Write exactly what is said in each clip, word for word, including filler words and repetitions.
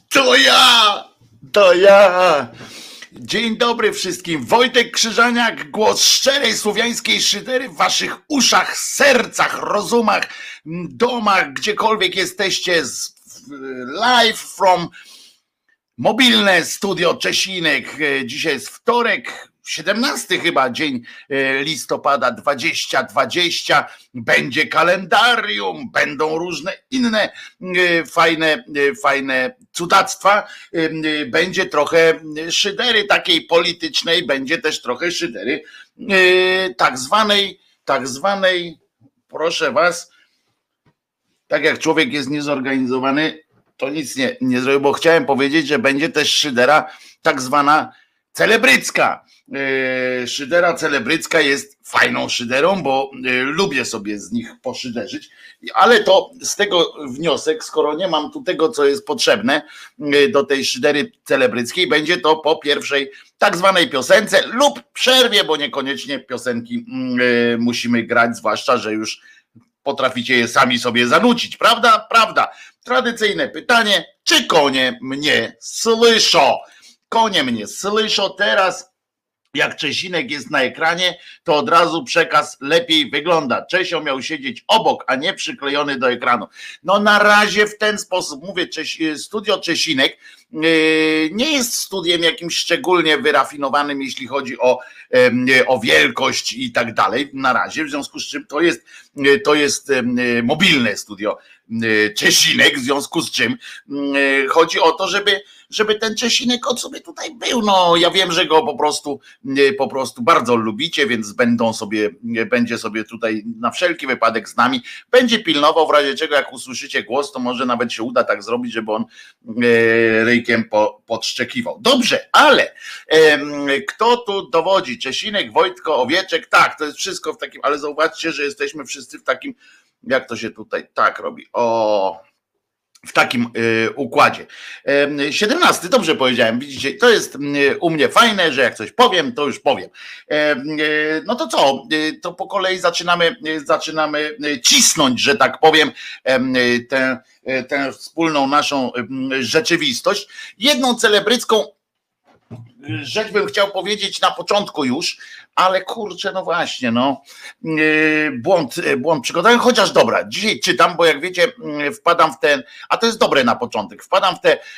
To ja! To ja! Dzień dobry wszystkim. Wojtek Krzyżaniak, głos szczerej słowiańskiej szydery w waszych uszach, sercach, rozumach, domach, gdziekolwiek jesteście. Live from mobilne studio Czesinek. Dzisiaj jest wtorek, siedemnasty chyba dzień listopada dwudziestego dwudziestego. Będzie kalendarium, będą różne inne fajne, fajne cudactwa. Będzie trochę szydery takiej politycznej, będzie też trochę szydery tak zwanej, tak zwanej, proszę was, tak jak człowiek jest niezorganizowany, to nic nie, nie zrobię, bo chciałem powiedzieć, że będzie też szydera tak zwana celebrycka. Szydera celebrycka jest fajną szyderą, bo lubię sobie z nich poszyderzyć, ale to z tego wniosek, skoro nie mam tu tego, co jest potrzebne do tej szydery celebryckiej, będzie to po pierwszej tak zwanej piosence lub przerwie, bo niekoniecznie piosenki musimy grać, zwłaszcza, że już potraficie je sami sobie zanucić, prawda? Prawda. Tradycyjne pytanie, czy konie mnie słyszą? Konie mnie słyszą teraz. Jak Czesinek jest na ekranie, to od razu przekaz lepiej wygląda. Czesio miał siedzieć obok, a nie przyklejony do ekranu. No na razie w ten sposób, mówię, studio Czesinek nie jest studiem jakimś szczególnie wyrafinowanym, jeśli chodzi o, o wielkość i tak dalej. Na razie, w związku z czym to jest, to jest mobilne studio Czesinek, w związku z czym chodzi o to, żeby, żeby ten Czesinek od sobie tutaj był. No ja wiem, że go po prostu, po prostu bardzo lubicie, więc będą sobie, będzie sobie tutaj na wszelki wypadek z nami, będzie pilnował, w razie czego jak usłyszycie głos, to może nawet się uda tak zrobić, żeby on ryjkiem po, podszczekiwał. Dobrze, ale kto tu dowodzi? Czesinek, Wojtko, Owieczek, tak, to jest wszystko w takim, ale zauważcie, że jesteśmy wszyscy w takim, jak to się tutaj tak robi, o, w takim y, układzie. Y, siedemnasty, dobrze powiedziałem, widzicie, to jest y, u mnie fajne, że jak coś powiem, to już powiem. Y, y, no to co, y, to po kolei zaczynamy, y, zaczynamy cisnąć, że tak powiem, y, tę, y, tę wspólną naszą y, rzeczywistość. Jedną celebrycką rzecz bym chciał powiedzieć na początku już, ale kurczę, no właśnie, no błąd, błąd przygotowany, chociaż dobra, dzisiaj czytam, bo jak wiecie, wpadam w ten, a to jest dobre na początek, wpadam w te,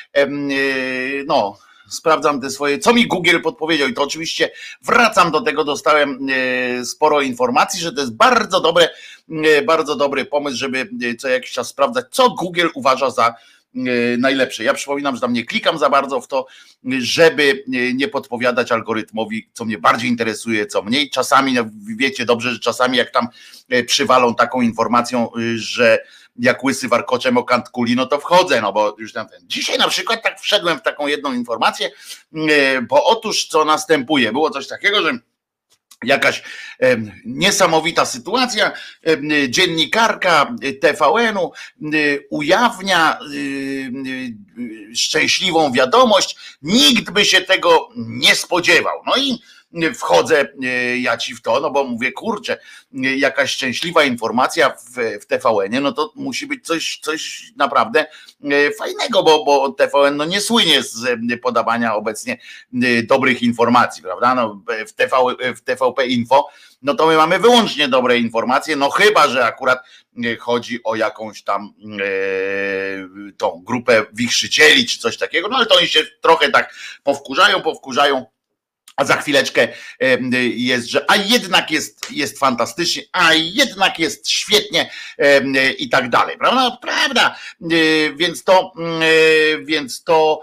no, sprawdzam te swoje, co mi Google podpowiedział i to oczywiście wracam do tego, dostałem sporo informacji, że to jest bardzo dobre, bardzo dobry pomysł, żeby co jakiś czas sprawdzać, co Google uważa za najlepsze. Ja przypominam, że tam nie klikam za bardzo w to, żeby nie podpowiadać algorytmowi, co mnie bardziej interesuje, co mniej. Czasami, no wiecie dobrze, że czasami jak tam przywalą taką informacją, że jak łysy warkoczem o kant kuli, no to wchodzę, no bo już tam ten. Dzisiaj na przykład tak wszedłem w taką jedną informację, bo otóż co następuje, było coś takiego, że jakaś e, niesamowita sytuacja. E, dziennikarka T V N-u e, ujawnia e, e, szczęśliwą wiadomość. Nikt by się tego nie spodziewał. No i wchodzę e, ja ci w to, no bo mówię, kurczę, e, jakaś szczęśliwa informacja w, w T V N-ie, no to musi być coś, coś naprawdę e, fajnego, bo, bo T V N no nie słynie z e, podawania obecnie e, dobrych informacji, prawda? No, w, TV, w T V P Info, no to my mamy wyłącznie dobre informacje, no chyba, że akurat e, chodzi o jakąś tam e, tą grupę wichrzycieli czy coś takiego, no ale to oni się trochę tak powkurzają, powkurzają. A za chwileczkę jest, że a jednak jest, jest fantastycznie, a jednak jest świetnie i tak dalej, prawda? Prawda, więc to, więc to,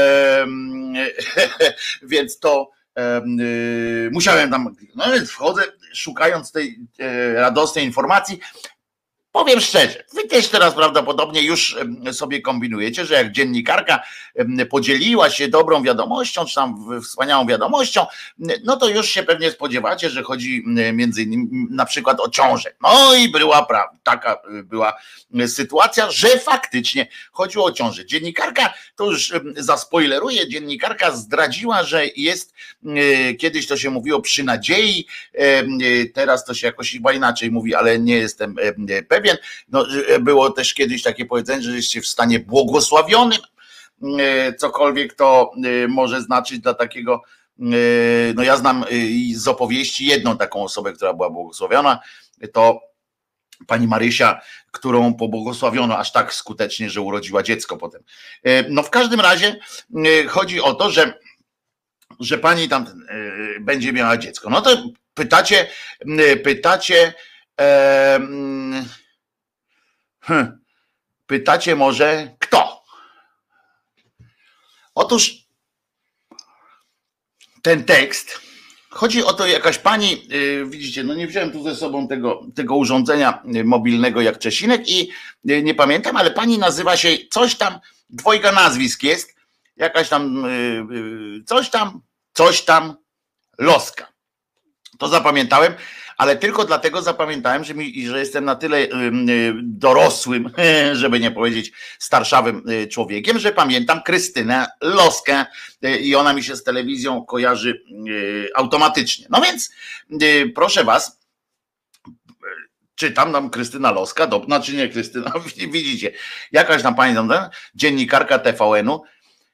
więc to musiałem tam, no więc wchodzę, szukając tej radosnej informacji. Powiem szczerze, wy też teraz prawdopodobnie już sobie kombinujecie, że jak dziennikarka podzieliła się dobrą wiadomością, czy tam wspaniałą wiadomością, no to już się pewnie spodziewacie, że chodzi między innymi na przykład o ciążę. No i była taka była sytuacja, że faktycznie chodziło o ciążę. Dziennikarka, to już zaspoileruję, dziennikarka zdradziła, że jest, kiedyś to się mówiło przy nadziei, teraz to się jakoś chyba inaczej mówi, ale nie jestem pewien. No, było też kiedyś takie powiedzenie, że jesteście w stanie błogosławionym. cokolwiek to może znaczyć dla takiego. No ja znam z opowieści jedną taką osobę, która była błogosławiona, to pani Marysia, którą pobłogosławiono aż tak skutecznie, że urodziła dziecko potem. No w każdym razie chodzi o to, że, że pani tam będzie miała dziecko. No to pytacie, pytacie, hmm, pytacie może kto? Otóż ten tekst, chodzi o to, jakaś pani, widzicie, no nie wziąłem tu ze sobą tego, tego urządzenia mobilnego jak Czesinek i nie pamiętam, ale pani nazywa się coś tam, dwojga nazwisk jest, jakaś tam, coś tam, coś tam, Loska. To zapamiętałem, ale tylko dlatego zapamiętałem, że, mi, że jestem na tyle dorosłym, żeby nie powiedzieć starszawym człowiekiem, że pamiętam Krystynę Loskę i ona mi się z telewizją kojarzy automatycznie. No więc proszę was, czytam nam Krystyna Loska, do, znaczy nie Krystyna, widzicie, jakaś tam pani, tam, dziennikarka T V N-u,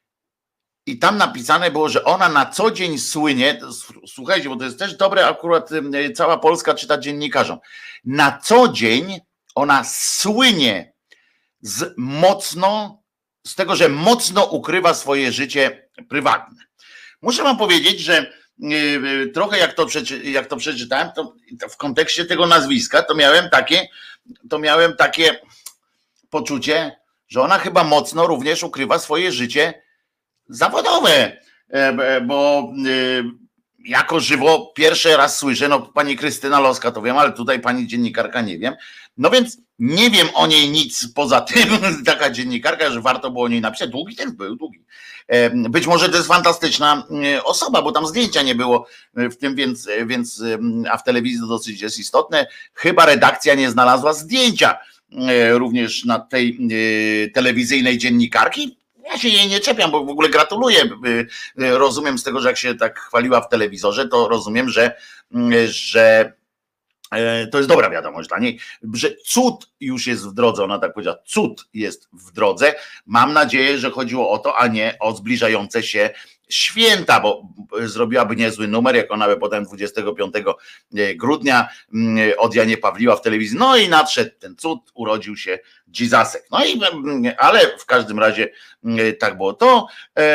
i tam napisane było, że ona na co dzień słynie, słuchajcie, bo to jest też dobre, akurat cała Polska czyta dziennikarzom, na co dzień ona słynie z mocno, z tego, że mocno ukrywa swoje życie prywatne. Muszę wam powiedzieć, że trochę jak to, przeczy, jak to przeczytałem, to w kontekście tego nazwiska, to miałem takie, to miałem takie poczucie, że ona chyba mocno również ukrywa swoje życie zawodowe, bo jako żywo pierwszy raz słyszę, no pani Krystyna Loska to wiem, ale tutaj pani dziennikarka nie wiem, no więc nie wiem o niej nic poza tym, taka dziennikarka, że warto było o niej napisać, długi ten był, długi. Być może to jest fantastyczna osoba, bo tam zdjęcia nie było w tym, więc, więc a w telewizji to dosyć jest istotne, chyba redakcja nie znalazła zdjęcia również na tej telewizyjnej dziennikarki. Ja się jej nie czepiam, bo w ogóle gratuluję. Rozumiem z tego, że jak się tak chwaliła w telewizorze, to rozumiem, że, że to jest dobra wiadomość dla niej, że cud już jest w drodze, ona tak powiedziała, cud jest w drodze. Mam nadzieję, że chodziło o to, a nie o zbliżające się święta, bo zrobiłaby niezły numer, jak ona by potem dwudziestego piątego grudnia od Janie Pawliła w telewizji, no i nadszedł ten cud, urodził się Jesusek. No i, ale w każdym razie tak było. To,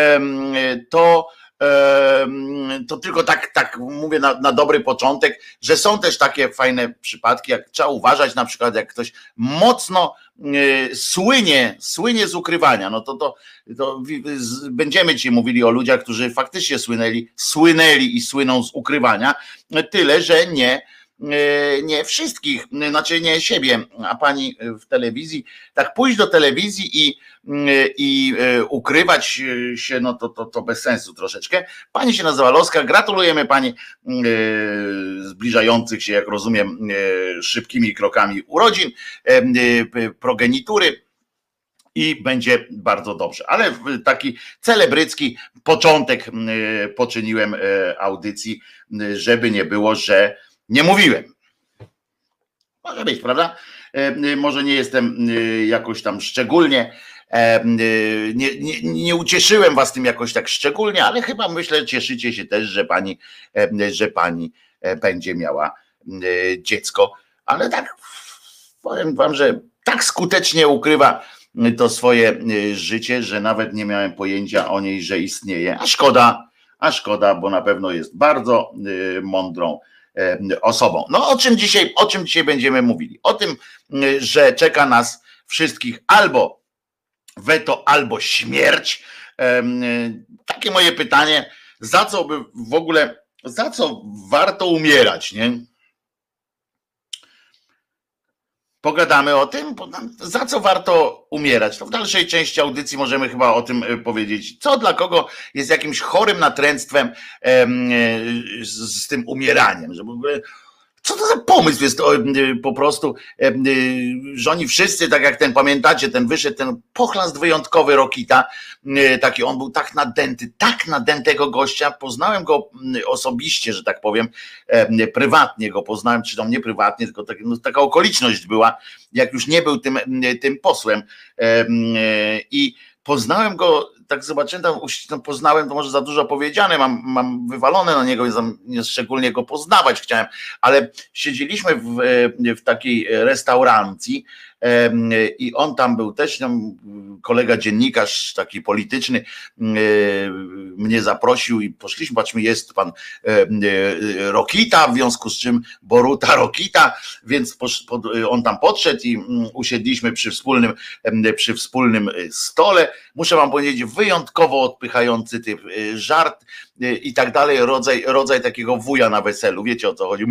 to to tylko tak, tak mówię na, na dobry początek, że są też takie fajne przypadki, jak trzeba uważać, na przykład jak ktoś mocno słynie, słynie z ukrywania, no to, to, to będziemy ci mówili o ludziach, którzy faktycznie słynęli, słynęli i słyną z ukrywania, tyle, że nie nie wszystkich, znaczy nie siebie, a pani w telewizji, tak pójść do telewizji i, i ukrywać się, no to, to, to bez sensu troszeczkę. Pani się nazywa Loska, gratulujemy pani zbliżających się, jak rozumiem, szybkimi krokami urodzin, progenitury. I będzie bardzo dobrze. Ale taki celebrycki początek poczyniłem audycji, żeby nie było, że nie mówiłem. Może być, prawda? Może nie jestem jakoś tam szczególnie, nie, nie, nie ucieszyłem was tym jakoś tak szczególnie, ale chyba myślę, cieszycie się też, że pani, że pani będzie miała dziecko. Ale tak powiem wam, że tak skutecznie ukrywa to swoje życie, że nawet nie miałem pojęcia o niej, że istnieje. A szkoda, a szkoda, bo na pewno jest bardzo mądrą osobą. No o czym dzisiaj, o czym dzisiaj będziemy mówili? O tym, że czeka nas wszystkich albo weto, albo śmierć. Takie moje pytanie, za co by w ogóle, za co warto umierać, nie? Pogadamy o tym, za co warto umierać. To w dalszej części audycji możemy chyba o tym powiedzieć. Co dla kogo jest jakimś chorym natręctwem z, z tym umieraniem, że w ogóle co to za pomysł jest po prostu, że oni wszyscy, tak jak ten, pamiętacie, ten wyszedł, ten pochlast wyjątkowy Rokita, taki, on był tak nadęty, tak nadętego gościa, poznałem go osobiście, że tak powiem, prywatnie go poznałem, czy tam nie prywatnie, tylko tak, no, taka okoliczność była, jak już nie był tym, tym posłem i poznałem go tak zobaczyłem, tam, tam poznałem, to może za dużo powiedziane, mam, mam wywalone na niego, nie szczególnie go poznawać chciałem, ale siedzieliśmy w, w takiej restauracji i on tam był też, tam kolega dziennikarz taki polityczny mnie zaprosił i poszliśmy, patrzmy, jest pan Rokita, w związku z czym Boruta Rokita, więc on tam podszedł i usiedliśmy przy wspólnym, przy wspólnym stole. Muszę wam powiedzieć, wyjątkowo odpychający typ, żart i tak dalej, rodzaj, rodzaj takiego wuja na weselu, wiecie o co chodzi.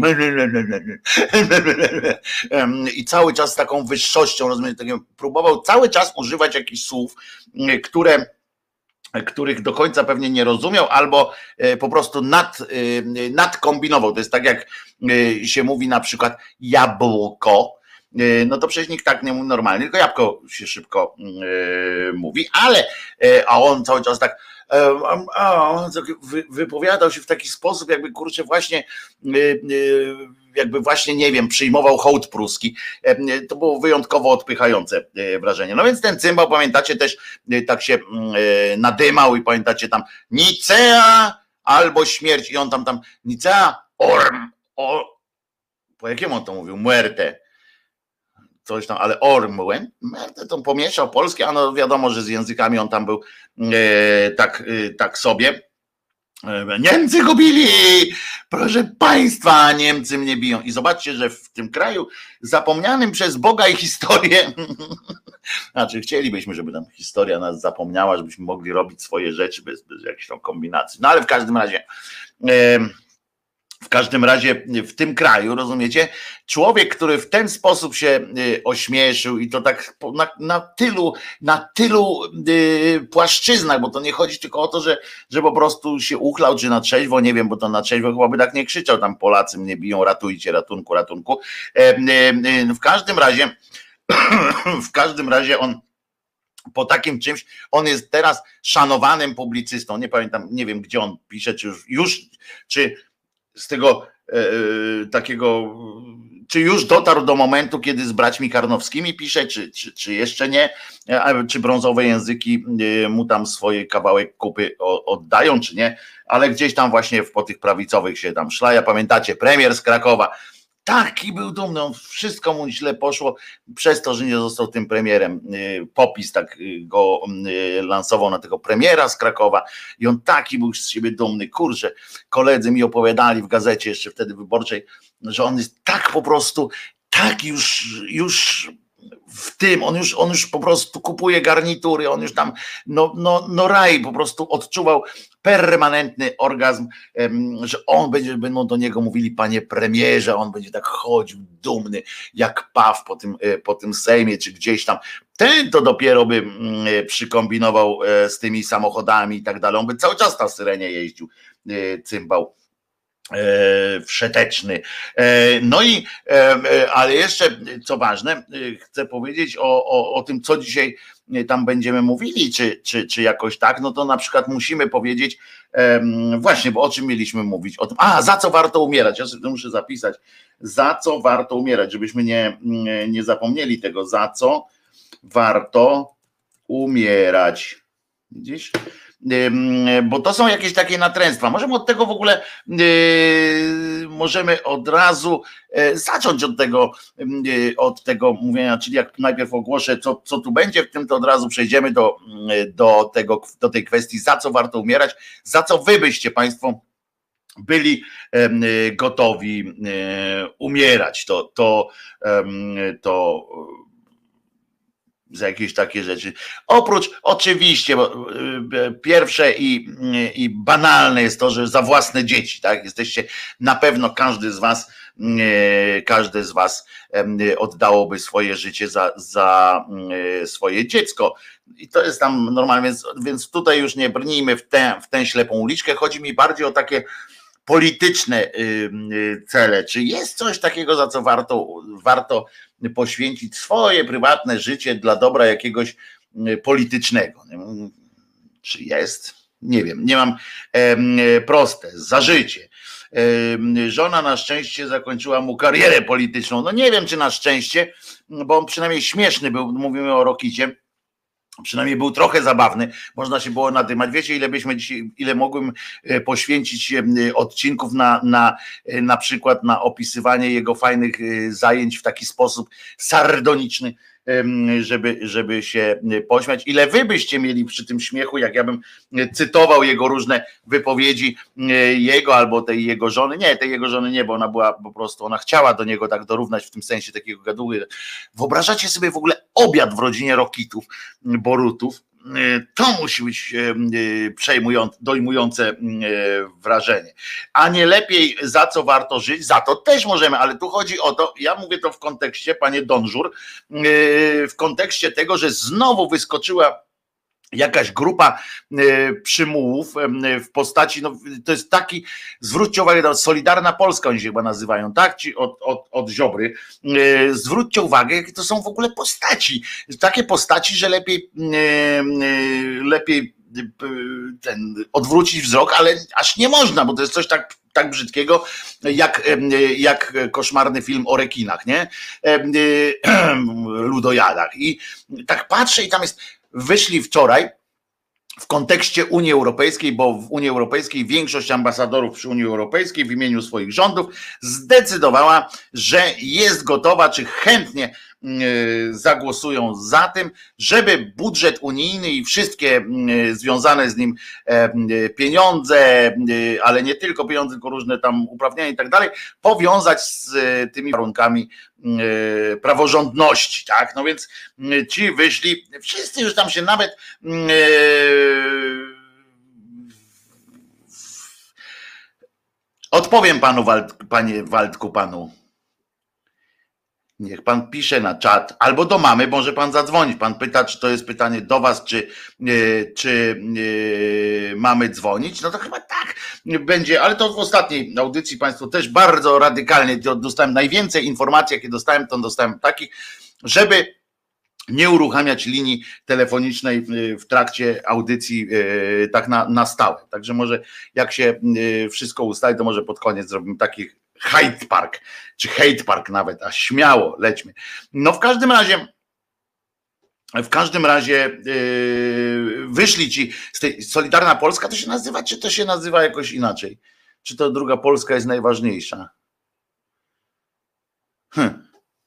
I cały czas z taką wyższością, rozumiecie, próbował cały czas używać jakichś słów, które których do końca pewnie nie rozumiał, albo po prostu nad, nadkombinował. To jest tak, jak się mówi na przykład jabłko, no to przecież nikt tak nie mówi normalnie, tylko jabłko się szybko mówi, ale a on cały czas tak wypowiadał się w taki sposób, jakby kurczę właśnie jakby właśnie, nie wiem, przyjmował hołd pruski. To było wyjątkowo odpychające wrażenie. No więc ten cymbał, pamiętacie, też tak się nadymał i pamiętacie tam Nicea albo śmierć i on tam tam Nicea orm, o, po jakiemu on to mówił? Muerte. Coś tam, ale ormłem, to pomieszał polskie, a no wiadomo, że z językami on tam był e, tak, e, tak sobie. E, Niemcy go bili! Proszę państwa, Niemcy mnie biją. I zobaczcie, że w tym kraju zapomnianym przez Boga i historię, znaczy chcielibyśmy, żeby tam historia nas zapomniała, żebyśmy mogli robić swoje rzeczy bez, bez jakiejś tam kombinacji. No ale w każdym razie e, W każdym razie w tym kraju, rozumiecie, człowiek, który w ten sposób się ośmieszył i to tak na, na tylu, na tylu y, płaszczyznach, bo to nie chodzi tylko o to, że, że po prostu się uchlał, czy na trzeźwo, nie wiem, bo to na trzeźwo chyba by tak nie krzyczał, tam Polacy mnie biją, ratujcie, ratunku, ratunku. E, e, w każdym razie, w każdym razie on po takim czymś, on jest teraz szanowanym publicystą, nie pamiętam, nie wiem gdzie on pisze, czy już, już czy z tego e, takiego, czy już dotarł do momentu, kiedy z braćmi Karnowskimi pisze, czy, czy, czy jeszcze nie, czy brązowe języki mu tam swoje kawałek kupy oddają, czy nie, ale gdzieś tam właśnie po tych prawicowych się tam szlaja. Pamiętacie, premier z Krakowa, taki był dumny, on wszystko mu źle poszło przez to, że nie został tym premierem. Popis tak go lansował na tego premiera z Krakowa i on taki był z siebie dumny. Kurczę, koledzy mi opowiadali w gazecie jeszcze wtedy wyborczej, że on jest tak po prostu, tak już, już w tym, on już, on już po prostu kupuje garnitury, on już tam, no, no, no raj, po prostu odczuwał permanentny orgazm, że on będzie, będą do niego mówili panie premierze, on będzie tak chodził dumny jak paw po tym, po tym Sejmie, czy gdzieś tam. Ten to dopiero by przykombinował z tymi samochodami i tak dalej, on by cały czas na syrenie jeździł, cymbał wszeteczny. No i, ale jeszcze co ważne, chcę powiedzieć o, o, o tym, co dzisiaj tam będziemy mówili, czy, czy, czy jakoś tak, no to na przykład musimy powiedzieć właśnie, bo o czym mieliśmy mówić? O tym, a, za co warto umierać? Ja sobie to muszę zapisać. Za co warto umierać, żebyśmy nie, nie zapomnieli tego, za co warto umierać. Widzisz? Bo to są jakieś takie natręctwa. Możemy od tego w ogóle, yy, możemy od razu yy, zacząć od tego, yy, od tego mówienia, czyli jak najpierw ogłoszę, co, co tu będzie, w tym to od razu przejdziemy do, yy, do, tego, do tej kwestii, za co warto umierać, za co wy byście państwo byli yy, gotowi yy, umierać. To, to, yy, to za jakieś takie rzeczy. Oprócz, oczywiście, bo pierwsze i, i banalne jest to, że za własne dzieci, tak? Jesteście, na pewno każdy z was, każdy z was oddałoby swoje życie za, za swoje dziecko. I to jest tam normalnie, więc, więc tutaj już nie brnijmy w tę, w tę ślepą uliczkę. Chodzi mi bardziej o takie polityczne cele. Czy jest coś takiego, za co warto, warto poświęcić swoje prywatne życie dla dobra jakiegoś politycznego? Czy jest? Nie wiem, nie mam. Proste, za życie. Żona na szczęście zakończyła mu karierę polityczną. No nie wiem, czy na szczęście, bo on przynajmniej śmieszny był, mówimy o Rokicie, Przynajmniej był trochę zabawny, można się było nadymać. Wiecie, ile byśmy dzisiaj, ile mogłem poświęcić odcinków na, na, na przykład na opisywanie jego fajnych zajęć w taki sposób sardoniczny, żeby, żeby się pośmiać. Ile wy byście mieli przy tym śmiechu, jak ja bym cytował jego różne wypowiedzi, jego albo tej jego żony. Nie, tej jego żony nie, bo ona była po prostu, ona chciała do niego tak dorównać w tym sensie takiego gaduły. Wyobrażacie sobie w ogóle obiad w rodzinie Rokitów, Borutów? To musi być przejmujące, dojmujące wrażenie. A nie lepiej, za co warto żyć, za to też możemy, ale tu chodzi o to, ja mówię to w kontekście, panie Donżur, w kontekście tego, że znowu wyskoczyła jakaś grupa przymułów w postaci, no to jest taki, zwróćcie uwagę, Solidarna Polska oni się chyba nazywają, tak? Ci od, od, od Ziobry. Zwróćcie uwagę, jakie to są w ogóle postaci. Takie postaci, że lepiej lepiej ten, odwrócić wzrok, ale aż nie można, bo to jest coś tak tak brzydkiego, jak, jak koszmarny film o rekinach, nie? Ludojadach. I tak patrzę i tam jest, wyszli wczoraj w kontekście Unii Europejskiej, bo w Unii Europejskiej większość ambasadorów przy Unii Europejskiej w imieniu swoich rządów zdecydowała, że jest gotowa, czy chętnie zagłosują za tym, żeby budżet unijny i wszystkie związane z nim pieniądze, ale nie tylko pieniądze, tylko różne tam uprawnienia i tak dalej, powiązać z tymi warunkami praworządności, tak? No więc ci wyszli, wszyscy już tam się nawet odpowiem panu, panie Waldku, panu. Niech pan pisze na czat, albo do mamy może pan zadzwonić. Pan pyta, czy to jest pytanie do was, czy, czy mamy dzwonić. No to chyba tak będzie, ale to w ostatniej audycji państwo też bardzo radykalnie dostałem. Najwięcej informacji, jakie dostałem, to dostałem takich, żeby nie uruchamiać linii telefonicznej w trakcie audycji tak na, na stałe. Także może jak się wszystko ustali, to może pod koniec zrobimy takich Hyde Park, czy Hate Park nawet, a śmiało, lećmy. No w każdym razie, w każdym razie yy, wyszli ci z tej Solidarna Polska, to się nazywa, czy to się nazywa jakoś inaczej? Czy to druga Polska jest najważniejsza? Hm.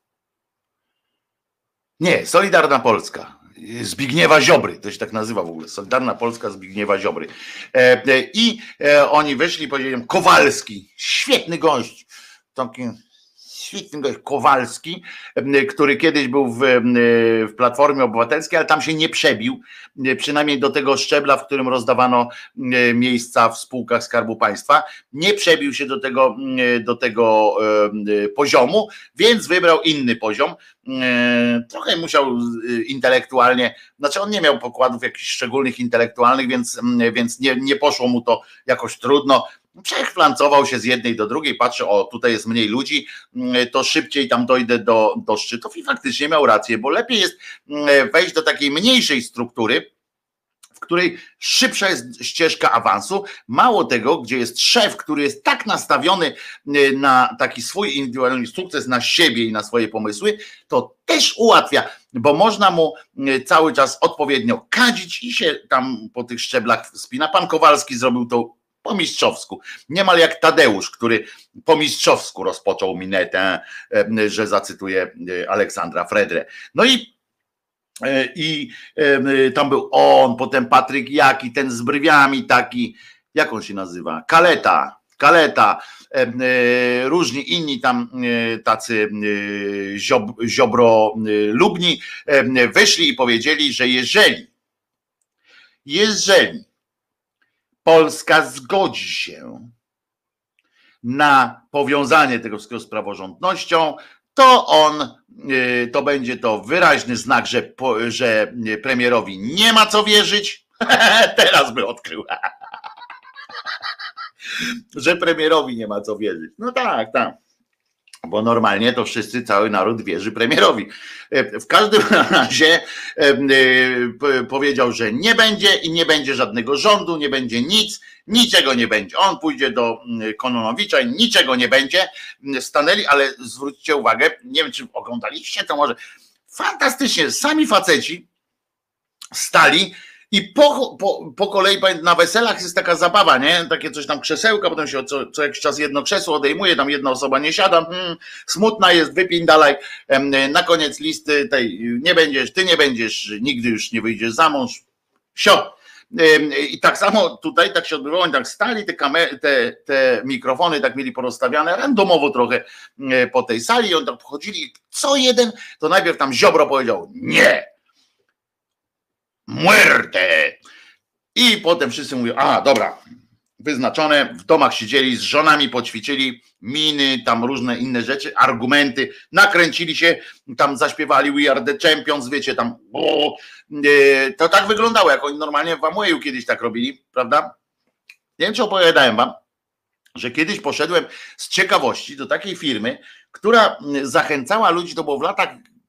Nie, Solidarna Polska. Zbigniewa Ziobry, to się tak nazywa w ogóle, Solidarna Polska Zbigniewa Ziobry. I oni wyszli i powiedzieli, Kowalski, świetny gość, taki świetny gość, Kowalski, który kiedyś był w, w Platformie Obywatelskiej, ale tam się nie przebił, przynajmniej do tego szczebla, w którym rozdawano miejsca w spółkach Skarbu Państwa, nie przebił się do tego, do tego poziomu, więc wybrał inny poziom. Trochę musiał intelektualnie, znaczy on nie miał pokładów jakichś szczególnych intelektualnych, więc, więc nie, nie poszło mu to jakoś trudno. Przechflancował się z jednej do drugiej, patrzy, o tutaj jest mniej ludzi, to szybciej tam dojdę do, do szczytów i faktycznie miał rację, bo lepiej jest wejść do takiej mniejszej struktury, w której szybsza jest ścieżka awansu. Mało tego, gdzie jest szef, który jest tak nastawiony na taki swój indywidualny sukces, na siebie i na swoje pomysły, to też ułatwia, bo można mu cały czas odpowiednio kadzić i się tam po tych szczeblach spina. Pan Kowalski zrobił to po mistrzowsku. Niemal jak Tadeusz, który po mistrzowsku rozpoczął minetę, że zacytuję Aleksandra Fredrę. No i i tam był on, potem Patryk Jaki, ten z brwiami taki, jak on się nazywa? Kaleta, Kaleta, różni inni tam tacy ziob, ziobro lubni wyszli i powiedzieli, że jeżeli jeżeli Polska zgodzi się na powiązanie tego wszystkiego z praworządnością, to on, to będzie to wyraźny znak, że, że premierowi nie ma co wierzyć. Teraz by odkrył. Że premierowi nie ma co wierzyć. No tak, tak. Bo normalnie to wszyscy, cały naród wierzy premierowi. W każdym razie powiedział, że nie będzie i nie będzie żadnego rządu, nie będzie nic, niczego nie będzie. On pójdzie do Kononowicza i niczego nie będzie. Stanęli, ale zwróćcie uwagę, nie wiem, czy oglądaliście to może, fantastycznie, sami faceci, stali i po, po, po kolei na weselach jest taka zabawa, nie? Takie coś tam krzesełka, potem się co, co jakiś czas jedno krzesło odejmuje, tam jedna osoba nie siada, hmm, smutna jest, wypindalaj, na koniec listy tej nie będziesz, ty nie będziesz, nigdy już nie wyjdziesz za mąż, sio. I tak samo tutaj tak się odbywało, oni tak stali, te, kamery, te, te mikrofony tak mieli porozstawiane randomowo trochę po tej sali i oni tak pochodzili, co jeden, to najpierw tam Ziobro powiedział nie, muerte i potem wszyscy mówią, a dobra, wyznaczone, w domach siedzieli, z żonami poćwiczyli, miny, tam różne inne rzeczy, argumenty, nakręcili się, tam zaśpiewali We Are The Champions, wiecie, tam o, to tak wyglądało, jak oni normalnie w Amwayu kiedyś tak robili, prawda? Nie wiem, czy opowiadałem wam, że kiedyś poszedłem z ciekawości do takiej firmy, która zachęcała ludzi, to było w latach,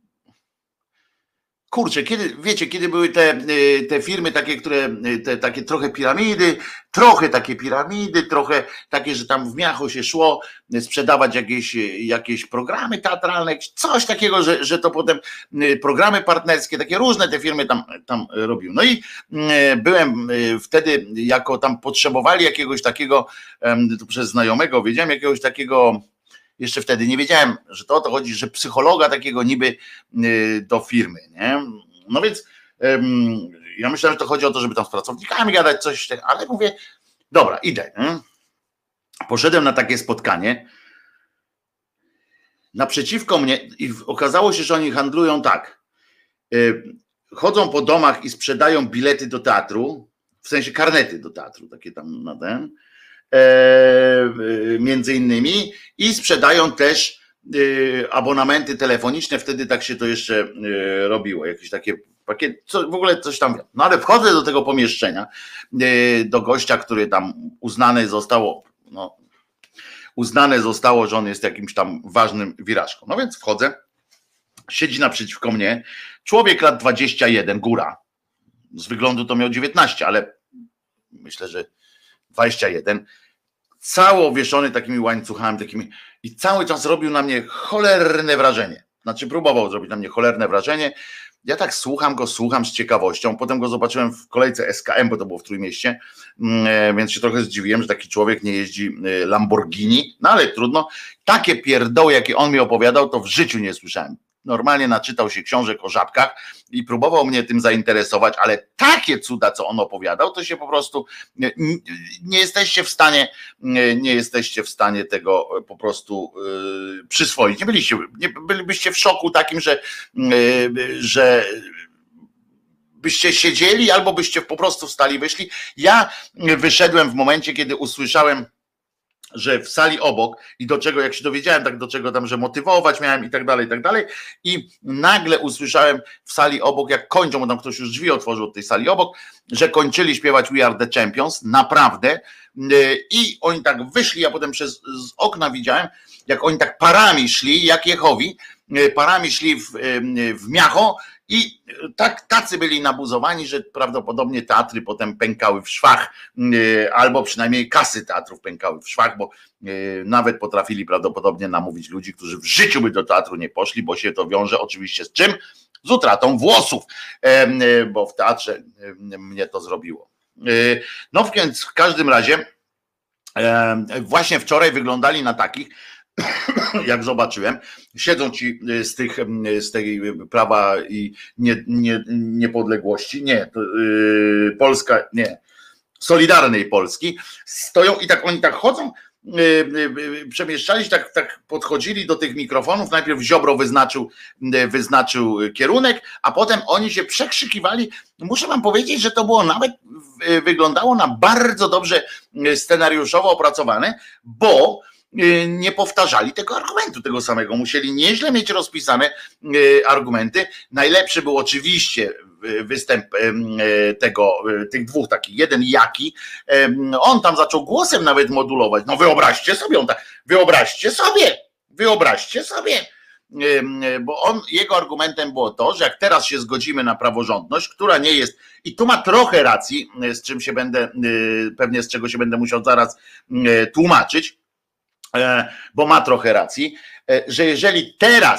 kurczę, kiedy, wiecie, kiedy były te, te firmy takie, które, te takie trochę piramidy, trochę takie piramidy, trochę takie, że tam w miacho się szło sprzedawać jakieś, jakieś programy teatralne, coś takiego, że, że to potem programy partnerskie, takie różne te firmy tam, tam robiły. No i byłem wtedy, jako tam potrzebowali jakiegoś takiego, to przez znajomego wiedziałem, jakiegoś takiego, jeszcze wtedy nie wiedziałem, że to o to chodzi, że psychologa takiego niby do firmy, nie? No więc um, ja myślałem, że to chodzi o to, żeby tam z pracownikami gadać coś, ale mówię, dobra, idę. Nie? Poszedłem na takie spotkanie. Naprzeciwko mnie i okazało się, że oni handlują tak. Chodzą po domach i sprzedają bilety do teatru, w sensie karnety do teatru, takie tam na ten. Między innymi i sprzedają też abonamenty telefoniczne, wtedy tak się to jeszcze robiło, jakieś takie pakiet, co, w ogóle coś tam, no ale wchodzę do tego pomieszczenia, do gościa, który tam uznany zostało, no, uznane zostało, że on jest jakimś tam ważnym wirażką, no więc wchodzę, siedzi naprzeciwko mnie człowiek lat dwadzieścia jeden, góra, z wyglądu to miał dziewiętnaście, ale myślę, że dwadzieścia jeden, cały owieszony takimi łańcuchami, takimi i cały czas robił na mnie cholerne wrażenie. Znaczy próbował zrobić na mnie cholerne wrażenie. Ja tak słucham go, słucham z ciekawością. Potem go zobaczyłem w kolejce S K M, bo to było w Trójmieście, więc się trochę zdziwiłem, że taki człowiek nie jeździ Lamborghini, no ale trudno. Takie pierdoły, jakie on mi opowiadał, to w życiu nie słyszałem. Normalnie naczytał się książek o żabkach i próbował mnie tym zainteresować, ale takie cuda, co on opowiadał, to się po prostu nie, nie jesteście w stanie, nie, nie jesteście w stanie tego po prostu yy, przyswoić. Nie byliście, nie bylibyście w szoku takim, że, yy, że byście siedzieli albo byście po prostu wstali, wyszli. Ja wyszedłem w momencie, kiedy usłyszałem, że w sali obok i do czego, jak się dowiedziałem, tak do czego tam, że motywować miałem i tak dalej, i tak dalej i nagle usłyszałem w sali obok, jak kończą, bo tam ktoś już drzwi otworzył od tej sali obok, że kończyli śpiewać We Are The Champions, naprawdę i oni tak wyszli, a potem przez z okna widziałem, jak oni tak parami szli, jak Jehowi, parami szli w, w miacho i tak tacy byli nabuzowani, że prawdopodobnie teatry potem pękały w szwach, albo przynajmniej kasy teatrów pękały w szwach, bo nawet potrafili prawdopodobnie namówić ludzi, którzy w życiu by do teatru nie poszli, bo się to wiąże oczywiście z czym? Z utratą włosów, bo w teatrze mnie to zrobiło. No więc w każdym razie właśnie wczoraj wyglądali na takich, jak zobaczyłem, siedzą ci z tych, z tej Prawa i nie, nie, Niepodległości, nie, to, yy, Polska, nie, Solidarnej Polski, stoją i tak oni tak chodzą, yy, yy, przemieszczali się, tak, tak podchodzili do tych mikrofonów, najpierw Ziobro wyznaczył, yy, wyznaczył kierunek, a potem oni się przekrzykiwali. Muszę wam powiedzieć, że to było nawet, yy, wyglądało na bardzo dobrze scenariuszowo opracowane, bo nie powtarzali tego argumentu, tego samego. Musieli nieźle mieć rozpisane argumenty. Najlepszy był oczywiście występ tego, tych dwóch takich. Jeden Jaki, on tam zaczął głosem nawet modulować. No wyobraźcie sobie, on tak, wyobraźcie sobie, wyobraźcie sobie. Bo on, jego argumentem było to, że jak teraz się zgodzimy na praworządność, która nie jest, i tu ma trochę racji, z czym się będę, pewnie z czego się będę musiał zaraz tłumaczyć, bo ma trochę racji, że jeżeli teraz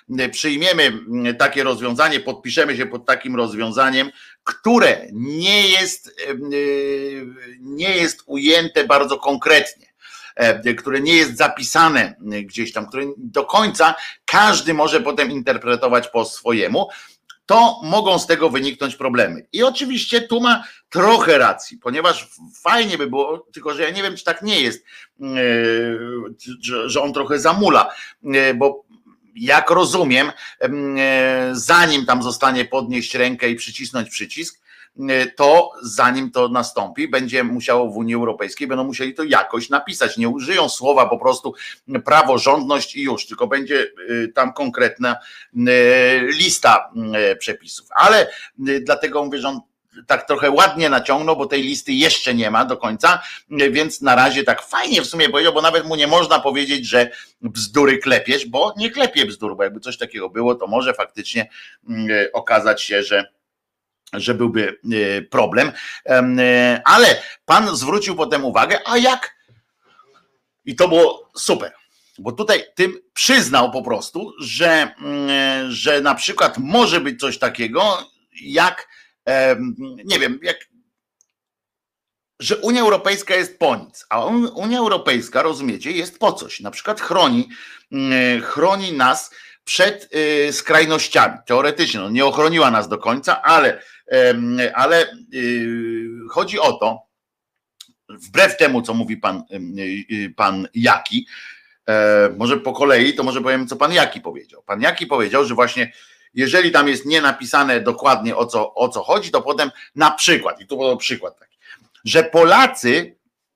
przyjmiemy takie rozwiązanie, podpiszemy się pod takim rozwiązaniem, które nie jest, nie jest ujęte bardzo konkretnie, które nie jest zapisane gdzieś tam, które do końca każdy może potem interpretować po swojemu, to mogą z tego wyniknąć problemy. I oczywiście tu ma trochę racji, ponieważ fajnie by było, tylko że ja nie wiem, czy tak nie jest, że on trochę zamula, bo jak rozumiem, zanim tam zostanie podnieść rękę i przycisnąć przycisk, to zanim to nastąpi, będzie musiało w Unii Europejskiej, będą musieli to jakoś napisać. Nie użyją słowa po prostu praworządność i już, tylko będzie tam konkretna lista przepisów. Ale dlatego mówię, że on tak trochę ładnie naciągnął, bo tej listy jeszcze nie ma do końca, więc na razie tak fajnie w sumie powiedział, bo nawet mu nie można powiedzieć, że bzdury klepiesz, bo nie klepie bzdur, bo jakby coś takiego było, to może faktycznie okazać się, że że byłby problem, ale pan zwrócił potem uwagę, a jak? I to było super, bo tutaj tym przyznał po prostu, że, że na przykład może być coś takiego, jak, nie wiem, jak, że Unia Europejska jest po nic, a Unia Europejska, rozumiecie, jest po coś, na przykład chroni, chroni nas przed skrajnościami, teoretycznie, no nie ochroniła nas do końca, ale ale chodzi o to, wbrew temu, co mówi pan, pan Jaki, może po kolei, to może powiem, co pan Jaki powiedział. Pan Jaki powiedział, że właśnie jeżeli tam jest nie napisane dokładnie o co, o co chodzi, to potem na przykład, i tu był przykład taki, że Polacy,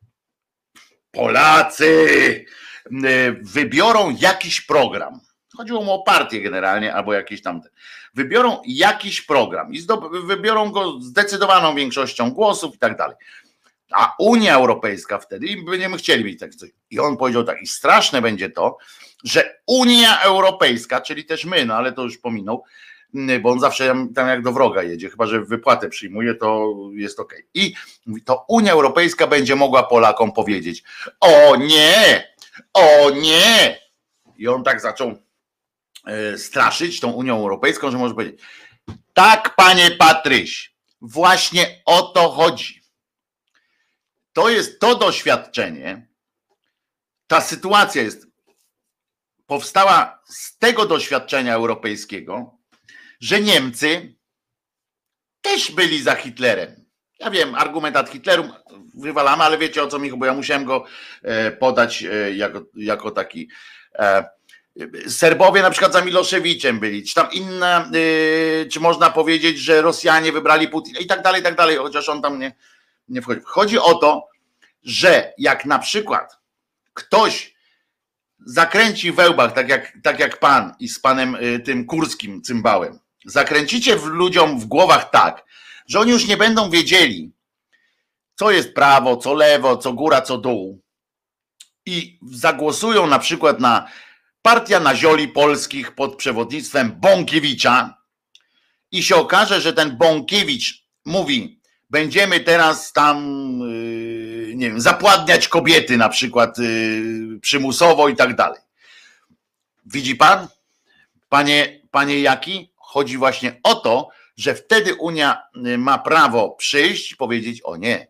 Polacy wybiorą jakiś program. Chodziło mu o partię generalnie, albo jakieś tamte. Wybiorą jakiś program i wybiorą go zdecydowaną większością głosów i tak dalej. A Unia Europejska wtedy, i będziemy chcieli mieć tak coś. I on powiedział tak, i straszne będzie to, że Unia Europejska, czyli też my, no ale to już pominął, bo on zawsze tam jak do wroga jedzie, chyba że wypłatę przyjmuje, to jest okej. Okay. I to Unia Europejska będzie mogła Polakom powiedzieć: o nie, o nie. I on tak zaczął straszyć tą Unią Europejską, że może powiedzieć: tak, panie Patryś, właśnie o to chodzi. To jest to doświadczenie, ta sytuacja jest, powstała z tego doświadczenia europejskiego, że Niemcy też byli za Hitlerem. Ja wiem, argument ad Hitlerum wywalamy, ale wiecie, o co mi chodzi, bo ja musiałem go podać jako, jako taki... Serbowie na przykład za Miloszewiciem byli, czy tam inne, yy, czy można powiedzieć, że Rosjanie wybrali Putina i tak dalej, i tak dalej, chociaż on tam nie, nie wchodzi. Chodzi o to, że jak na przykład ktoś zakręci w wełbach, tak jak, tak jak pan i z panem yy, tym Kurskim cymbałem, zakręcicie w ludziom w głowach tak, że oni już nie będą wiedzieli, co jest prawo, co lewo, co góra, co dół i zagłosują na przykład na Partia na zioli polskich pod przewodnictwem Bąkiewicza i się okaże, że ten Bąkiewicz mówi: będziemy teraz tam, nie wiem, zapładniać kobiety na przykład przymusowo i tak dalej. Widzi pan, panie, panie Jaki? Chodzi właśnie o to, że wtedy Unia ma prawo przyjść i powiedzieć: o nie.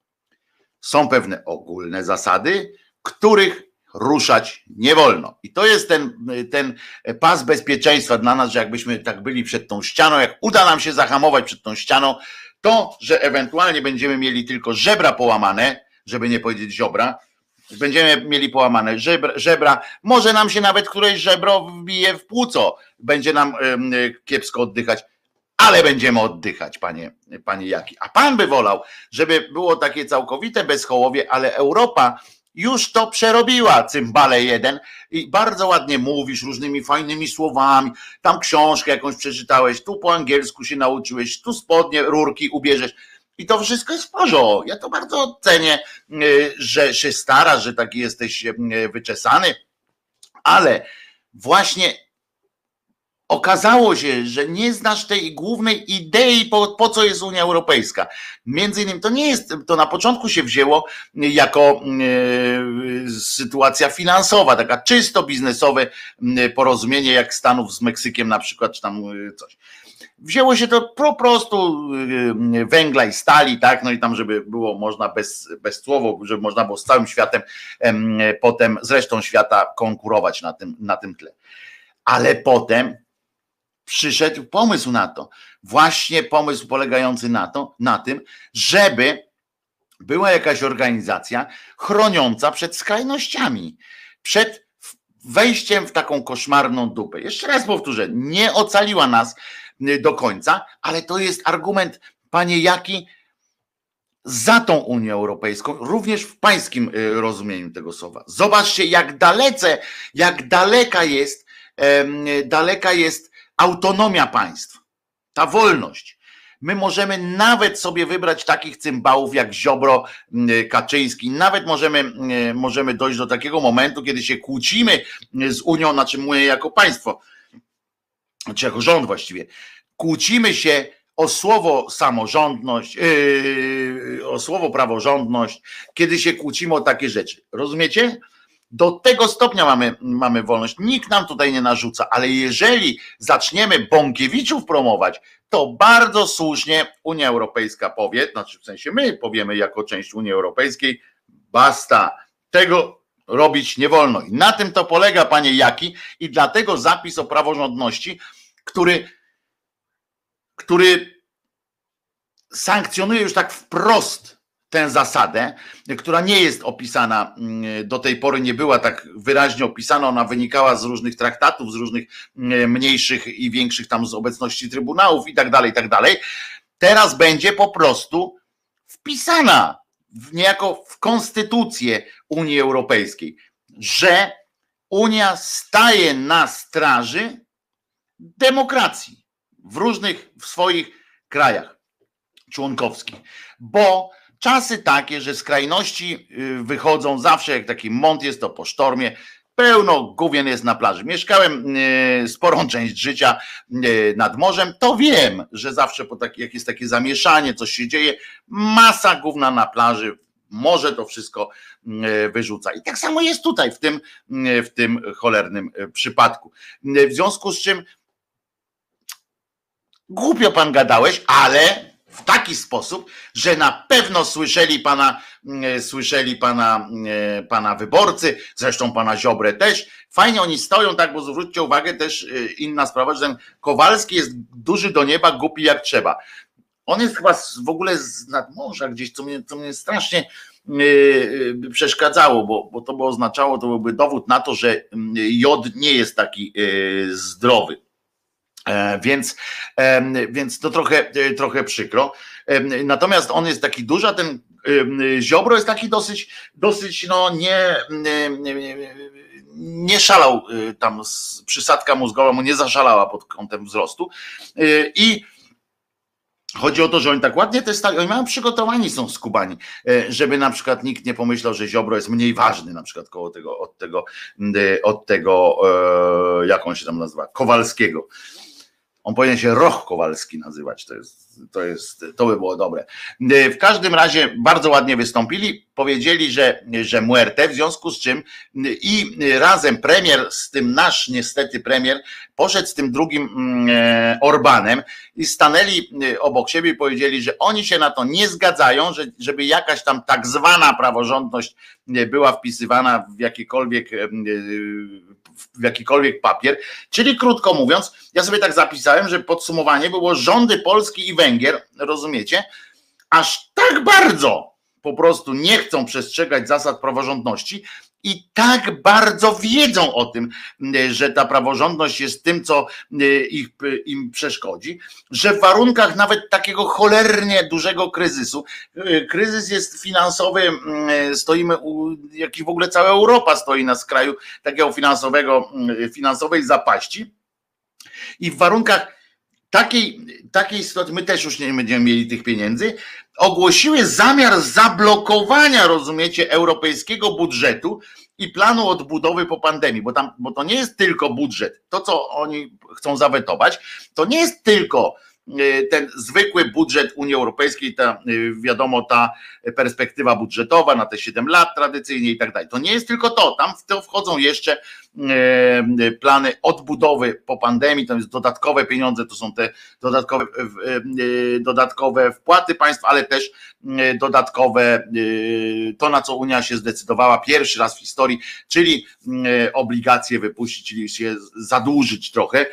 Są pewne ogólne zasady, których ruszać nie wolno. I to jest ten, ten pas bezpieczeństwa dla nas, że jakbyśmy tak byli przed tą ścianą, jak uda nam się zahamować przed tą ścianą, to, że ewentualnie będziemy mieli tylko żebra połamane, żeby nie powiedzieć ziobra, będziemy mieli połamane żebra, żebra, może nam się nawet któreś żebro wbije w płuco, będzie nam y, kiepsko oddychać, ale będziemy oddychać, panie, panie Jaki. A pan by wolał, żeby było takie całkowite bezhołowie, ale Europa już to przerobiła, cymbale jeden, i bardzo ładnie mówisz różnymi fajnymi słowami, tam książkę jakąś przeczytałeś, tu po angielsku się nauczyłeś, tu spodnie, rurki ubierzesz i to wszystko jest w porządku. Ja to bardzo cenię, że się starasz, że taki jesteś wyczesany, ale właśnie okazało się, że nie znasz tej głównej idei, po, po co jest Unia Europejska. Między innymi to nie jest, to na początku się wzięło jako e, sytuacja finansowa, taka czysto biznesowe porozumienie jak Stanów z Meksykiem na przykład, czy tam coś. Wzięło się to po prostu węgla i stali, tak, no i tam, żeby było można bez, bezcłowo, żeby można było z całym światem em, potem, z resztą świata konkurować na tym, na tym tle. Ale potem przyszedł pomysł na to, właśnie pomysł polegający na to, na tym, żeby była jakaś organizacja chroniąca przed skrajnościami, przed wejściem w taką koszmarną dupę. Jeszcze raz powtórzę, nie ocaliła nas do końca, ale to jest argument, panie Jaki, za tą Unią Europejską, również w pańskim rozumieniu tego słowa. Zobaczcie, jak dalece, jak daleka jest, daleka jest autonomia państw, ta wolność. My możemy nawet sobie wybrać takich cymbałów jak Ziobro, Kaczyński, nawet możemy, możemy dojść do takiego momentu, kiedy się kłócimy z Unią, na czym mówię jako państwo, czy jako rząd właściwie, kłócimy się o słowo samorządność, yy, o słowo praworządność, kiedy się kłócimy o takie rzeczy. Rozumiecie? Do tego stopnia mamy, mamy wolność. Nikt nam tutaj nie narzuca, ale jeżeli zaczniemy Bąkiewiczów promować, to bardzo słusznie Unia Europejska powie, znaczy w sensie my powiemy jako część Unii Europejskiej, basta, tego robić nie wolno. I na tym to polega, panie Jaki, i dlatego zapis o praworządności, który, który sankcjonuje już tak wprost tę zasadę, która nie jest opisana, do tej pory nie była tak wyraźnie opisana, ona wynikała z różnych traktatów, z różnych mniejszych i większych tam z obecności trybunałów i tak dalej, i tak dalej. Teraz będzie po prostu wpisana niejako w konstytucję Unii Europejskiej, że Unia staje na straży demokracji w różnych w swoich krajach członkowskich, bo czasy takie, że skrajności wychodzą zawsze, jak taki mąt jest, to po sztormie, pełno gówien jest na plaży. Mieszkałem sporą część życia nad morzem, to wiem, że zawsze po taki, jak jest takie zamieszanie, coś się dzieje, masa gówna na plaży, morze to wszystko wyrzuca. I tak samo jest tutaj w tym, w tym cholernym przypadku. W związku z czym głupio pan gadałeś, ale w taki sposób, że na pewno słyszeli pana, słyszeli pana, pana wyborcy, zresztą pana Ziobrę też. Fajnie oni stoją tak, bo zwróćcie uwagę też inna sprawa, że ten Kowalski jest duży do nieba, głupi jak trzeba. On jest chyba w ogóle z nadmorza gdzieś, co mnie, co mnie strasznie przeszkadzało, bo, bo to by oznaczało, to byłby dowód na to, że jod nie jest taki zdrowy. Więc, więc to trochę, trochę przykro. Natomiast on jest taki duży, a ten Ziobro jest taki dosyć, dosyć no nie, nie szalał tam, przysadka mózgowa mu nie zaszalała pod kątem wzrostu. I chodzi o to, że oni tak ładnie te stali, oni mają przygotowani, są skubani, żeby na przykład nikt nie pomyślał, że Ziobro jest mniej ważny na przykład koło tego, od tego, od tego, jak on się tam nazywa, Kowalskiego. On powinien się Roch Kowalski nazywać, to jest, to jest, to by było dobre. W każdym razie bardzo ładnie wystąpili, powiedzieli, że, że muerte, w związku z czym i razem premier, z tym nasz niestety premier, poszedł z tym drugim Orbanem i stanęli obok siebie i powiedzieli, że oni się na to nie zgadzają, że, żeby jakaś tam tak zwana praworządność była wpisywana w jakikolwiek w jakikolwiek papier, czyli krótko mówiąc, ja sobie tak zapisałem, że podsumowanie było rządy Polski i Węgier, rozumiecie, aż tak bardzo po prostu nie chcą przestrzegać zasad praworządności i tak bardzo wiedzą o tym, że ta praworządność jest tym, co ich, im przeszkodzi, że w warunkach nawet takiego cholernie dużego kryzysu, kryzys jest finansowy, stoimy, jak i w ogóle cała Europa stoi na skraju takiego finansowego, finansowej zapaści i w warunkach takiej, takiej sytuacji, my też już nie będziemy mieli tych pieniędzy, ogłosiły zamiar zablokowania, rozumiecie, europejskiego budżetu i planu odbudowy po pandemii, bo tam, bo to nie jest tylko budżet, to co oni chcą zawetować, to nie jest tylko ten zwykły budżet Unii Europejskiej, ta, wiadomo, ta perspektywa budżetowa na te siedem lat tradycyjnie i tak dalej. To nie jest tylko to, tam w to wchodzą jeszcze plany odbudowy po pandemii, to jest dodatkowe pieniądze, to są te dodatkowe, dodatkowe wpłaty państw, ale też dodatkowe to, na co Unia się zdecydowała pierwszy raz w historii, czyli obligacje wypuścić, czyli się zadłużyć trochę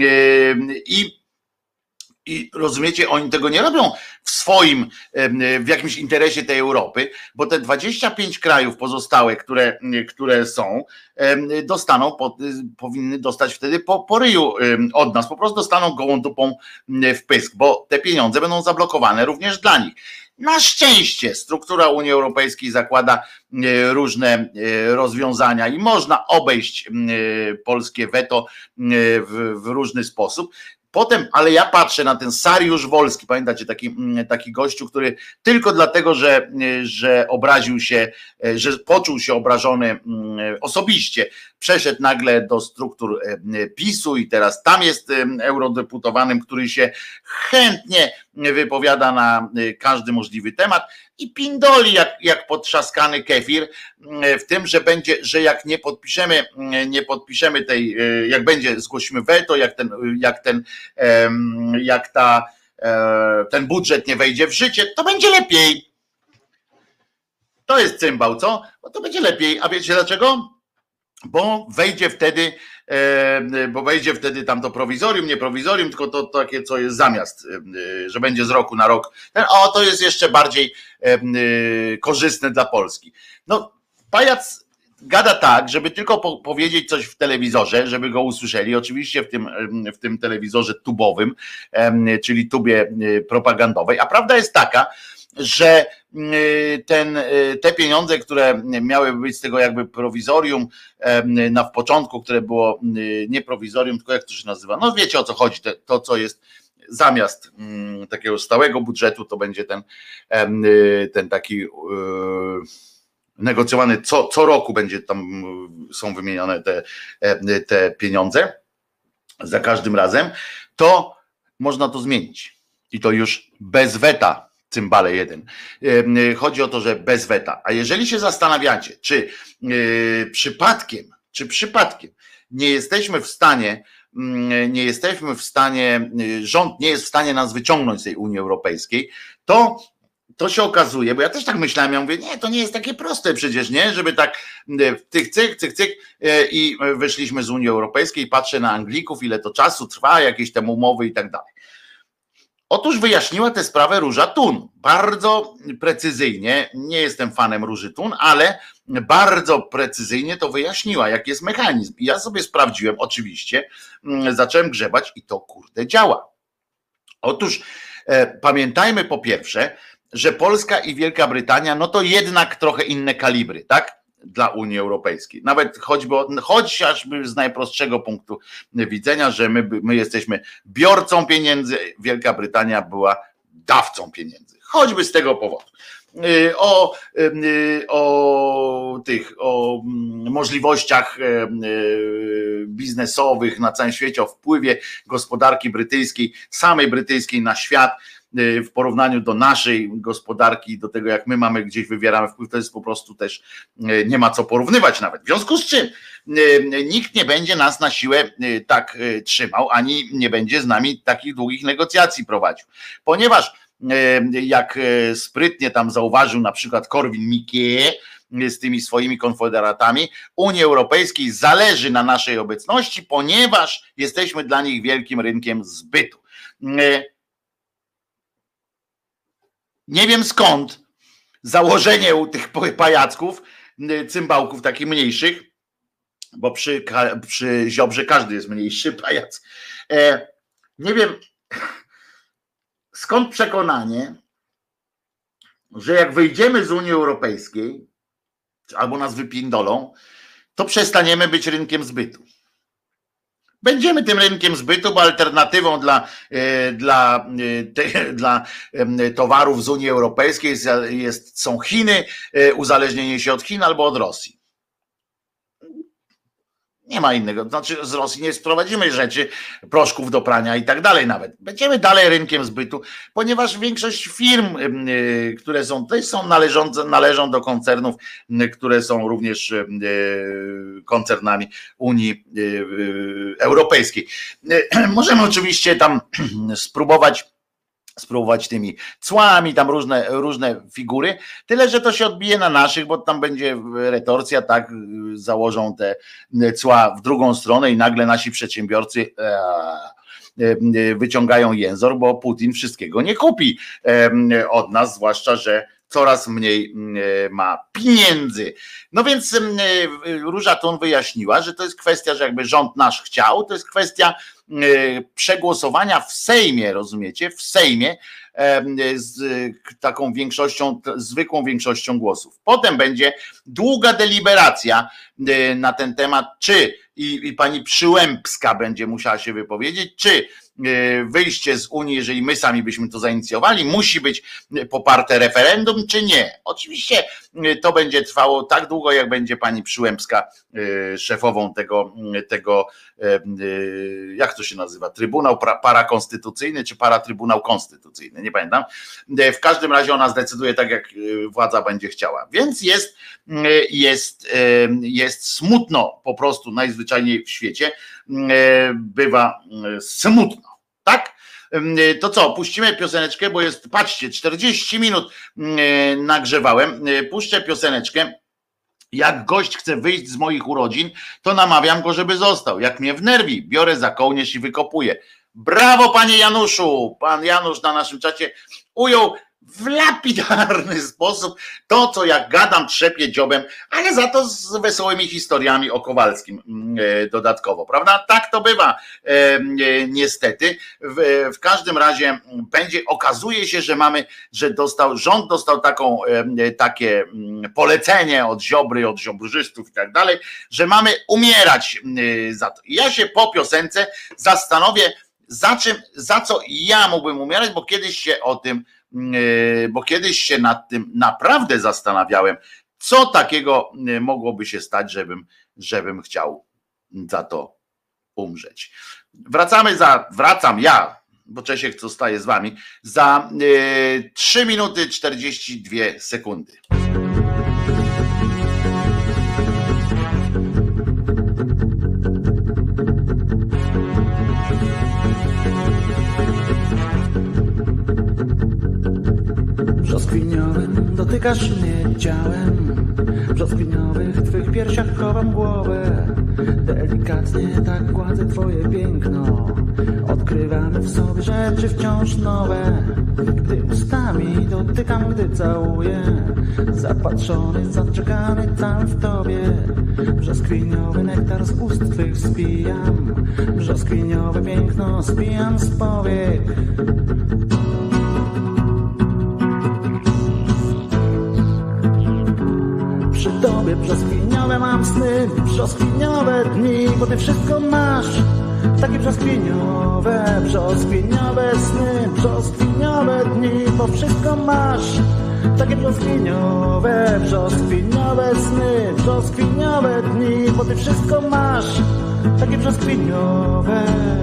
i I rozumiecie, oni tego nie robią w swoim, w jakimś interesie tej Europy, bo te dwadzieścia pięć krajów pozostałe, które, które są, dostaną, powinny dostać wtedy po, po ryju od nas, po prostu dostaną gołą dupą w pysk, bo te pieniądze będą zablokowane również dla nich. Na szczęście struktura Unii Europejskiej zakłada różne rozwiązania i można obejść polskie weto w, w różny sposób. Potem, ale ja patrzę na ten Sariusz Wolski, pamiętacie, taki, taki gościu, który tylko dlatego, że, że obraził się, że poczuł się obrażony osobiście, przeszedł nagle do struktur PiSu i teraz tam jest eurodeputowanym, który się chętnie wypowiada na każdy możliwy temat i pindoli jak, jak potrzaskany kefir w tym, że będzie, że jak nie podpiszemy, nie podpiszemy tej, jak będzie, zgłosimy weto, jak ten, jak ten, jak ta, ten budżet nie wejdzie w życie, to będzie lepiej. To jest cymbał, co? No to będzie lepiej. A wiecie dlaczego? Bo wejdzie wtedy, bo wejdzie wtedy tam to prowizorium, nie prowizorium, tylko to takie, co jest zamiast, że będzie z roku na rok. O, to jest jeszcze bardziej korzystne dla Polski. No, pajac gada tak, żeby tylko po- powiedzieć coś w telewizorze, żeby go usłyszeli, oczywiście w tym, w tym telewizorze tubowym, czyli tubie propagandowej, a prawda jest taka, że ten, te pieniądze, które miały być z tego jakby prowizorium na w początku, które było nie prowizorium, tylko jak to się nazywa, no wiecie o co chodzi, to, to co jest zamiast takiego stałego budżetu, to będzie ten, ten taki negocjowany, co, co roku będzie tam, są wymienione te, te pieniądze za każdym razem, to można to zmienić i to już bez weta. Cymbale jeden. Chodzi o to, że bez weta. A jeżeli się zastanawiacie, czy yy, przypadkiem, czy przypadkiem nie jesteśmy w stanie, yy, nie jesteśmy w stanie, yy, rząd nie jest w stanie nas wyciągnąć z tej Unii Europejskiej, to to się okazuje, bo ja też tak myślałem, ja mówię, nie, to nie jest takie proste przecież, nie, żeby tak tych cyk, cyk, cyk i wyszliśmy z Unii Europejskiej, patrzę na Anglików, ile to czasu trwa, jakieś tam umowy i tak dalej. Otóż wyjaśniła tę sprawę Róża Thun, bardzo precyzyjnie, nie jestem fanem Róży Thun, ale bardzo precyzyjnie to wyjaśniła, jaki jest mechanizm. I ja sobie sprawdziłem, oczywiście, zacząłem grzebać i to kurde działa. Otóż e, pamiętajmy po pierwsze, że Polska i Wielka Brytania, no to jednak trochę inne kalibry, tak? Dla Unii Europejskiej. Nawet choćby, chociażby z najprostszego punktu widzenia, że my, my jesteśmy biorcą pieniędzy, Wielka Brytania była dawcą pieniędzy. Choćby z tego powodu. O, o tych, o możliwościach biznesowych na całym świecie, o wpływie gospodarki brytyjskiej, samej brytyjskiej na świat, w porównaniu do naszej gospodarki, do tego jak my mamy gdzieś wywieramy wpływ, to jest po prostu też nie ma co porównywać nawet. W związku z czym nikt nie będzie nas na siłę tak trzymał, ani nie będzie z nami takich długich negocjacji prowadził. Ponieważ jak sprytnie tam zauważył na przykład Korwin-Mikke z tymi swoimi konfederatami, Unii Europejskiej zależy na naszej obecności, ponieważ jesteśmy dla nich wielkim rynkiem zbytu. Nie wiem skąd założenie u tych pajacków, cymbałków takich mniejszych, bo przy, przy Ziobrze każdy jest mniejszy pajac. Nie wiem skąd przekonanie, że jak wyjdziemy z Unii Europejskiej, albo nas wypindolą, to przestaniemy być rynkiem zbytu. Będziemy tym rynkiem zbytu, bo alternatywą dla, dla, te, dla towarów z Unii Europejskiej jest, jest, są Chiny, uzależnienie się od Chin albo od Rosji. Nie ma innego, znaczy z Rosji nie sprowadzimy rzeczy, proszków do prania i tak dalej nawet. Będziemy dalej rynkiem zbytu, ponieważ większość firm, które są tutaj, są należące, należą do koncernów, które są również koncernami Unii Europejskiej. Możemy oczywiście tam spróbować spróbować tymi cłami, tam różne, różne figury, tyle, że to się odbije na naszych, bo tam będzie retorsja, tak, założą te cła w drugą stronę i nagle nasi przedsiębiorcy wyciągają jęzor, bo Putin wszystkiego nie kupi od nas, zwłaszcza, że coraz mniej ma pieniędzy. No więc Róża Thun wyjaśniła, że to jest kwestia, że jakby rząd nasz chciał, to jest kwestia przegłosowania w Sejmie, rozumiecie, w Sejmie z taką większością, zwykłą większością głosów. Potem będzie długa deliberacja na ten temat, czy i, i pani Przyłębska będzie musiała się wypowiedzieć, czy wyjście z Unii, jeżeli my sami byśmy to zainicjowali, musi być poparte referendum, czy nie. Oczywiście to będzie trwało tak długo, jak będzie pani Przyłębska szefową tego, tego jak to się nazywa, Trybunał Parakonstytucyjny, czy Paratrybunał Konstytucyjny, nie pamiętam. W każdym razie ona zdecyduje tak, jak władza będzie chciała. Więc jest, jest, jest smutno po prostu najzwyczajniej w świecie. Bywa smutno. Tak? To co, puścimy pioseneczkę, bo jest, patrzcie, czterdzieści minut nagrzewałem, puszczę pioseneczkę. Jak gość chce wyjść z moich urodzin, to namawiam go, żeby został. Jak mnie wnerwi, biorę za kołnierz i wykopuję. Brawo, panie Januszu! Pan Janusz na naszym czacie ujął w lapidarny sposób to, co jak gadam, trzepię dziobem, ale za to z wesołymi historiami o Kowalskim dodatkowo, prawda? Tak to bywa niestety. W, w każdym razie będzie, okazuje się, że mamy, że dostał, rząd dostał taką, takie polecenie od Ziobry, od ziobrzystów i tak dalej, że mamy umierać za to. Ja się po piosence zastanowię, za czym, za co ja mógłbym umierać, bo kiedyś się o tym bo kiedyś się nad tym naprawdę zastanawiałem, co takiego mogłoby się stać, żebym, żebym chciał za to umrzeć. Wracamy za, wracam ja, bo Czesiek zostaje z wami, za y, trzy minuty czterdzieści dwie sekundy. Brzoskwiniowym dotykasz mnie ciałem, w brzoskwiniowych twych piersiach chowam głowę. Delikatnie tak gładzę twoje piękno, odkrywamy w sobie rzeczy wciąż nowe. Gdy ustami dotykam, gdy całuję, zapatrzony, zaczekany cały w tobie. Brzoskwiniowy nektar z ust twych spijam, brzoskwiniowe piękno spijam z powiek. Przy tobie brzoskwiniowe mam sny, brzoskwiniowe dni, bo ty wszystko masz. Takie brzoskwiniowe, brzoskwiniowe sny, brzoskwiniowe dni, bo wszystko masz. Takie brzoskwiniowe, brzoskwiniowe sny, brzoskwiniowe dni, bo ty wszystko masz. Takie brzoskwiniowe.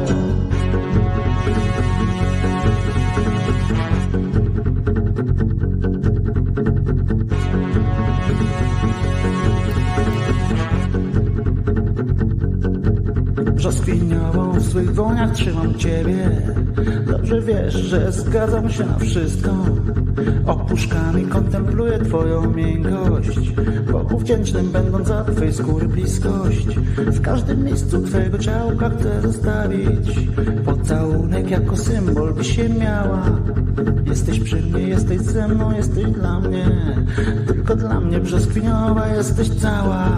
Brzoskwiniową w swych dłoniach trzymam ciebie. Dobrze wiesz, że zgadzam się na wszystko. Opuszkami kontempluję twoją miękkość, wokół wdzięcznym będąc za twej skóry bliskość. W każdym miejscu twojego ciałka chcę zostawić pocałunek jako symbol by się miała. Jesteś przy mnie, jesteś ze mną, jesteś dla mnie, tylko dla mnie brzoskwiniowa jesteś cała.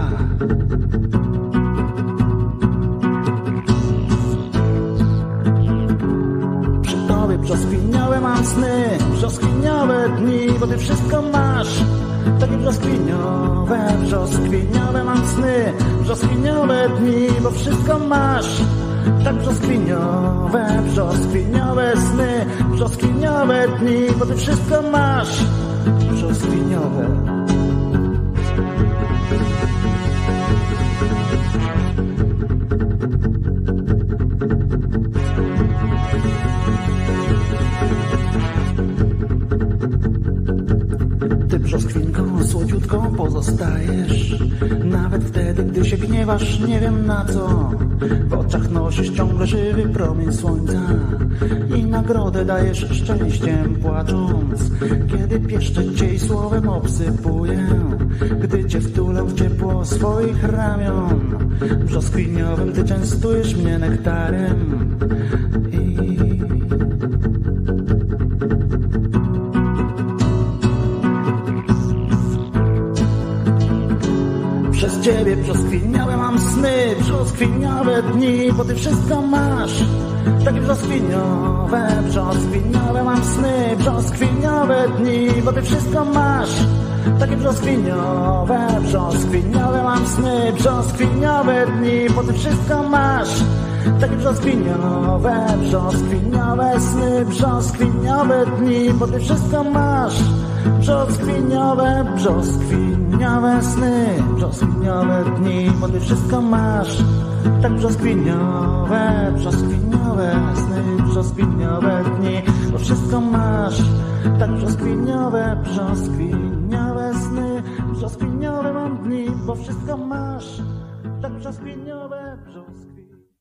Brzoskwiniowe mam sny, brzoskwiniowe dni, bo ty wszystko masz. Takie brzoskwiniowe, brzoskwiniowe mam sny, brzoskwiniowe dni, bo wszystko masz. Tak brzoskwiniowe, brzoskwiniowe sny, brzoskwiniowe dni, bo ty wszystko masz. Brzoskwiniowe. brzoskwinką słodziutką pozostajesz. Nawet wtedy, gdy się gniewasz, nie wiem na co. W oczach nosisz ciągle żywy promień słońca i nagrodę dajesz szczęściem płacząc. Kiedy pieszczę cię i słowem obsypuję, gdy cię wtulę w ciepło swoich ramion, brzoskwiniowym ty częstujesz mnie nektarem. I przez ciebie brzoskwiniałe mam sny, brzoskwiniałe dni, bo ty wszystko masz. Takie brzoskwiniowe, brzoskwiniowe mam sny, brzoskwiniowe dni, bo ty wszystko masz. Takie brzoskwiniowe, brzoskwiniowe mam sny, brzoskwiniowe dni, bo ty wszystko masz. Takie brzoskwiniowe, brzoskwiniowe sny, brzoskwiniowe dni, bo ty wszystko masz. Brzoskwiniowe, brzoskwiniowe sny, brzoskwiniowe dni, bo ty wszystko masz. Tak brzoskwiniowe, brzoskwiniowe sny, brzoskwiniowe dni, bo wszystko masz. Tak brzoskwiniowe, brzoskwiniowe sny, brzoskwiniowe mam dni, bo wszystko masz. Tak brzoskwiniowe, brzoskwiniowe.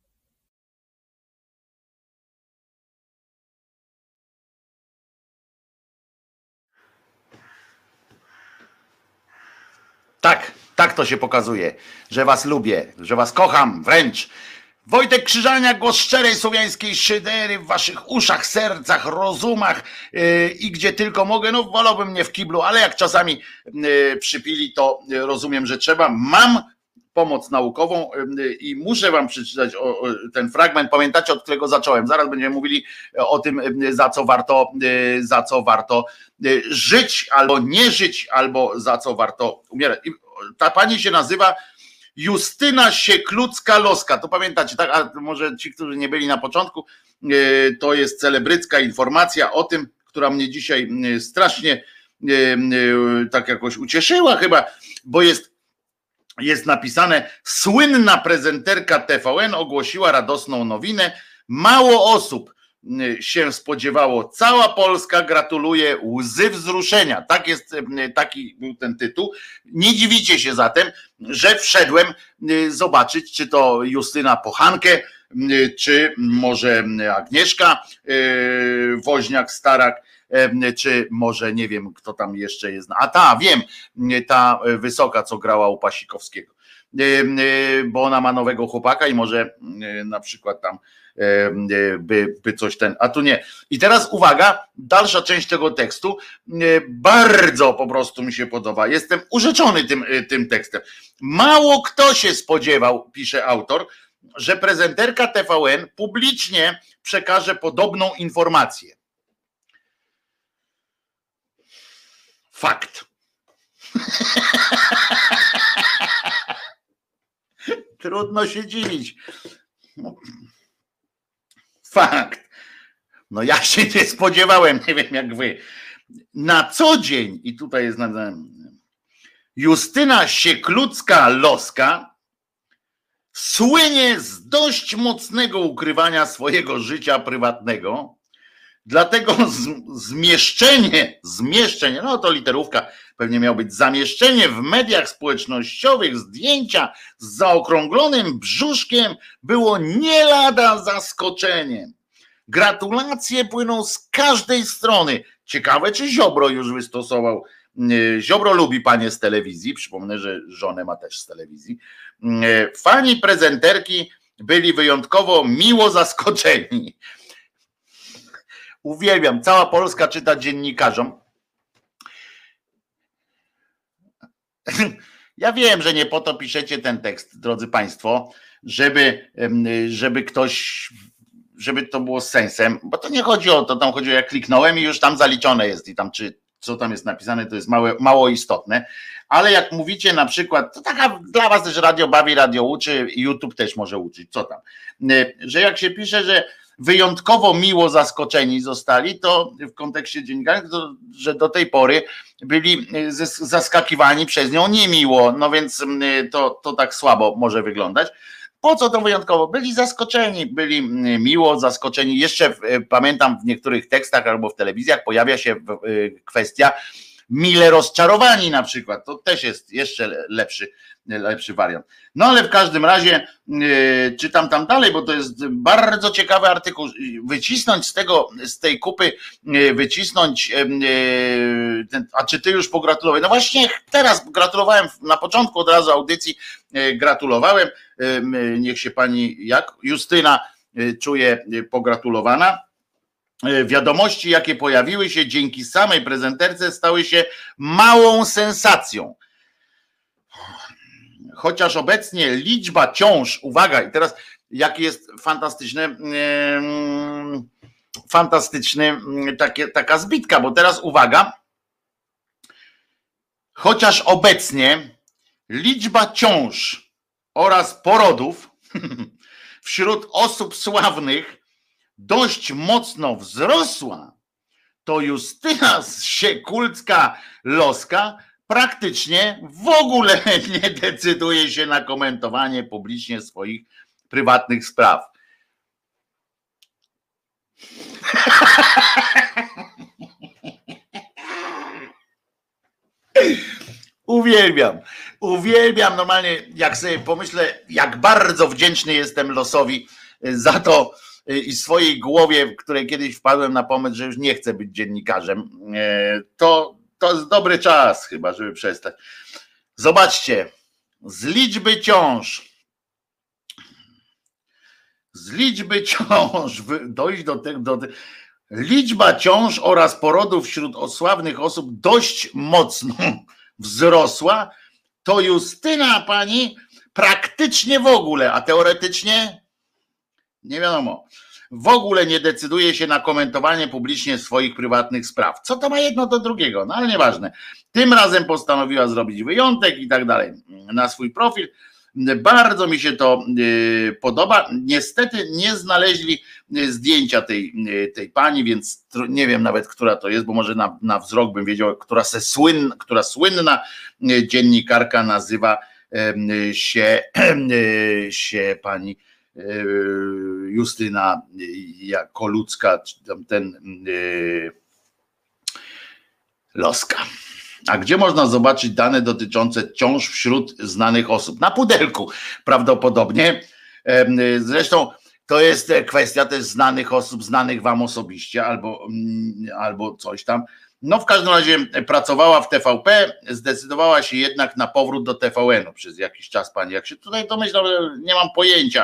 Tak, tak to się pokazuje, że was lubię, że was kocham wręcz. Wojtek Krzyżaniak, głos szczerej słowiańskiej szydery w waszych uszach, sercach, rozumach yy, i gdzie tylko mogę. No wolałbym mnie w kiblu, ale jak czasami yy, przypili, to yy, rozumiem, że trzeba. Mam pomoc naukową yy, i muszę wam przeczytać o, o, ten fragment. Pamiętacie, od którego zacząłem? Zaraz będziemy mówili o tym, yy, za co warto, yy, za co warto yy, żyć albo nie żyć, albo za co warto umierać. I ta pani się nazywa Justyna Sieklucka-Loska, to pamiętacie, tak? A może ci, którzy nie byli na początku, to jest celebrycka informacja o tym, która mnie dzisiaj strasznie tak jakoś ucieszyła chyba, bo jest, jest napisane: słynna prezenterka T V N ogłosiła radosną nowinę, mało osób się spodziewało, cała Polska gratuluje, łzy wzruszenia. Tak jest, taki był ten tytuł. Nie dziwicie się zatem, że wszedłem zobaczyć, czy to Justyna Pochankę, czy może Agnieszka Woźniak-Starak, czy może nie wiem, kto tam jeszcze jest. A ta, wiem, ta wysoka, co grała u Pasikowskiego, bo ona ma nowego chłopaka i może na przykład tam By, by coś ten, a tu nie. I teraz uwaga, dalsza część tego tekstu bardzo po prostu mi się podoba. Jestem urzeczony tym, tym tekstem. Mało kto się spodziewał, pisze autor, że prezenterka T V N publicznie przekaże podobną informację. Fakt. Trudno się dziwić. Fakt. No ja się nie spodziewałem, nie wiem jak wy. Na co dzień, i tutaj jest Justyna Sieklucka-Loska słynie z dość mocnego ukrywania swojego życia prywatnego, dlatego zmieszczenie, zmieszczenie, no to literówka, pewnie miało być zamieszczenie w mediach społecznościowych zdjęcia z zaokrąglonym brzuszkiem było nie lada zaskoczeniem. Gratulacje płyną z każdej strony. Ciekawe, czy Ziobro już wystosował. Ziobro lubi panie z telewizji, przypomnę, że żonę ma też z telewizji. Fani prezenterki byli wyjątkowo miło zaskoczeni. Uwielbiam, cała Polska czyta dziennikarzom. Ja wiem, że nie po to piszecie ten tekst, drodzy państwo, żeby, żeby ktoś, żeby to było z sensem, bo to nie chodzi o to, tam chodzi o jak kliknąłem i już tam zaliczone jest i tam czy co tam jest napisane, to jest małe, mało istotne, ale jak mówicie na przykład, to taka dla was też radio bawi, radio uczy, YouTube też może uczyć, co tam, że jak się pisze, że wyjątkowo miło zaskoczeni zostali, to w kontekście dziennikarzy, to, że do tej pory byli zaskakiwani przez nią niemiło, no więc to, to tak słabo może wyglądać. Po co to wyjątkowo? Byli zaskoczeni, byli miło zaskoczeni. Jeszcze pamiętam w niektórych tekstach albo w telewizjach pojawia się kwestia mile rozczarowani na przykład. To też jest jeszcze lepszy, lepszy wariant. No ale w każdym razie yy, czytam tam dalej, bo to jest bardzo ciekawy artykuł. Wycisnąć z tego, z tej kupy, yy, wycisnąć, yy, ten, a czy ty już pogratulowałeś? No właśnie teraz gratulowałem na początku od razu audycji, yy, gratulowałem. Yy, niech się pani, jak Justyna, yy, czuje pogratulowana. Wiadomości, jakie pojawiły się dzięki samej prezenterce, stały się małą sensacją. Chociaż obecnie liczba ciąż, uwaga, i teraz jaki jest fantastyczny, yy, fantastyczny takie, taka zbitka, bo teraz uwaga, chociaż obecnie liczba ciąż oraz porodów wśród osób sławnych dość mocno wzrosła, to Justyna Siekulska-Loska praktycznie w ogóle nie decyduje się na komentowanie publicznie swoich prywatnych spraw. Uwielbiam, uwielbiam normalnie, jak sobie pomyślę, jak bardzo wdzięczny jestem losowi za to i swojej głowie, w której kiedyś wpadłem na pomysł, że już nie chcę być dziennikarzem. To To jest dobry czas chyba, żeby przestać. Zobaczcie, z liczby ciąż, z liczby ciąż, dojść do tego, do, liczba ciąż oraz porodów wśród sławnych osób dość mocno wzrosła, to Justyna pani praktycznie w ogóle, a teoretycznie nie wiadomo, w ogóle nie decyduje się na komentowanie publicznie swoich prywatnych spraw. Co to ma jedno do drugiego? No ale nieważne. Tym razem postanowiła zrobić wyjątek i tak dalej na swój profil. Bardzo mi się to podoba. Niestety nie znaleźli zdjęcia tej, tej pani, więc nie wiem nawet, która to jest, bo może na, na wzrok bym wiedział, która, se słynna, która słynna dziennikarka nazywa się, się pani Justyna Kolucka, czy tam ten Loska. A gdzie można zobaczyć dane dotyczące ciąż wśród znanych osób? Na pudelku prawdopodobnie. Zresztą to jest kwestia też znanych osób, znanych wam osobiście, albo, albo coś tam. No w każdym razie pracowała w T V P, zdecydowała się jednak na powrót do T V N-u przez jakiś czas pani. Jak się tutaj domyślam, nie mam pojęcia.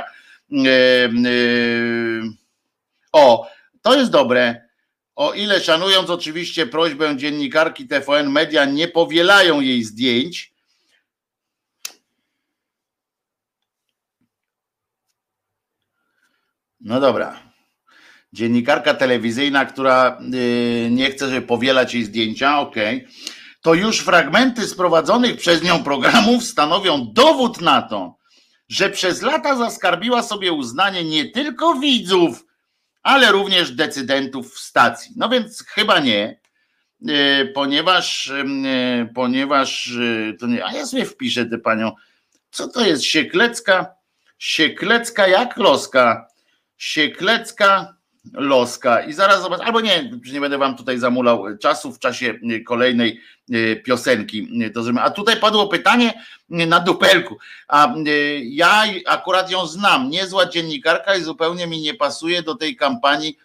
O, to jest dobre. O ile szanując oczywiście prośbę dziennikarki T V N, media nie powielają jej zdjęć. No dobra. Dziennikarka telewizyjna, która nie chce, żeby powielać jej zdjęcia, okej. Okay. To już fragmenty z prowadzonych przez nią programów stanowią dowód na to, że przez lata zaskarbiła sobie uznanie nie tylko widzów, ale również decydentów w stacji. No więc chyba nie, ponieważ, ponieważ to nie, a ja sobie wpiszę tę panią, co to jest Sieklecka, Sieklecka jak Loska, Sieklecka Loska i zaraz zobacz, albo nie, nie będę wam tutaj zamulał czasu w czasie kolejnej piosenki. A tutaj padło pytanie na dupelku, a ja akurat ją znam, niezła dziennikarka i zupełnie mi nie pasuje do tej kampanii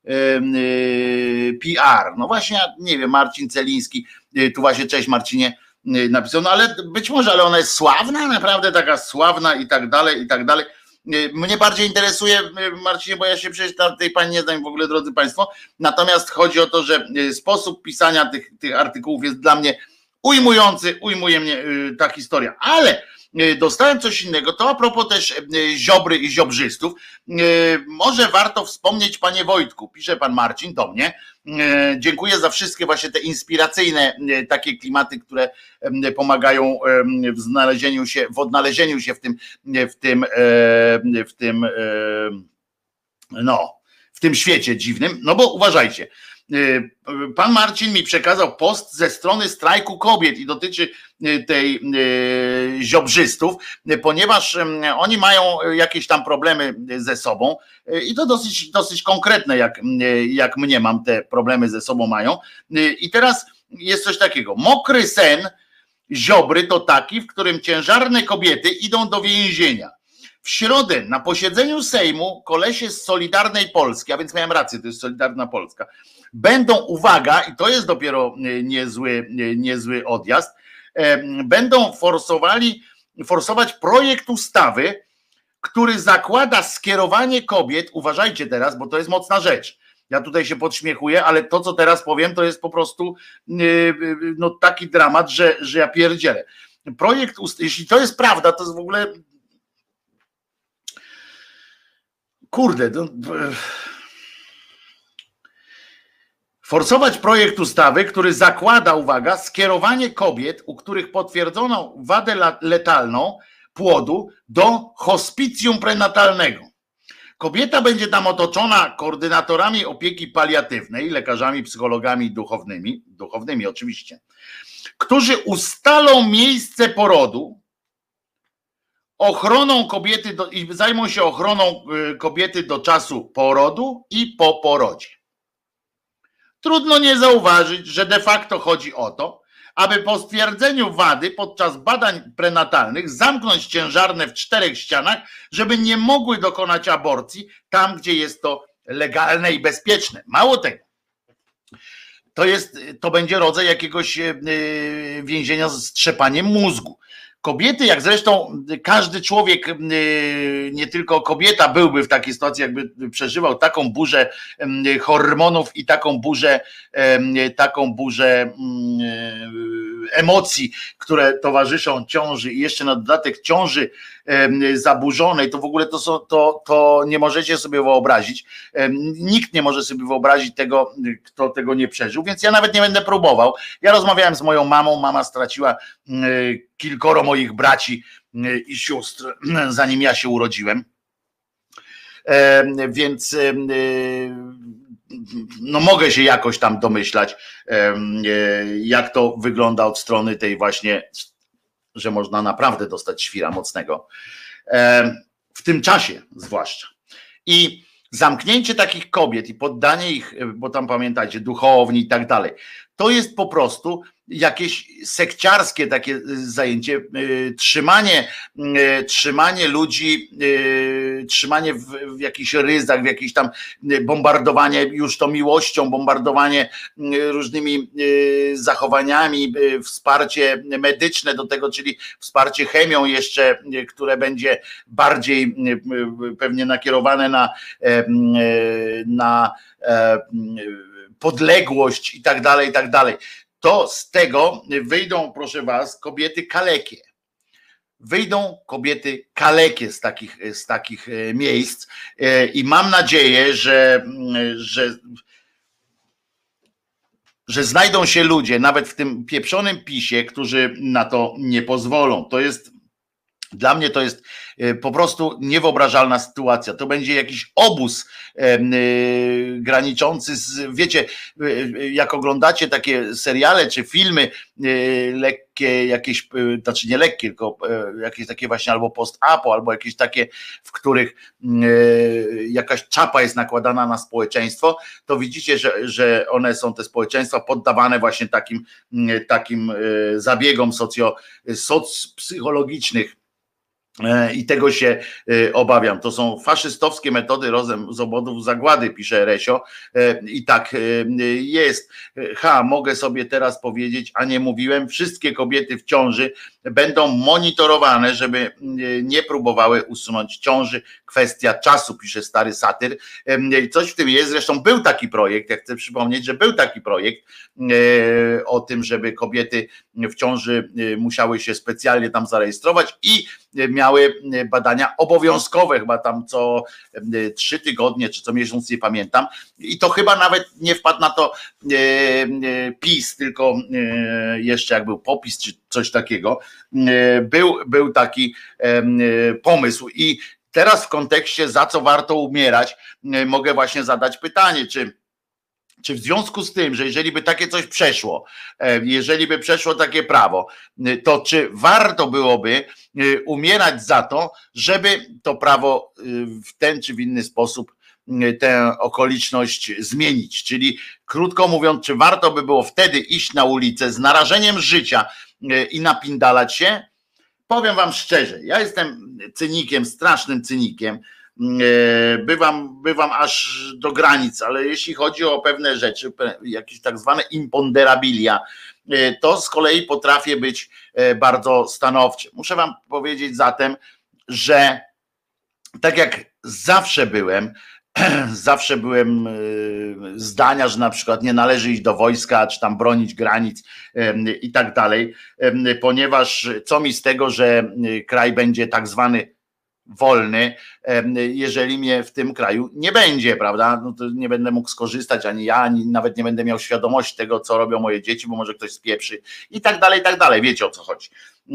P R. No właśnie, nie wiem, Marcin Celiński, tu właśnie cześć Marcinie napisał, no ale być może, ale ona jest sławna, naprawdę taka sławna i tak dalej, i tak dalej. Mnie bardziej interesuje, Marcinie, bo ja się przecież tej pani nie znam w ogóle, drodzy państwo, natomiast chodzi o to, że sposób pisania tych, tych artykułów jest dla mnie ujmujący, ujmuje mnie ta historia, ale dostałem coś innego, to a propos też Ziobry i ziobrzystów, może warto wspomnieć, panie Wojtku, pisze pan Marcin do mnie, dziękuję za wszystkie właśnie te inspiracyjne takie klimaty, które pomagają w znalezieniu się, w odnalezieniu się w tym, w tym, w tym, no, w tym świecie dziwnym, no bo uważajcie, pan Marcin mi przekazał post ze strony strajku kobiet i dotyczy tej ziobrzystów, ponieważ oni mają jakieś tam problemy ze sobą i to dosyć, dosyć konkretne, jak, jak mnie mam te problemy ze sobą mają. I teraz jest coś takiego. Mokry sen Ziobry to taki, w którym ciężarne kobiety idą do więzienia. W środę na posiedzeniu Sejmu kolesie z Solidarnej Polski, a więc miałem rację, to jest Solidarna Polska, będą, uwaga, i to jest dopiero niezły, niezły odjazd, będą forsowali, forsować projekt ustawy, który zakłada skierowanie kobiet, uważajcie teraz, bo to jest mocna rzecz, ja tutaj się podśmiechuję, ale to, co teraz powiem, to jest po prostu no, taki dramat, że, że ja pierdzielę. Projekt, jeśli to jest prawda, to jest w ogóle kurde, no, forsować projekt ustawy, który zakłada, uwaga, skierowanie kobiet, u których potwierdzono wadę letalną płodu, do hospicjum prenatalnego. Kobieta będzie tam otoczona koordynatorami opieki paliatywnej, lekarzami, psychologami duchownymi, duchownymi oczywiście, którzy ustalą miejsce porodu, ochroną kobiety do, i zajmą się ochroną kobiety do czasu porodu i po porodzie. Trudno nie zauważyć, że de facto chodzi o to, aby po stwierdzeniu wady podczas badań prenatalnych zamknąć ciężarne w czterech ścianach, żeby nie mogły dokonać aborcji tam, gdzie jest to legalne i bezpieczne. Mało tego. To jest, to będzie rodzaj jakiegoś więzienia z trzepaniem mózgu. Kobiety, jak zresztą każdy człowiek, nie tylko kobieta, byłby w takiej sytuacji, jakby przeżywał taką burzę hormonów i taką burzę, taką burzę emocji, które towarzyszą ciąży i jeszcze na dodatek ciąży zaburzonej, to w ogóle to, są, to, to nie możecie sobie wyobrazić. Nikt nie może sobie wyobrazić tego, kto tego nie przeżył, więc ja nawet nie będę próbował. Ja rozmawiałem z moją mamą, mama straciła kilkoro moich braci i sióstr, zanim ja się urodziłem. Więc no mogę się jakoś tam domyślać, jak to wygląda od strony tej właśnie, że można naprawdę dostać świra mocnego. W tym czasie zwłaszcza. I zamknięcie takich kobiet i poddanie ich, bo tam pamiętajcie, duchowni i tak dalej, to jest po prostu jakieś sekciarskie takie zajęcie, trzymanie, trzymanie ludzi, trzymanie w, w jakichś ryzach, w jakiejś tam bombardowanie już to miłością, bombardowanie różnymi zachowaniami, wsparcie medyczne do tego, czyli wsparcie chemią jeszcze, które będzie bardziej pewnie nakierowane na, na podległość i tak dalej, i tak dalej. To z tego wyjdą, proszę was, kobiety kalekie. Wyjdą kobiety kalekie z takich, z takich miejsc i mam nadzieję, że, że, że znajdą się ludzie, nawet w tym pieprzonym PiSie, którzy na to nie pozwolą. To jest, dla mnie to jest po prostu niewyobrażalna sytuacja. To będzie jakiś obóz graniczący z, wiecie, jak oglądacie takie seriale czy filmy lekkie, jakieś, znaczy nie lekkie, tylko jakieś takie właśnie albo post-apo, albo jakieś takie, w których jakaś czapa jest nakładana na społeczeństwo, to widzicie, że, że one są, te społeczeństwa, poddawane właśnie takim, takim zabiegom socjo, socpsychologicznych. I tego się obawiam. To są faszystowskie metody rozem z obodów zagłady, pisze Resio. I tak jest. Ha, mogę sobie teraz powiedzieć, a nie mówiłem, wszystkie kobiety w ciąży będą monitorowane, żeby nie próbowały usunąć ciąży. Kwestia czasu, pisze stary satyr. Coś w tym jest. Zresztą był taki projekt, ja chcę przypomnieć, że był taki projekt o tym, żeby kobiety w ciąży musiały się specjalnie tam zarejestrować i miały badania obowiązkowe, chyba tam co trzy tygodnie, czy co miesiąc, nie pamiętam. I to chyba nawet nie wpadł na to PiS, tylko jeszcze jak był popis, czy coś takiego. Był, był taki pomysł. I teraz w kontekście, za co warto umierać, mogę właśnie zadać pytanie, czy Czy w związku z tym, że jeżeli by takie coś przeszło, jeżeli by przeszło takie prawo, to czy warto byłoby umierać za to, żeby to prawo w ten czy w inny sposób tę okoliczność zmienić. Czyli krótko mówiąc, czy warto by było wtedy iść na ulicę z narażeniem życia i napindalać się? Powiem wam szczerze, ja jestem cynikiem, strasznym cynikiem. Bywam, bywam aż do granic, ale jeśli chodzi o pewne rzeczy, jakieś tak zwane imponderabilia, to z kolei potrafię być bardzo stanowczy. Muszę wam powiedzieć zatem, że tak jak zawsze byłem, zawsze byłem zdania, że na przykład nie należy iść do wojska, czy tam bronić granic i tak dalej, ponieważ co mi z tego, że kraj będzie tak zwany wolny, jeżeli mnie w tym kraju nie będzie, prawda? No to nie będę mógł skorzystać, ani ja, ani nawet nie będę miał świadomości tego, co robią moje dzieci, bo może ktoś spieprzy i tak dalej, i tak dalej. Wiecie, o co chodzi.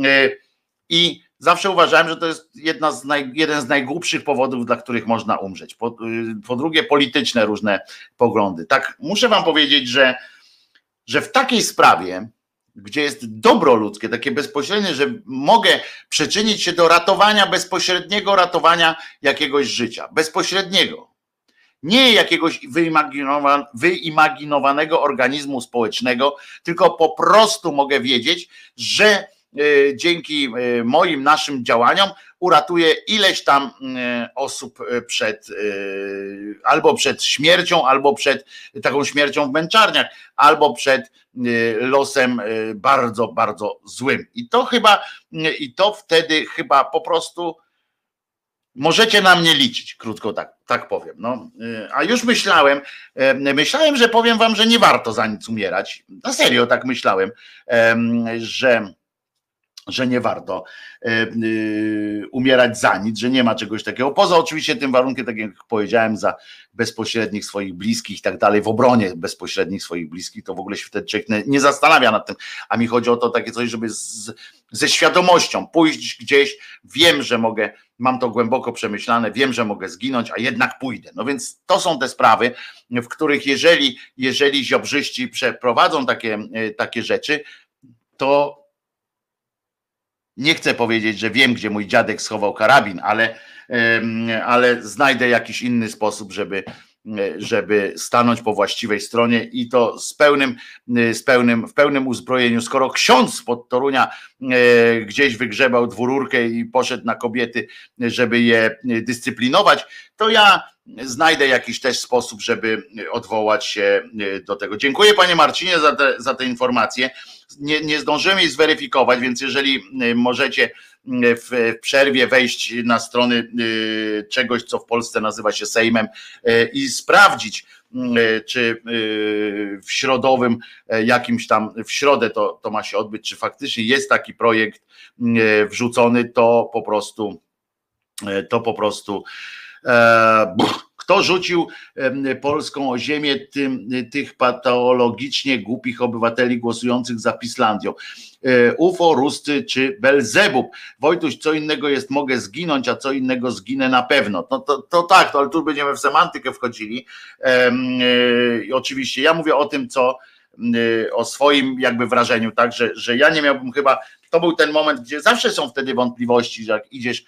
I zawsze uważałem, że to jest jedna z naj, jeden z najgłupszych powodów, dla których można umrzeć. Po, po drugie, polityczne różne poglądy. Tak, muszę wam powiedzieć, że, że w takiej sprawie, gdzie jest dobro ludzkie, takie bezpośrednie, że mogę przyczynić się do ratowania, bezpośredniego ratowania jakiegoś życia. Bezpośredniego. Nie jakiegoś wyimaginowan, wyimaginowanego organizmu społecznego, tylko po prostu mogę wiedzieć, że y, dzięki y, moim, naszym działaniom uratuję ileś tam y, osób przed y, albo przed śmiercią, albo przed taką śmiercią w męczarniach, albo przed losem bardzo, bardzo złym. I to chyba, i to wtedy chyba po prostu możecie na mnie liczyć, krótko tak, tak powiem. No, a już myślałem, myślałem, że powiem wam, że nie warto za nic umierać. Na serio tak myślałem, że że nie warto umierać za nic, że nie ma czegoś takiego. Poza oczywiście tym warunkiem, tak jak powiedziałem, za bezpośrednich swoich bliskich i tak dalej, w obronie bezpośrednich swoich bliskich, to w ogóle się wtedy człowiek nie zastanawia nad tym. A mi chodzi o to takie coś, żeby z, ze świadomością pójść gdzieś, wiem, że mogę, mam to głęboko przemyślane, wiem, że mogę zginąć, a jednak pójdę. No więc to są te sprawy, w których jeżeli, jeżeli ziobrzyści przeprowadzą takie, takie rzeczy, to nie chcę powiedzieć, że wiem, gdzie mój dziadek schował karabin, ale, ale znajdę jakiś inny sposób, żeby, żeby stanąć po właściwej stronie i to z pełnym, z pełnym, w pełnym uzbrojeniu. Skoro ksiądz spod Torunia gdzieś wygrzebał dwururkę i poszedł na kobiety, żeby je dyscyplinować, to ja znajdę jakiś też sposób, żeby odwołać się do tego. Dziękuję panie Marcinie za te, za te informacje. Nie, nie zdążymy jej zweryfikować, więc jeżeli możecie w przerwie wejść na strony czegoś, co w Polsce nazywa się Sejmem i sprawdzić, czy w środowym jakimś tam, w środę to, to ma się odbyć, czy faktycznie jest taki projekt wrzucony, to po prostu to po prostu kto rzucił Polską o ziemię tym, tych patologicznie głupich obywateli głosujących za Pislandią? U F O, Ruscy czy Belzebub? Wojtuś, co innego jest mogę zginąć, a co innego zginę na pewno. No to, to tak, to, ale tu będziemy w semantykę wchodzili. I oczywiście ja mówię o tym, co o swoim jakby wrażeniu, tak, że, że ja nie miałbym chyba, to był ten moment, gdzie zawsze są wtedy wątpliwości, że jak idziesz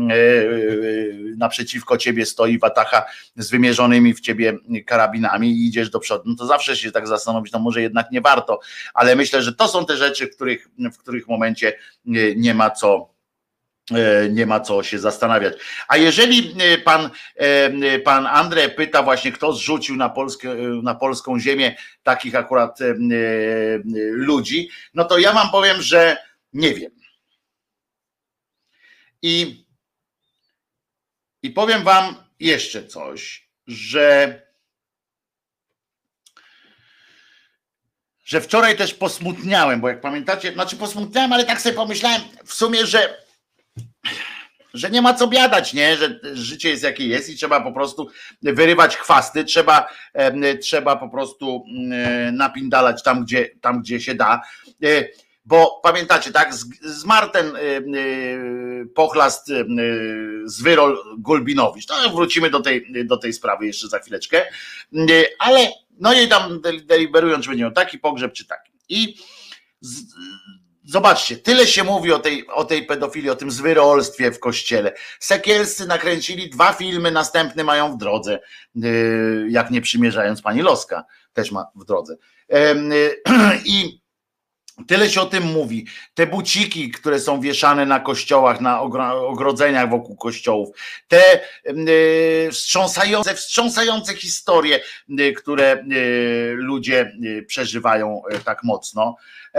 naprzeciwko ciebie stoi watacha z wymierzonymi w ciebie karabinami i idziesz do przodu, no to zawsze się tak zastanowić, no może jednak nie warto, ale myślę, że to są te rzeczy, w których, w których momencie nie ma co nie ma co się zastanawiać. A jeżeli pan, pan Andrzej pyta właśnie, kto zrzucił na, Polskę, na polską ziemię takich akurat ludzi, no to ja wam powiem, że nie wiem. I, i powiem wam jeszcze coś, że że wczoraj też posmutniałem, bo jak pamiętacie, znaczy posmutniałem, ale tak sobie pomyślałem w sumie, że że nie ma co biadać, nie? Że życie jest jakie jest i trzeba po prostu wyrywać chwasty, trzeba, trzeba po prostu napindalać tam, gdzie, tam, gdzie się da. Bo pamiętacie, tak, zmarł ten pochlast z Wyrol Gulbinowicz. To wrócimy do tej, do tej sprawy jeszcze za chwileczkę. Ale no i tam deliberują, czy będzie miał taki pogrzeb, czy taki. I z, Zobaczcie, tyle się mówi o tej, o tej pedofilii, o tym zwyrolstwie w kościele. Sekielscy nakręcili dwa filmy, następne mają w drodze, jak nie przymierzając, pani Loska też ma w drodze. I tyle się o tym mówi. Te buciki, które są wieszane na kościołach, na ogrodzeniach wokół kościołów, te wstrząsające, wstrząsające historie, które ludzie przeżywają tak mocno.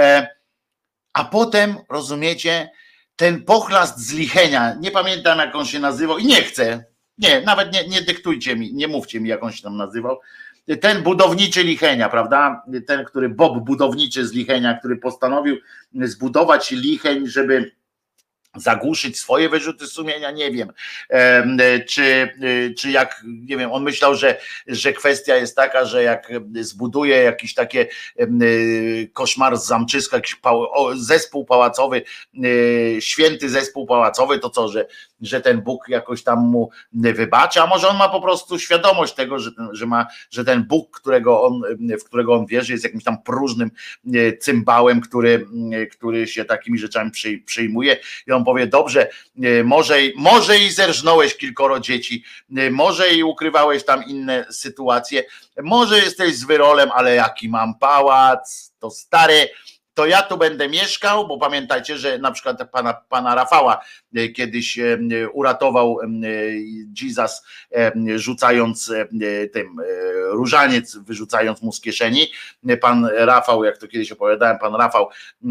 A potem, rozumiecie, ten pochlast z Lichenia, nie pamiętam jak on się nazywał i nie chcę, nie, nawet nie, nie dyktujcie mi, nie mówcie mi jak on się tam nazywał, ten budowniczy Lichenia, prawda, ten, który Bob budowniczy z Lichenia, który postanowił zbudować Licheń, żeby zagłuszyć swoje wyrzuty sumienia, nie wiem, czy, czy jak, nie wiem, on myślał, że, że kwestia jest taka, że jak zbuduje jakiś takie koszmar z zamczyska, jakiś zespół pałacowy, święty zespół pałacowy, to co, że, że ten Bóg jakoś tam mu wybaczy, a może on ma po prostu świadomość tego, że ten, że ma, że ten Bóg, którego on, w którego on wierzy, jest jakimś tam próżnym cymbałem, który, który się takimi rzeczami przyjmuje i on powie, dobrze, może, może i zerżnąłeś kilkoro dzieci, może i ukrywałeś tam inne sytuacje, może jesteś zwyrolem, ale jaki mam pałac, to stary, to ja tu będę mieszkał, bo pamiętajcie, że na przykład pana, pana Rafała kiedyś uratował Jesus, rzucając tym różaniec, wyrzucając mu z kieszeni. Pan Rafał, jak to kiedyś opowiadałem, pan Rafał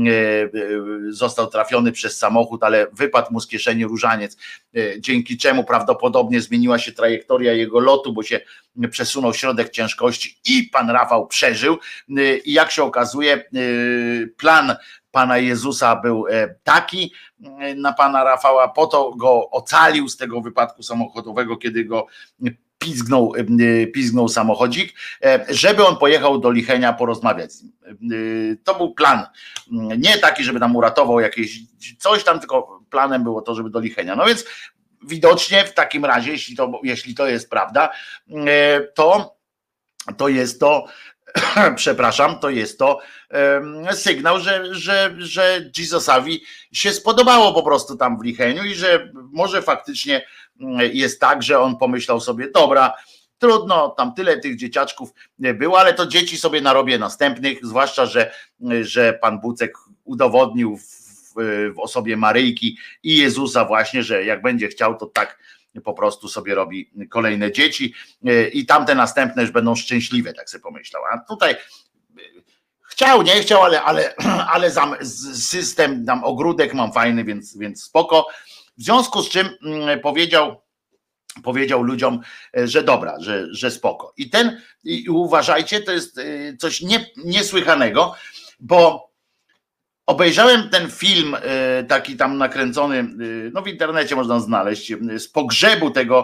został trafiony przez samochód, ale wypadł mu z kieszeni różaniec, dzięki czemu prawdopodobnie zmieniła się trajektoria jego lotu, bo się przesunął środek ciężkości i pan Rafał przeżył. I jak się okazuje, plan Pana Jezusa był taki na pana Rafała, po to go ocalił z tego wypadku samochodowego, kiedy go pizgnął, pizgnął samochodzik, żeby on pojechał do Lichenia porozmawiać z nim. To był plan. Nie taki, żeby tam uratował jakieś coś tam, tylko planem było to, żeby do Lichenia. No więc widocznie w takim razie, jeśli to, jeśli to jest prawda, to, to jest to przepraszam, to jest to um, sygnał, że, że, że Jezusowi się spodobało po prostu tam w Licheniu i że może faktycznie jest tak, że on pomyślał sobie, dobra, trudno, tam tyle tych dzieciaczków było, ale to dzieci sobie narobię następnych, zwłaszcza, że, że pan Bucek udowodnił w, w osobie Maryjki i Jezusa właśnie, że jak będzie chciał, to tak po prostu sobie robi kolejne dzieci i tamte następne już będą szczęśliwe, tak sobie pomyślał. A tutaj chciał, nie chciał, ale, ale, ale system, tam ogródek mam fajny, więc, więc spoko. W związku z czym powiedział, powiedział ludziom, że dobra, że, że spoko. I ten, i uważajcie, to jest coś nie, niesłychanego, bo obejrzałem ten film taki tam nakręcony, no w internecie można znaleźć, z pogrzebu tego,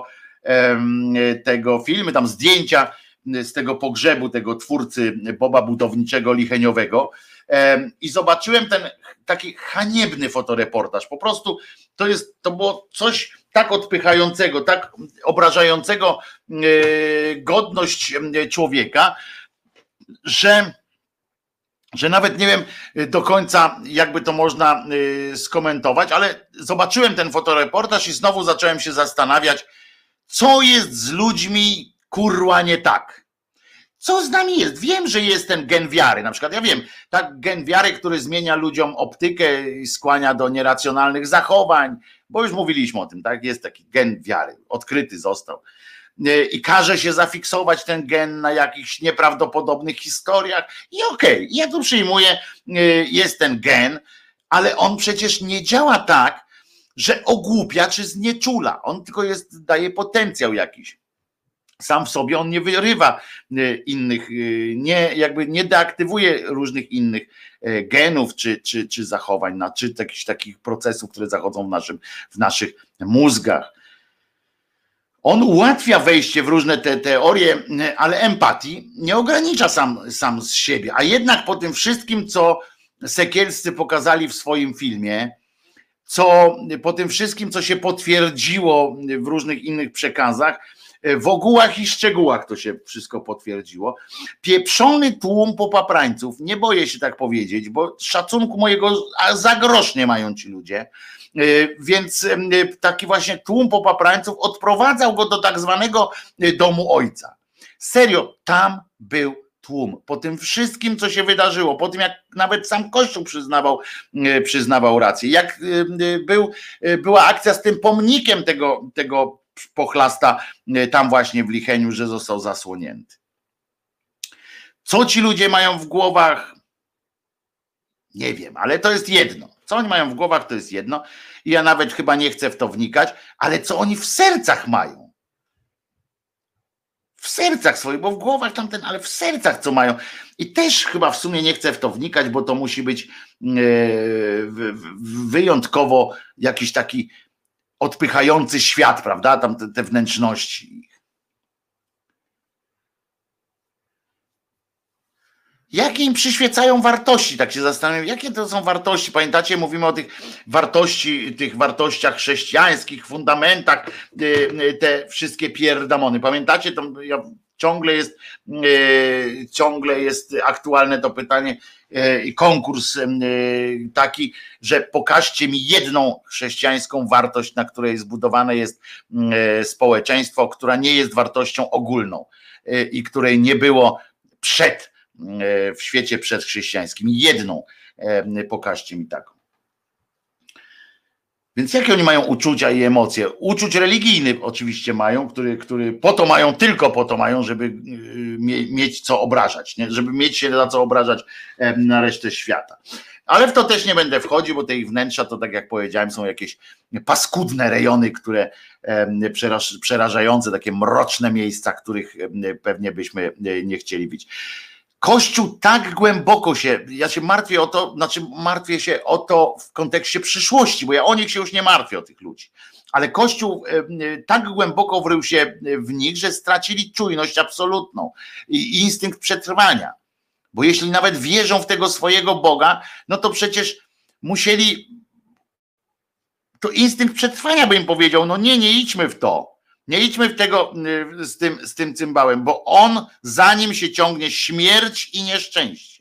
tego filmu, tam zdjęcia z tego pogrzebu tego twórcy Boba budowniczego licheniowego i zobaczyłem ten taki haniebny fotoreportaż. Po prostu to jest, to było coś tak odpychającego, tak obrażającego godność człowieka, że że nawet nie wiem do końca, jakby to można skomentować, ale zobaczyłem ten fotoreportaż i znowu zacząłem się zastanawiać, co jest z ludźmi, kurwa, nie tak. Co z nami jest? Wiem, że jest ten gen wiary, na przykład ja wiem, tak, gen wiary, który zmienia ludziom optykę i skłania do nieracjonalnych zachowań, bo już mówiliśmy o tym, tak, jest taki gen wiary, odkryty został. I każe się zafiksować ten gen na jakichś nieprawdopodobnych historiach i okej, okay, ja tu przyjmuję, jest ten gen, ale on przecież nie działa tak, że ogłupia czy znieczula, on tylko jest, daje potencjał jakiś. Sam w sobie on nie wyrywa innych, nie, jakby nie deaktywuje różnych innych genów czy, czy, czy zachowań, czy jakichś takich procesów, które zachodzą w, naszym, w naszych mózgach. On ułatwia wejście w różne te teorie, ale empatii nie ogranicza sam, sam z siebie. A jednak po tym wszystkim, co Sekielscy pokazali w swoim filmie, co po tym wszystkim, co się potwierdziło w różnych innych przekazach, W ogółach i szczegółach to się wszystko potwierdziło. Pieprzony tłum popaprańców, nie boję się tak powiedzieć, bo szacunku mojego za grosz nie mają ci ludzie, więc taki właśnie tłum popaprańców odprowadzał go do tak zwanego domu ojca. Serio, tam był tłum. Po tym wszystkim, co się wydarzyło, po tym jak nawet sam Kościół przyznawał, przyznawał rację, jak był, była akcja z tym pomnikiem tego, tego pochlasta tam właśnie w Licheniu, że został zasłonięty. Co ci ludzie mają w głowach? Nie wiem, ale to jest jedno. Co oni mają w głowach, to jest jedno. I ja nawet chyba nie chcę w to wnikać, ale co oni w sercach mają? W sercach swoich, bo w głowach tamten, ale w sercach co mają. I też chyba w sumie nie chcę w to wnikać, bo to musi być wyjątkowo jakiś taki odpychający świat, prawda? Tam te, te wnętrzności. Jakie im przyświecają wartości? Tak się zastanawiam, jakie to są wartości? Pamiętacie, mówimy o tych wartości, tych wartościach chrześcijańskich, fundamentach, te wszystkie pierdamony. Pamiętacie, to ja, ciągle jest ciągle jest aktualne to pytanie i konkurs taki, że pokażcie mi jedną chrześcijańską wartość, na której zbudowane jest społeczeństwo, która nie jest wartością ogólną i której nie było przed w świecie przedchrześcijańskim. Jedną pokażcie mi taką. Więc jakie oni mają uczucia i emocje? Uczuć religijnych oczywiście mają, który, który po to mają, tylko po to mają, żeby mieć co obrażać, nie? Żeby mieć się za co obrażać na resztę świata. Ale w to też nie będę wchodził, bo te ich wnętrza to, tak jak powiedziałem, są jakieś paskudne rejony, które przeraż, przerażające, takie mroczne miejsca, których pewnie byśmy nie chcieli widzieć. Kościół tak głęboko się, ja się martwię o to, znaczy martwię się o to w kontekście przyszłości, bo ja o nich się już nie martwię, o tych ludzi, ale Kościół tak głęboko wrył się w nich, że stracili czujność absolutną i instynkt przetrwania, bo jeśli nawet wierzą w tego swojego Boga, no to przecież musieli, to instynkt przetrwania by im powiedział, no nie, nie idźmy w to. Nie idźmy w tego z tym, z tym cymbałem, bo on za nim się ciągnie śmierć i nieszczęście.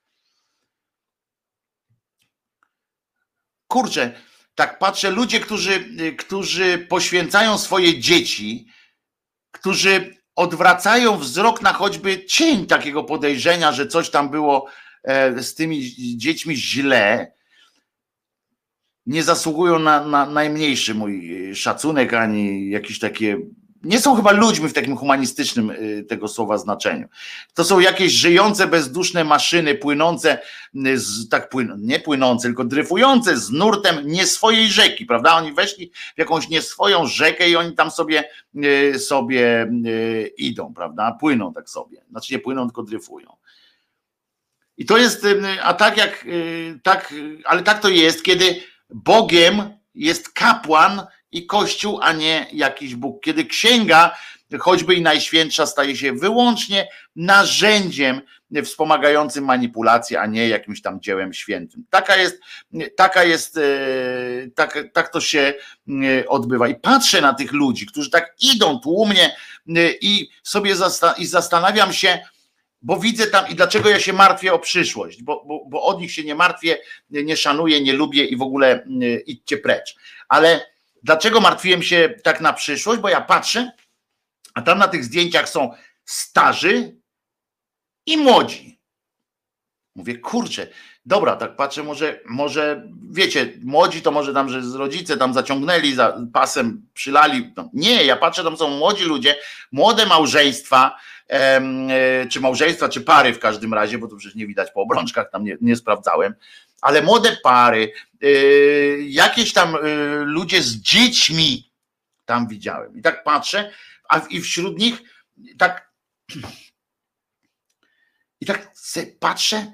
Kurczę, tak patrzę, ludzie, którzy, którzy poświęcają swoje dzieci, którzy odwracają wzrok na choćby cień takiego podejrzenia, że coś tam było z tymi dziećmi źle, nie zasługują na, na najmniejszy mój szacunek, ani jakieś takie, nie są chyba ludźmi w takim humanistycznym tego słowa znaczeniu. To są jakieś żyjące, bezduszne maszyny, płynące, z, tak płyn, nie płynące, tylko dryfujące z nurtem nie swojej rzeki, prawda? Oni weszli w jakąś nieswoją rzekę i oni tam sobie, sobie idą, prawda? Płyną tak sobie. Znaczy nie płyną, tylko dryfują. I to jest, a tak jak, tak, ale tak to jest, kiedy Bogiem jest kapłan i Kościół, a nie jakiś Bóg. Kiedy księga, choćby i najświętsza, staje się wyłącznie narzędziem wspomagającym manipulację, a nie jakimś tam dziełem świętym. Taka jest, taka jest, tak, tak to się odbywa. I patrzę na tych ludzi, którzy tak idą tłumnie i sobie zasta- i zastanawiam się, bo widzę tam i dlaczego ja się martwię o przyszłość, bo, bo, bo od nich się nie martwię, nie szanuję, nie lubię i w ogóle idźcie precz. Ale dlaczego martwiłem się tak na przyszłość? Bo ja patrzę, a tam na tych zdjęciach są starzy i młodzi. Mówię, kurczę, dobra, tak patrzę, może, może wiecie, młodzi to może tam, że z rodzice tam zaciągnęli za pasem, przylali. No, nie, ja patrzę, tam są młodzi ludzie, młode małżeństwa, czy małżeństwa, czy pary w każdym razie, bo to przecież nie widać po obrączkach, tam nie, nie sprawdzałem, ale młode pary, jakieś tam ludzie z dziećmi tam widziałem. I tak patrzę, a i wśród nich tak i tak patrzę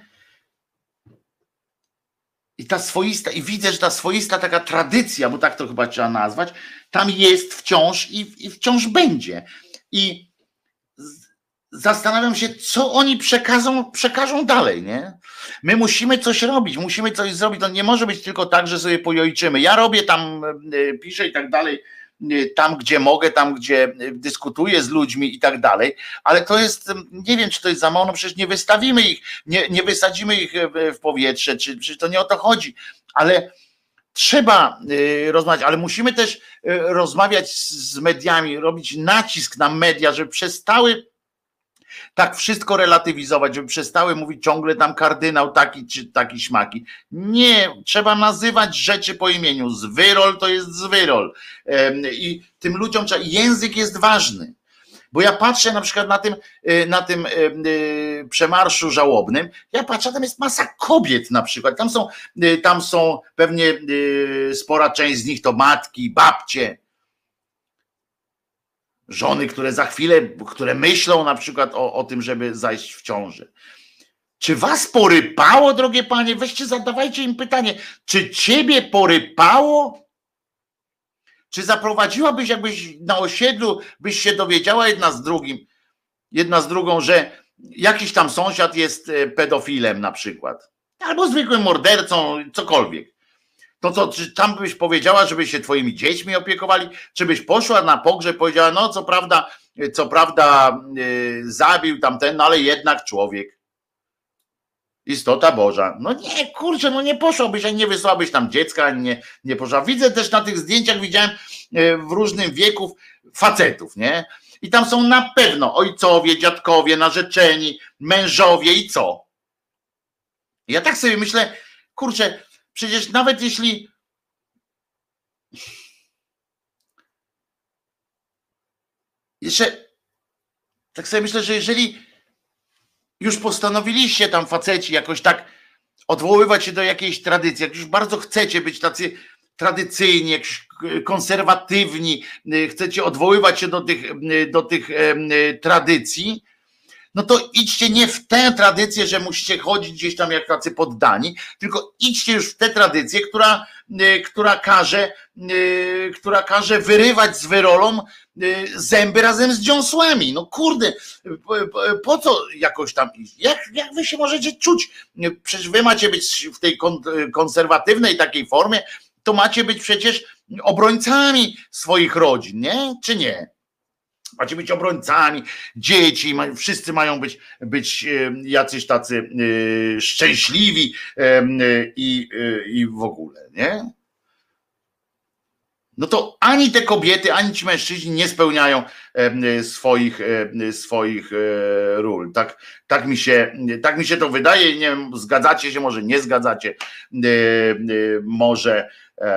i ta swoista, i widzę, że ta swoista taka tradycja, bo tak to chyba trzeba nazwać, tam jest wciąż i, i wciąż będzie. I zastanawiam się, co oni przekażą, przekażą dalej, nie? My musimy coś robić, musimy coś zrobić. To nie może być tylko tak, że sobie pojojczymy. Ja robię tam, piszę i tak dalej tam gdzie mogę, tam gdzie dyskutuję z ludźmi i tak dalej, ale to jest, nie wiem czy to jest za mało, no przecież nie wystawimy ich, nie, nie wysadzimy ich w powietrze, czy, czy to nie o to chodzi, ale trzeba rozmawiać, ale musimy też rozmawiać z mediami, robić nacisk na media, żeby przestały tak wszystko relatywizować, żeby przestały mówić ciągle tam kardynał taki czy taki śmaki. Nie, trzeba nazywać rzeczy po imieniu. Zwyrol to jest zwyrol. I tym ludziom trzeba, język jest ważny. Bo ja patrzę na przykład na tym, na tym przemarszu żałobnym, ja patrzę, tam jest masa kobiet na przykład, tam są, tam są pewnie spora część z nich to matki, babcie, żony, które za chwilę, które myślą na przykład o, o tym, żeby zajść w ciążę. Czy was porypało, drogie panie? Weźcie, zadawajcie im pytanie, czy ciebie porypało? Czy zaprowadziłabyś, jakbyś na osiedlu, byś się dowiedziała jedna z drugim, jedna z drugą, że jakiś tam sąsiad jest pedofilem na przykład, albo zwykłym mordercą, cokolwiek. To co, czy tam byś powiedziała, żeby się twoimi dziećmi opiekowali, czy byś poszła na pogrzeb i powiedziała, no co prawda, co prawda yy, zabił tamten, no ale jednak człowiek. Istota Boża. No nie, kurczę, no nie poszłabyś, ani nie wysłabyś tam dziecka, ani nie, nie poszła. Widzę też na tych zdjęciach, widziałem yy, w różnym wieku facetów, nie? I tam są na pewno ojcowie, dziadkowie, narzeczeni, mężowie i co? Ja tak sobie myślę, kurczę, przecież nawet jeśli jeszcze tak sobie myślę, że jeżeli już postanowiliście tam faceci jakoś tak odwoływać się do jakiejś tradycji, jak już bardzo chcecie być tacy tradycyjni, jakiś konserwatywni, chcecie odwoływać się do tych, do tych tradycji, no to idźcie nie w tę tradycję, że musicie chodzić gdzieś tam jak tacy poddani, tylko idźcie już w tę tradycję, która, która każe, która każe wyrywać z wyrolą zęby razem z dziąsłami. No kurde, po co jakoś tam iść? Jak, jak wy się możecie czuć? Przecież wy macie być w tej konserwatywnej takiej formie, to macie być przecież obrońcami swoich rodzin, nie? Czy nie? Macie być obrońcami, dzieci, wszyscy mają być, być jacyś tacy szczęśliwi i, i w ogóle, nie? No to ani te kobiety, ani ci mężczyźni nie spełniają swoich, swoich ról. Tak, tak, mi się, tak mi się to wydaje. Nie wiem, zgadzacie się, może nie zgadzacie, może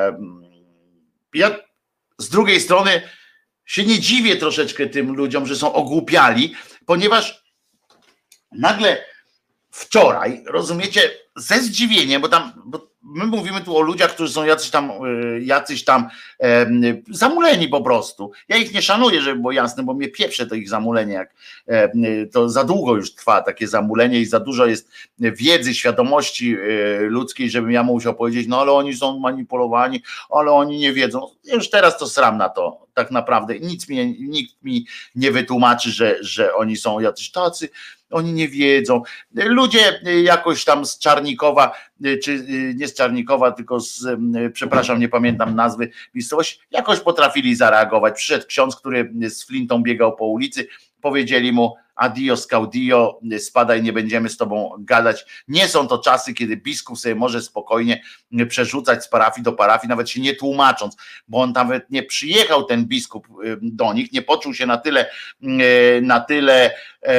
ja z drugiej strony się nie dziwię troszeczkę tym ludziom, że są ogłupiali, ponieważ nagle wczoraj, rozumiecie, ze zdziwieniem, bo tam, bo my mówimy tu o ludziach, którzy są jacyś tam, jacyś tam e, zamuleni po prostu. Ja ich nie szanuję, żeby było jasne, bo mnie pieprze to ich zamulenie, jak e, to za długo już trwa takie zamulenie i za dużo jest wiedzy, świadomości e, ludzkiej, żebym ja musiał powiedzieć, no ale oni są manipulowani, ale oni nie wiedzą. Już teraz to sram na to, tak naprawdę. Nic mi, nikt mi nie wytłumaczy, że, że oni są jacyś tacy, oni nie wiedzą. Ludzie jakoś tam z Czarnikowa, czy nie z Czarnikowa, tylko z, przepraszam, nie pamiętam nazwy miejscowości, jakoś potrafili zareagować. Przyszedł ksiądz, który z flintą biegał po ulicy, powiedzieli mu adios caudio, spadaj, nie będziemy z tobą gadać. Nie są to czasy, kiedy biskup sobie może spokojnie przerzucać z parafii do parafii, nawet się nie tłumacząc, bo on nawet nie przyjechał, ten biskup, do nich, nie poczuł się na tyle, na tyle,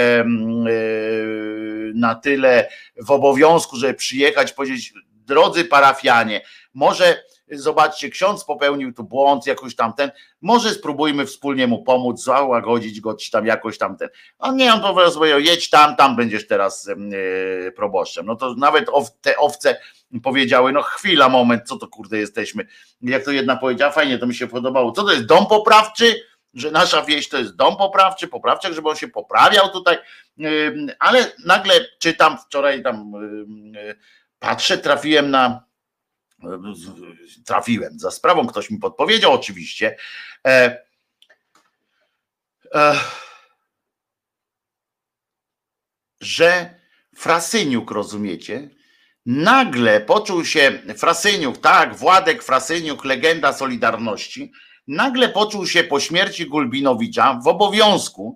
na tyle w obowiązku, żeby przyjechać, powiedzieć, drodzy parafianie, może zobaczcie, ksiądz popełnił tu błąd, jakoś tamten, może spróbujmy wspólnie mu pomóc, załagodzić go, czy tam jakoś tamten. On nie, on po prostu powiedział, jedź tam, tam będziesz teraz yy, proboszczem. No to nawet ow, te owce powiedziały, no chwila, moment, co to kurde jesteśmy. Jak to jedna powiedziała, fajnie, to mi się podobało. Co to jest, dom poprawczy? Że nasza wieś to jest dom poprawczy, poprawczak, żeby on się poprawiał tutaj, yy, ale nagle czytam, wczoraj tam yy, patrzę, trafiłem na trafiłem za sprawą, ktoś mi podpowiedział oczywiście, e, e, że Frasyniuk, rozumiecie, nagle poczuł się, Frasyniuk, tak, Władek Frasyniuk, legenda Solidarności, nagle poczuł się po śmierci Gulbinowicza w obowiązku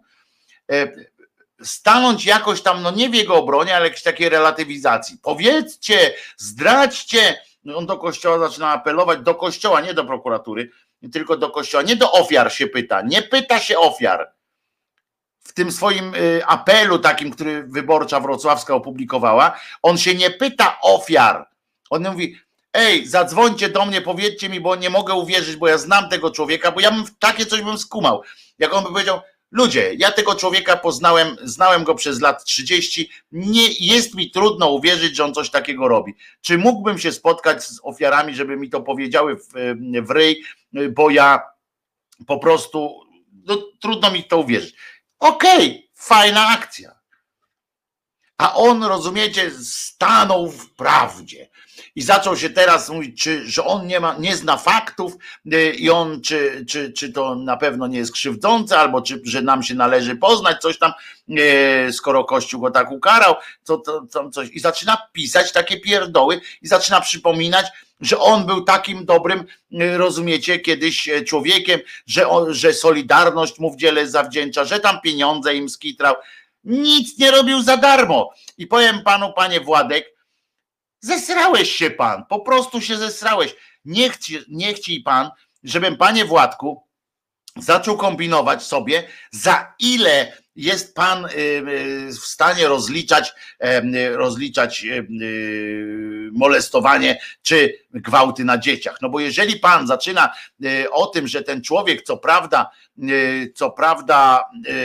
stanąć jakoś tam, no nie w jego obronie, ale jakiejś takiej relatywizacji. Powiedzcie, zdradźcie, on do kościoła zaczyna apelować, do kościoła, nie do prokuratury, tylko do kościoła, nie do ofiar się pyta, nie pyta się ofiar. W tym swoim apelu takim, który Wyborcza Wrocławska opublikowała, on się nie pyta ofiar. On mówi, ej, zadzwońcie do mnie, powiedzcie mi, bo nie mogę uwierzyć, bo ja znam tego człowieka, bo ja bym takie coś bym skumał. Jak on by powiedział, ludzie, ja tego człowieka poznałem, znałem go przez lat trzydzieści, nie jest mi trudno uwierzyć, że on coś takiego robi. Czy mógłbym się spotkać z ofiarami, żeby mi to powiedziały w, w ryj, bo ja po prostu, no, trudno mi to uwierzyć. Okej, okay, fajna akcja. A on, rozumiecie, stanął w prawdzie. I zaczął się teraz mówić, czy, że on nie ma, nie zna faktów i on, czy, czy, czy to na pewno nie jest krzywdzące, albo czy, że nam się należy poznać coś tam, skoro Kościół go tak ukarał, to, to, to coś. I zaczyna pisać takie pierdoły i zaczyna przypominać, że on był takim dobrym, rozumiecie, kiedyś człowiekiem, że, on, że Solidarność mu w dziele zawdzięcza, że tam pieniądze im skitrał. Nic nie robił za darmo. I powiem panu, panie Władek, zesrałeś się pan, po prostu się zesrałeś. Nie chci, nie chci pan, żebym, panie Władku, zaczął kombinować sobie, za ile jest pan w stanie rozliczać, rozliczać molestowanie czy gwałty na dzieciach. No bo jeżeli pan zaczyna o tym, że ten człowiek co prawda, co prawda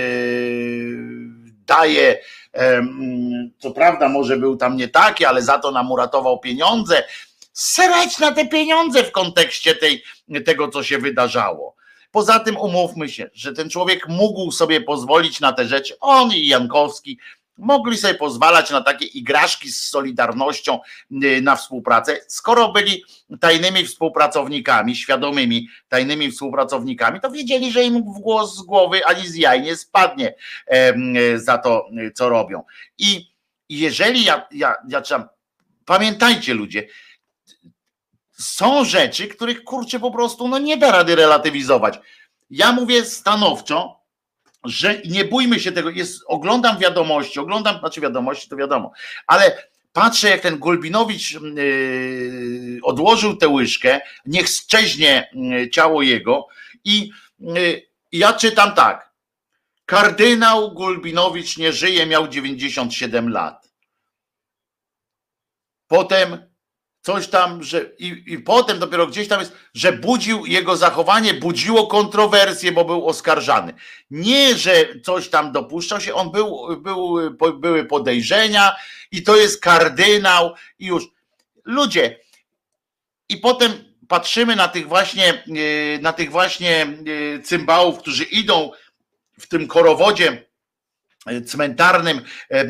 daje, co prawda może był tam nie taki, ale za to nam uratował pieniądze, serać na te pieniądze w kontekście tej, tego, co się wydarzało. Poza tym umówmy się, że ten człowiek mógł sobie pozwolić na te rzeczy, on i Jankowski mogli sobie pozwalać na takie igraszki z Solidarnością, na współpracę, skoro byli tajnymi współpracownikami, świadomymi tajnymi współpracownikami, to wiedzieli, że im w głos z głowy ani z jaj nie spadnie za to, co robią. I jeżeli ja, ja, ja trzeba, pamiętajcie ludzie, są rzeczy, których kurczę po prostu no nie da rady relatywizować. Ja mówię stanowczo, że nie bójmy się tego, jest, oglądam wiadomości, oglądam, znaczy wiadomości to wiadomo, ale patrzę jak ten Gulbinowicz yy, odłożył tę łyżkę, niech szczeźnie yy, ciało jego i yy, ja czytam tak, kardynał Gulbinowicz nie żyje, miał dziewięćdziesiąt siedem lat. Potem coś tam, że i, i potem dopiero gdzieś tam jest, że budził, jego zachowanie budziło kontrowersje, bo był oskarżany. Nie, że coś tam dopuszczał się, on był, był, były podejrzenia i to jest kardynał i już. Ludzie, i potem patrzymy na tych właśnie, na tych właśnie cymbałów, którzy idą w tym korowodzie cmentarnym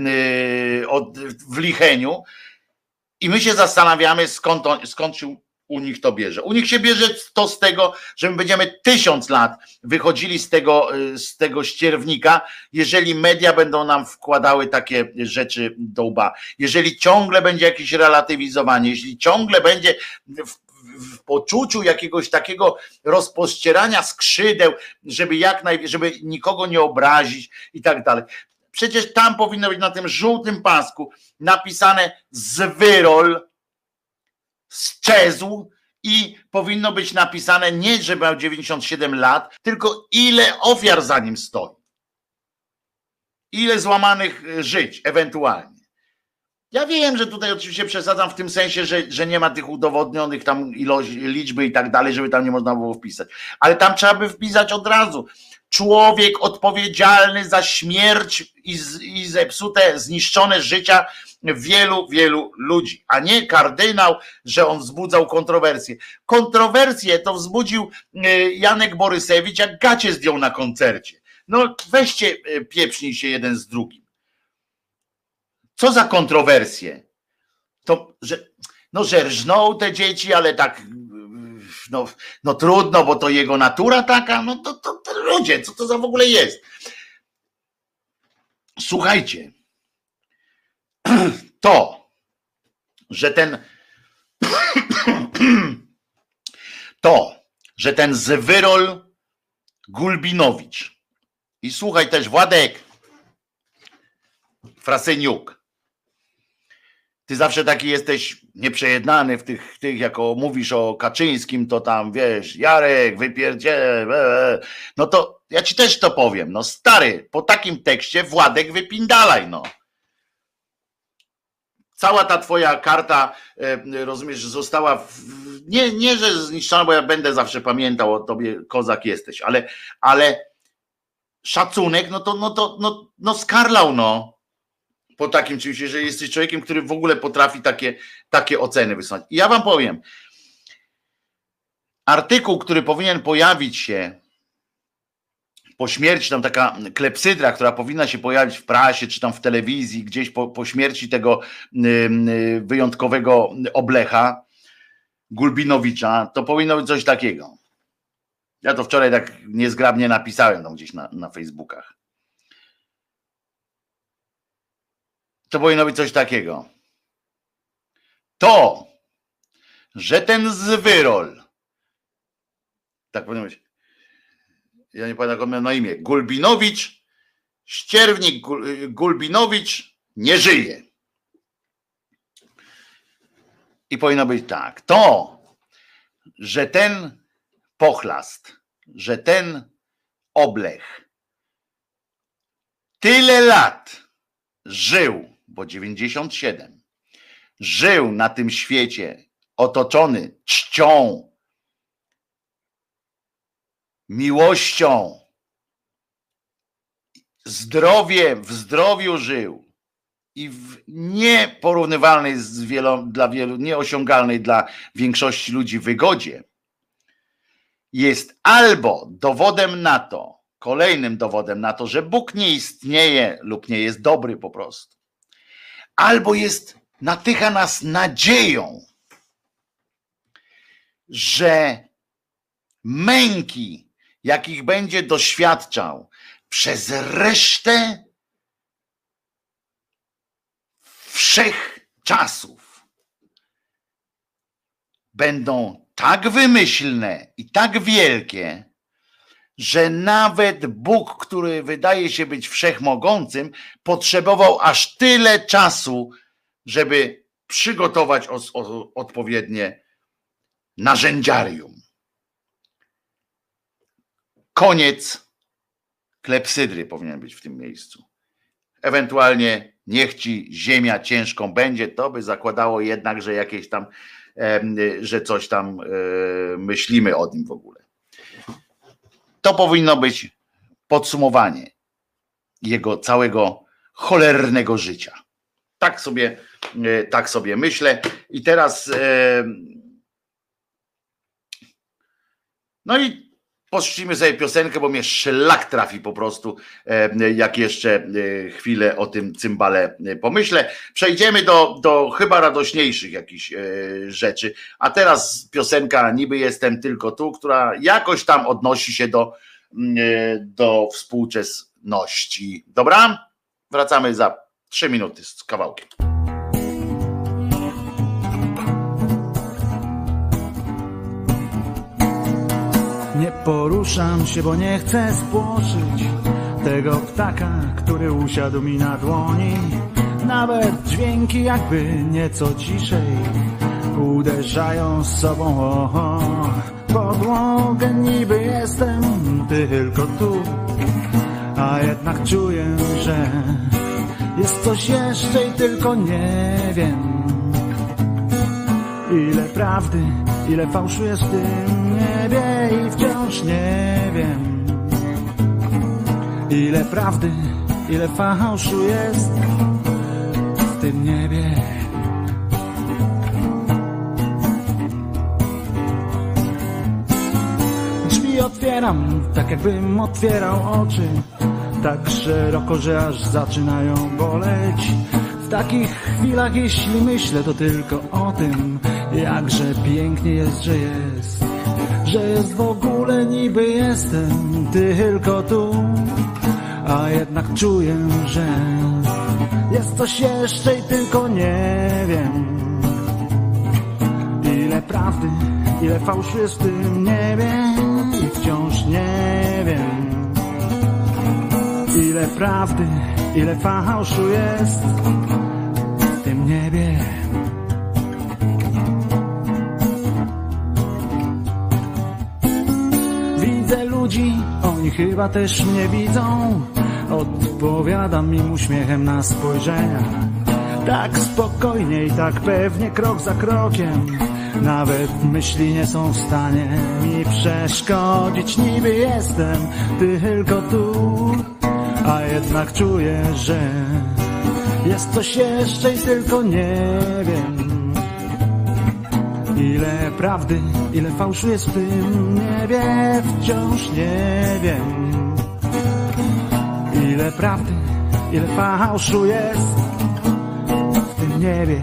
w Licheniu, i my się zastanawiamy, skąd, on, skąd się u nich to bierze. U nich się bierze to z tego, że my będziemy tysiąc lat wychodzili z tego, z tego ścierwnika, jeżeli media będą nam wkładały takie rzeczy do łba. Jeżeli ciągle będzie jakieś relatywizowanie, jeśli ciągle będzie w, w poczuciu jakiegoś takiego rozpościerania skrzydeł, żeby jak naj, żeby nikogo nie obrazić i tak dalej. Przecież tam powinno być na tym żółtym pasku napisane zwyrol, sczezł i powinno być napisane nie, że miał dziewięćdziesiąt siedem lat, tylko ile ofiar za nim stoi. Ile złamanych żyć ewentualnie. Ja wiem, że tutaj oczywiście przesadzam w tym sensie, że, że nie ma tych udowodnionych tam ilości, liczby i tak dalej, żeby tam nie można było wpisać. Ale tam trzeba by wpisać od razu. Człowiek odpowiedzialny za śmierć i, z, i zepsute, zniszczone życia wielu, wielu ludzi, a nie kardynał, że on wzbudzał kontrowersje. Kontrowersje to wzbudził Janek Borysewicz, jak gacie zdjął na koncercie. No weźcie, pieprznij się jeden z drugim. Co za kontrowersje? To, że, no, że rżną te dzieci, ale tak no, no trudno, bo to jego natura taka, no to, to, to ludzie, co to za w ogóle jest? Słuchajcie, to, że ten to, że ten Zwyrol Gulbinowicz i słuchaj też Władek Frasyniuk, ty zawsze taki jesteś nieprzejednany w tych, tych jako mówisz o Kaczyńskim, to tam wiesz, Jarek, wypierdzielę, no to ja ci też to powiem, no stary, po takim tekście Władek wypindalaj, no. Cała ta twoja karta, rozumiesz, została, w, nie, nie, że zniszczona, bo ja będę zawsze pamiętał o tobie, kozak jesteś, ale, ale szacunek, no to, no to, no, no skarlał, no. Po takim czymś, jeżeli jesteś człowiekiem, który w ogóle potrafi takie, takie oceny wysłać. I ja wam powiem, artykuł, który powinien pojawić się po śmierci, tam taka klepsydra, która powinna się pojawić w prasie, czy tam w telewizji, gdzieś po, po śmierci tego y, wyjątkowego oblecha Gulbinowicza, to powinno być coś takiego. Ja to wczoraj tak niezgrabnie napisałem tam gdzieś na, na Facebookach. To powinno być coś takiego. To, że ten Zwyrol, tak powinno być, ja nie pamiętam jak on miał na imię, Gulbinowicz, ścierwnik Gulbinowicz nie żyje. I powinno być tak. To, że ten pochlast, że ten oblech tyle lat żył, bo dziewięćdziesiąt siedem, żył na tym świecie otoczony czcią, miłością, zdrowie, w zdrowiu żył i w nieporównywalnej z wielu, dla wielu, nieosiągalnej dla większości ludzi wygodzie, jest albo dowodem na to, kolejnym dowodem na to, że Bóg nie istnieje lub nie jest dobry po prostu, albo jest, natycha nas nadzieją, że męki, jakich będzie doświadczał przez resztę wszechczasów, będą tak wymyślne i tak wielkie, że nawet Bóg, który wydaje się być wszechmogącym, potrzebował aż tyle czasu, żeby przygotować os- o- odpowiednie narzędziarium. Koniec klepsydry powinien być w tym miejscu. Ewentualnie niech ci ziemia ciężką będzie, to by zakładało jednak, że jakieś tam, że coś tam myślimy o nim w ogóle. To powinno być podsumowanie jego całego cholernego życia. Tak sobie, tak sobie myślę. I teraz no i puścimy sobie piosenkę, bo mnie szlak trafi po prostu, jak jeszcze chwilę o tym cymbale pomyślę. Przejdziemy do, do chyba radośniejszych jakichś rzeczy. A teraz piosenka Niby jestem tylko tu, która jakoś tam odnosi się do, do współczesności. Dobra? Wracamy za trzy minuty z kawałkiem. Nie poruszam się, bo nie chcę spłoszyć tego ptaka, który usiadł mi na dłoni. Nawet dźwięki jakby nieco ciszej uderzają z sobą o, o podłogę. Niby jestem tylko tu, a jednak czuję, że jest coś jeszcze i tylko nie wiem. Ile prawdy, ile fałszu jest w tym niebie i wciąż nie wiem. Ile prawdy, ile fałszu jest w tym niebie. Drzwi otwieram, tak jakbym otwierał oczy, tak szeroko, że aż zaczynają boleć. W takich chwilach, jeśli myślę, to tylko o tym, jakże pięknie jest, że jest, że jest w ogóle. Niby jestem tylko tu, a jednak czuję, że jest coś jeszcze i tylko nie wiem. Ile prawdy, ile fałszu jest w tym niebie i wciąż nie wiem, ile prawdy, ile fałszu jest w tym niebie. Widzę ludzi, oni chyba też mnie widzą. Odpowiadam im uśmiechem na spojrzenia. Tak spokojnie i tak pewnie, krok za krokiem. Nawet myśli nie są w stanie mi przeszkodzić. Niby jestem tylko tu, a jednak czuję, że jest coś jeszcze i tylko nie wiem. Ile prawdy, ile fałszu jest w tym niebie, wciąż nie wiem. Ile prawdy, ile fałszu jest w tym niebie.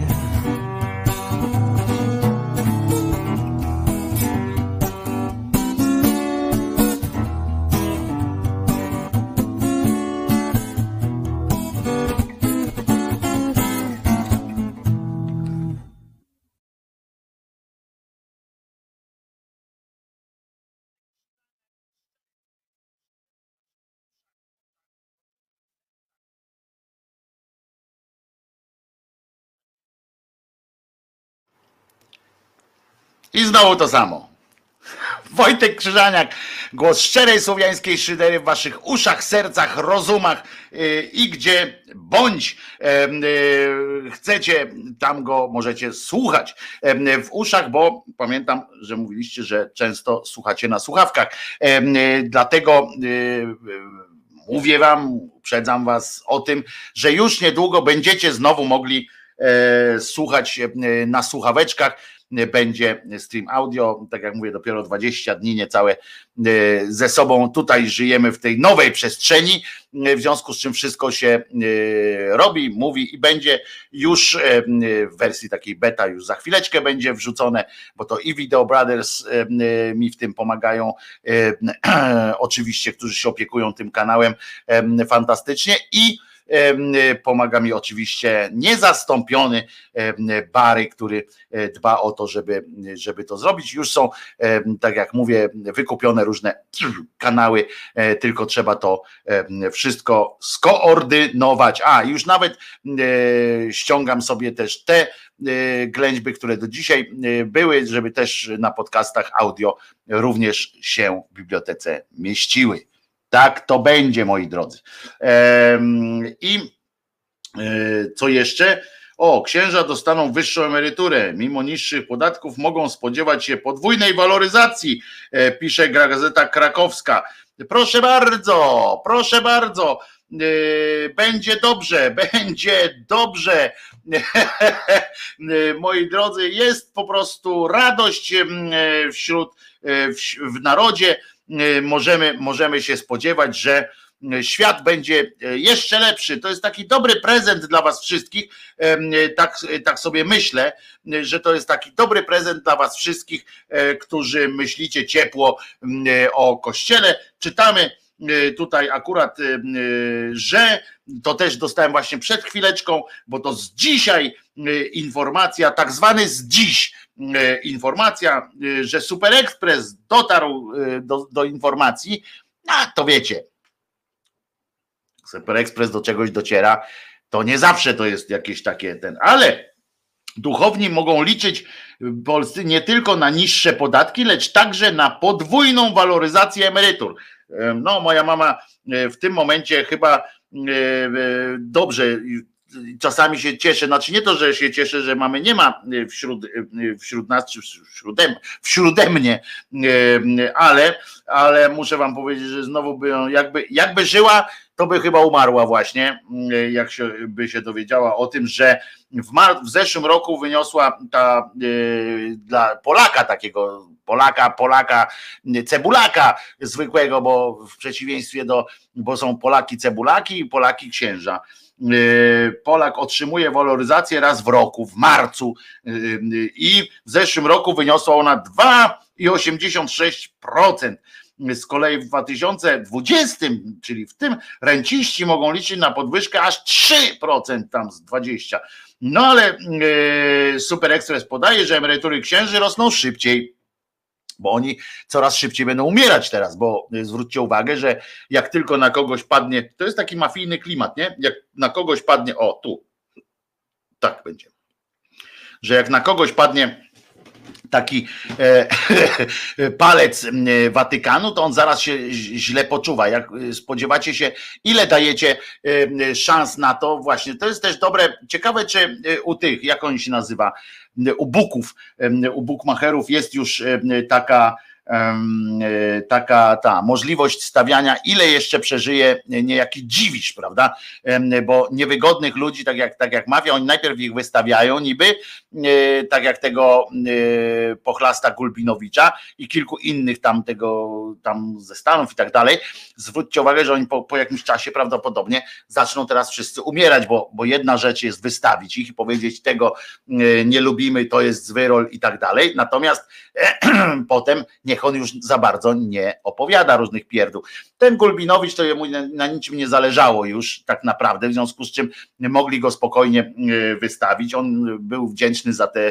I znowu to samo. Wojtek Krzyżaniak, głos szczerej słowiańskiej szydery w waszych uszach, sercach, rozumach yy, i gdzie bądź yy, yy, chcecie, tam go możecie słuchać yy, w uszach, bo pamiętam, że mówiliście, że często słuchacie na słuchawkach. Yy, yy, dlatego yy, mówię wam, uprzedzam was o tym, że już niedługo będziecie znowu mogli yy, słuchać yy, na słuchaweczkach. Będzie stream audio, tak jak mówię, dopiero dwadzieścia dni niecałe ze sobą tutaj żyjemy w tej nowej przestrzeni, w związku z czym wszystko się robi, mówi i będzie już w wersji takiej beta już za chwileczkę będzie wrzucone, bo to i Video Brothers mi w tym pomagają, oczywiście, którzy się opiekują tym kanałem fantastycznie, i pomaga mi oczywiście niezastąpiony Bary, który dba o to, żeby, żeby to zrobić. Już są, tak jak mówię, wykupione różne kanały, tylko trzeba to wszystko skoordynować. A, już nawet ściągam sobie też te ględźby, które do dzisiaj były, żeby też na podcastach audio również się w bibliotece mieściły. Tak to będzie, moi drodzy. I co jeszcze? O, księża dostaną wyższą emeryturę. Mimo niższych podatków mogą spodziewać się podwójnej waloryzacji, pisze Gazeta Krakowska. Proszę bardzo, proszę bardzo. Będzie dobrze, będzie dobrze. Moi drodzy, jest po prostu radość wśród, w narodzie. Możemy, możemy się spodziewać, że świat będzie jeszcze lepszy. To jest taki dobry prezent dla was wszystkich. Tak, tak sobie myślę, że to jest taki dobry prezent dla was wszystkich, którzy myślicie ciepło o Kościele. Czytamy tutaj akurat, że to też dostałem właśnie przed chwileczką, bo to z dzisiaj informacja, tak zwany z dziś informacja, że Super Express dotarł do, do informacji. A to wiecie, Super Express do czegoś dociera, to nie zawsze to jest jakieś takie ten, ale duchowni mogą liczyć w Polsce nie tylko na niższe podatki, lecz także na podwójną waloryzację emerytur. No, moja mama w tym momencie chyba dobrze, czasami się cieszę, znaczy nie to, że się cieszę, że mamy nie ma wśród, wśród nas, czy wśród, wśród mnie, ale, ale muszę wam powiedzieć, że znowu by jakby, jakby żyła, to by chyba umarła właśnie, jak się, by się dowiedziała o tym, że w, mar- w zeszłym roku wyniosła ta yy, dla Polaka takiego, Polaka, Polaka, cebulaka zwykłego, bo w przeciwieństwie do, bo są Polaki cebulaki i Polaki księża. Polak otrzymuje waloryzację raz w roku, w marcu, i w zeszłym roku wyniosła ona dwa i osiemdziesiąt sześć procent. Z kolei w dwa tysiące dwudziestym, czyli w tym, renciści mogą liczyć na podwyżkę aż trzy procent, tam z dwadzieścia procent. No ale Super Express podaje, że emerytury księży rosną szybciej. bo oni coraz szybciej będą umierać teraz, bo zwróćcie uwagę, że jak tylko na kogoś padnie, to jest taki mafijny klimat, nie? Jak na kogoś padnie, o tu, tak będzie, że jak na kogoś padnie taki e, palec Watykanu, to on zaraz się źle poczuwa. Jak spodziewacie się, ile dajecie e, szans na to, właśnie, to jest też dobre, ciekawe czy u tych, jak on się nazywa, u buków, u bukmacherów jest już taka taka ta możliwość stawiania, ile jeszcze przeżyje niejaki Dziwisz, prawda? Bo niewygodnych ludzi, tak jak, tak jak mafia, oni najpierw ich wystawiają niby, tak jak tego pochlasta Gulbinowicza i kilku innych tam tego tam ze Stanów i tak dalej. Zwróćcie uwagę, że oni po, po jakimś czasie prawdopodobnie zaczną teraz wszyscy umierać, bo, bo jedna rzecz jest wystawić ich i powiedzieć, tego nie lubimy, to jest zły rol i tak dalej, natomiast potem niech on już za bardzo nie opowiada różnych pierdół. Ten Gulbinowicz to jemu na, na niczym nie zależało już tak naprawdę, w związku z czym mogli go spokojnie wystawić. On był wdzięczny za te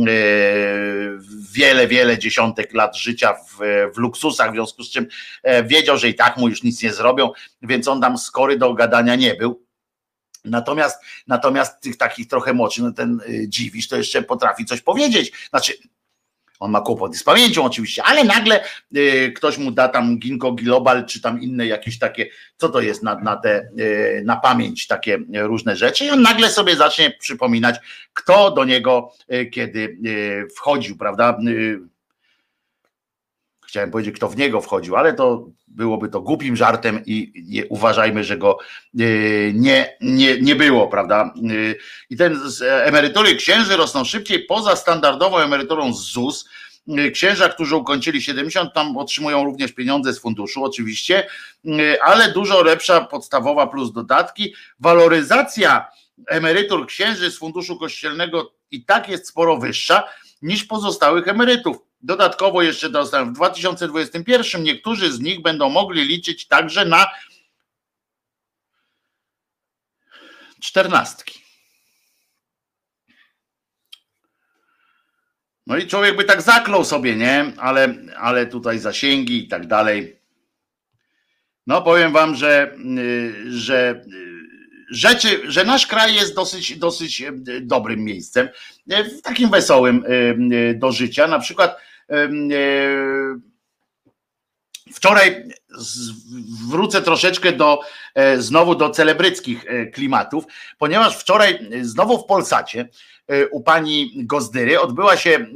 wiele, wiele dziesiątek lat życia w, w luksusach, w związku z czym wiedział, że i tak mu już nic nie zrobią, więc on tam skory do gadania nie był. Natomiast, natomiast tych takich trochę młodszych, no ten Dziwisz to jeszcze potrafi coś powiedzieć. Znaczy, on ma kłopoty z pamięcią oczywiście, ale nagle y, ktoś mu da tam ginkgo biloba, czy tam inne jakieś takie, co to jest na, na, te, y, na pamięć takie różne rzeczy i on nagle sobie zacznie przypominać, kto do niego y, kiedy y, wchodził, prawda? Y, Chciałem powiedzieć, kto w niego wchodził, ale to byłoby to głupim żartem i nie, uważajmy, że go nie, nie, nie było, prawda? I ten z emerytury księży rosną szybciej poza standardową emeryturą z ZUS. Księża, którzy ukończyli siedemdziesiąt, tam otrzymują również pieniądze z funduszu oczywiście, ale dużo lepsza podstawowa plus dodatki. Waloryzacja emerytur księży z funduszu kościelnego i tak jest sporo wyższa niż pozostałych emerytów. Dodatkowo jeszcze dostałem w dwa tysiące dwudziestym pierwszym niektórzy z nich będą mogli liczyć także na czternastki. No i człowiek by tak zaklął sobie, nie? Ale, ale tutaj zasięgi i tak dalej. No powiem wam, że, że rzeczy, że nasz kraj jest dosyć, dosyć dobrym miejscem, takim wesołym do życia. Na przykład wczoraj wrócę troszeczkę do znowu do celebryckich klimatów, ponieważ wczoraj znowu w Polsacie u pani Gozdyry odbyła się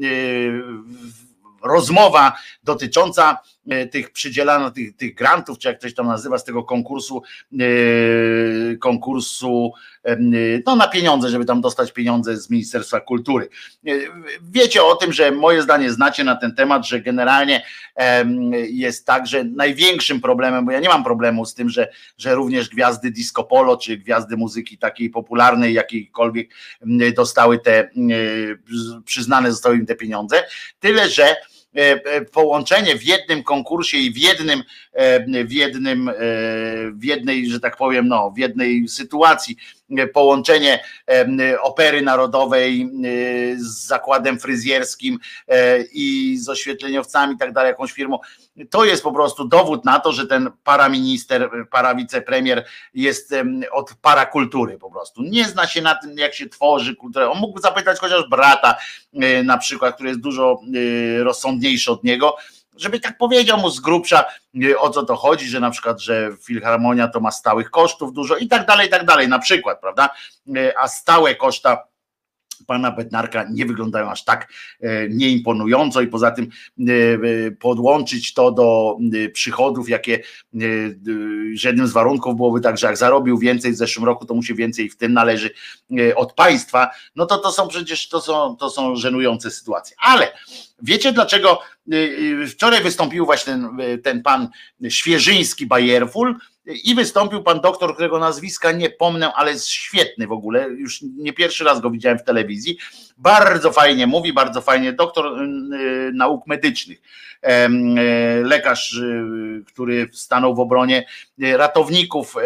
rozmowa dotycząca tych przydzielano tych, tych grantów, czy jak ktoś tam nazywa, z tego konkursu yy, konkursu yy, no na pieniądze, żeby tam dostać pieniądze z Ministerstwa Kultury. Yy, wiecie o tym, że moje zdanie znacie na ten temat, że generalnie yy, jest tak, że największym problemem, bo ja nie mam problemu z tym, że, że również gwiazdy disco polo, czy gwiazdy muzyki takiej popularnej, jakiejkolwiek yy, dostały te, yy, przyznane zostały im te pieniądze, tyle, że połączenie w jednym konkursie i w jednym, w jednym, w jednej, że tak powiem, no, w jednej sytuacji połączenie Opery Narodowej z zakładem fryzjerskim i z oświetleniowcami i tak dalej, jakąś firmą, to jest po prostu dowód na to, że ten paraminister, parawicepremier jest od parakultury po prostu. Nie zna się na tym, jak się tworzy kulturę. On mógł zapytać chociaż brata na przykład, który jest dużo rozsądniejszy od niego, żeby tak powiedział mu z grubsza, o co to chodzi, że na przykład, że filharmonia to ma stałych kosztów dużo i tak dalej, i tak dalej, na przykład, prawda? A stałe koszta pana Bednarka nie wyglądają aż tak nieimponująco i poza tym podłączyć to do przychodów, jakie, że jednym z warunków byłoby tak, że jak zarobił więcej w zeszłym roku, to mu się więcej w tym należy od państwa, no to to są przecież, to są, to są żenujące sytuacje. Ale wiecie dlaczego wczoraj wystąpił właśnie ten, ten pan Świeżyński Bajerful i wystąpił pan doktor, którego nazwiska nie pomnę, ale jest świetny w ogóle, już nie pierwszy raz go widziałem w telewizji, bardzo fajnie mówi, bardzo fajnie, doktor nauk medycznych, lekarz, który stanął w obronie ratowników,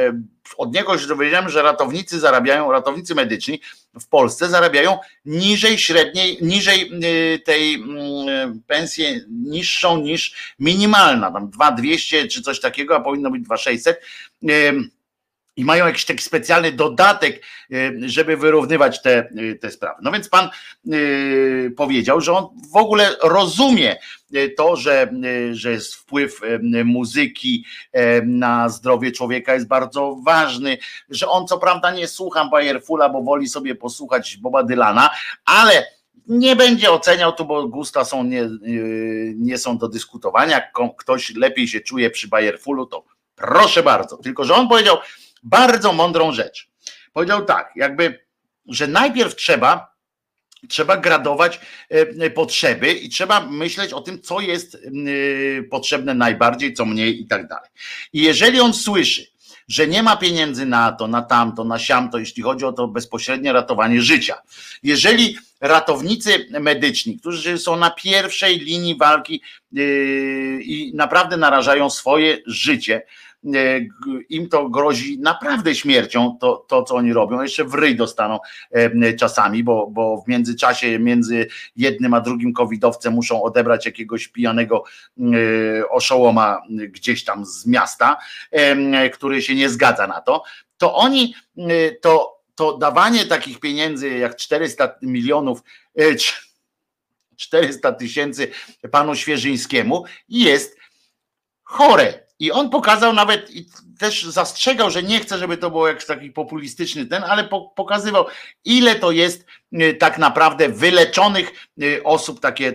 od niego się dowiedziałem, że ratownicy zarabiają, ratownicy medyczni w Polsce zarabiają niżej średniej, niżej tej pensji, niższą niż minimalna, tam dwa tysiące dwieście czy coś takiego, a powinno być dwa tysiące sześćset. I mają jakiś taki specjalny dodatek, żeby wyrównywać te, te sprawy. No więc pan yy, powiedział, że on w ogóle rozumie to, że, że jest wpływ muzyki na zdrowie człowieka jest bardzo ważny, że on co prawda nie słucha Bajerfula, bo woli sobie posłuchać Boba Dylana, ale nie będzie oceniał tu, bo gusta są nie, nie są do dyskutowania. Jak ktoś lepiej się czuje przy Bajerfulu, to proszę bardzo. Tylko że on powiedział bardzo mądrą rzecz. Powiedział tak, jakby, że najpierw trzeba, trzeba gradować potrzeby i trzeba myśleć o tym, co jest potrzebne najbardziej, co mniej i tak dalej. I jeżeli on słyszy, że nie ma pieniędzy na to, na tamto, na siamto, jeśli chodzi o to bezpośrednie ratowanie życia. Jeżeli ratownicy medyczni, którzy są na pierwszej linii walki i naprawdę narażają swoje życie, im to grozi naprawdę śmiercią, to, to co oni robią, jeszcze w ryj dostaną czasami, bo, bo w międzyczasie między jednym a drugim covidowcem muszą odebrać jakiegoś pijanego oszołoma gdzieś tam z miasta, który się nie zgadza na to, to oni, to, to dawanie takich pieniędzy jak czterysta milionów, czterysta tysięcy panu Świeżyńskiemu jest chore. I on pokazał nawet, i też zastrzegał, że nie chce, żeby to było jakiś taki populistyczny ten, ale pokazywał, ile to jest tak naprawdę wyleczonych osób, takie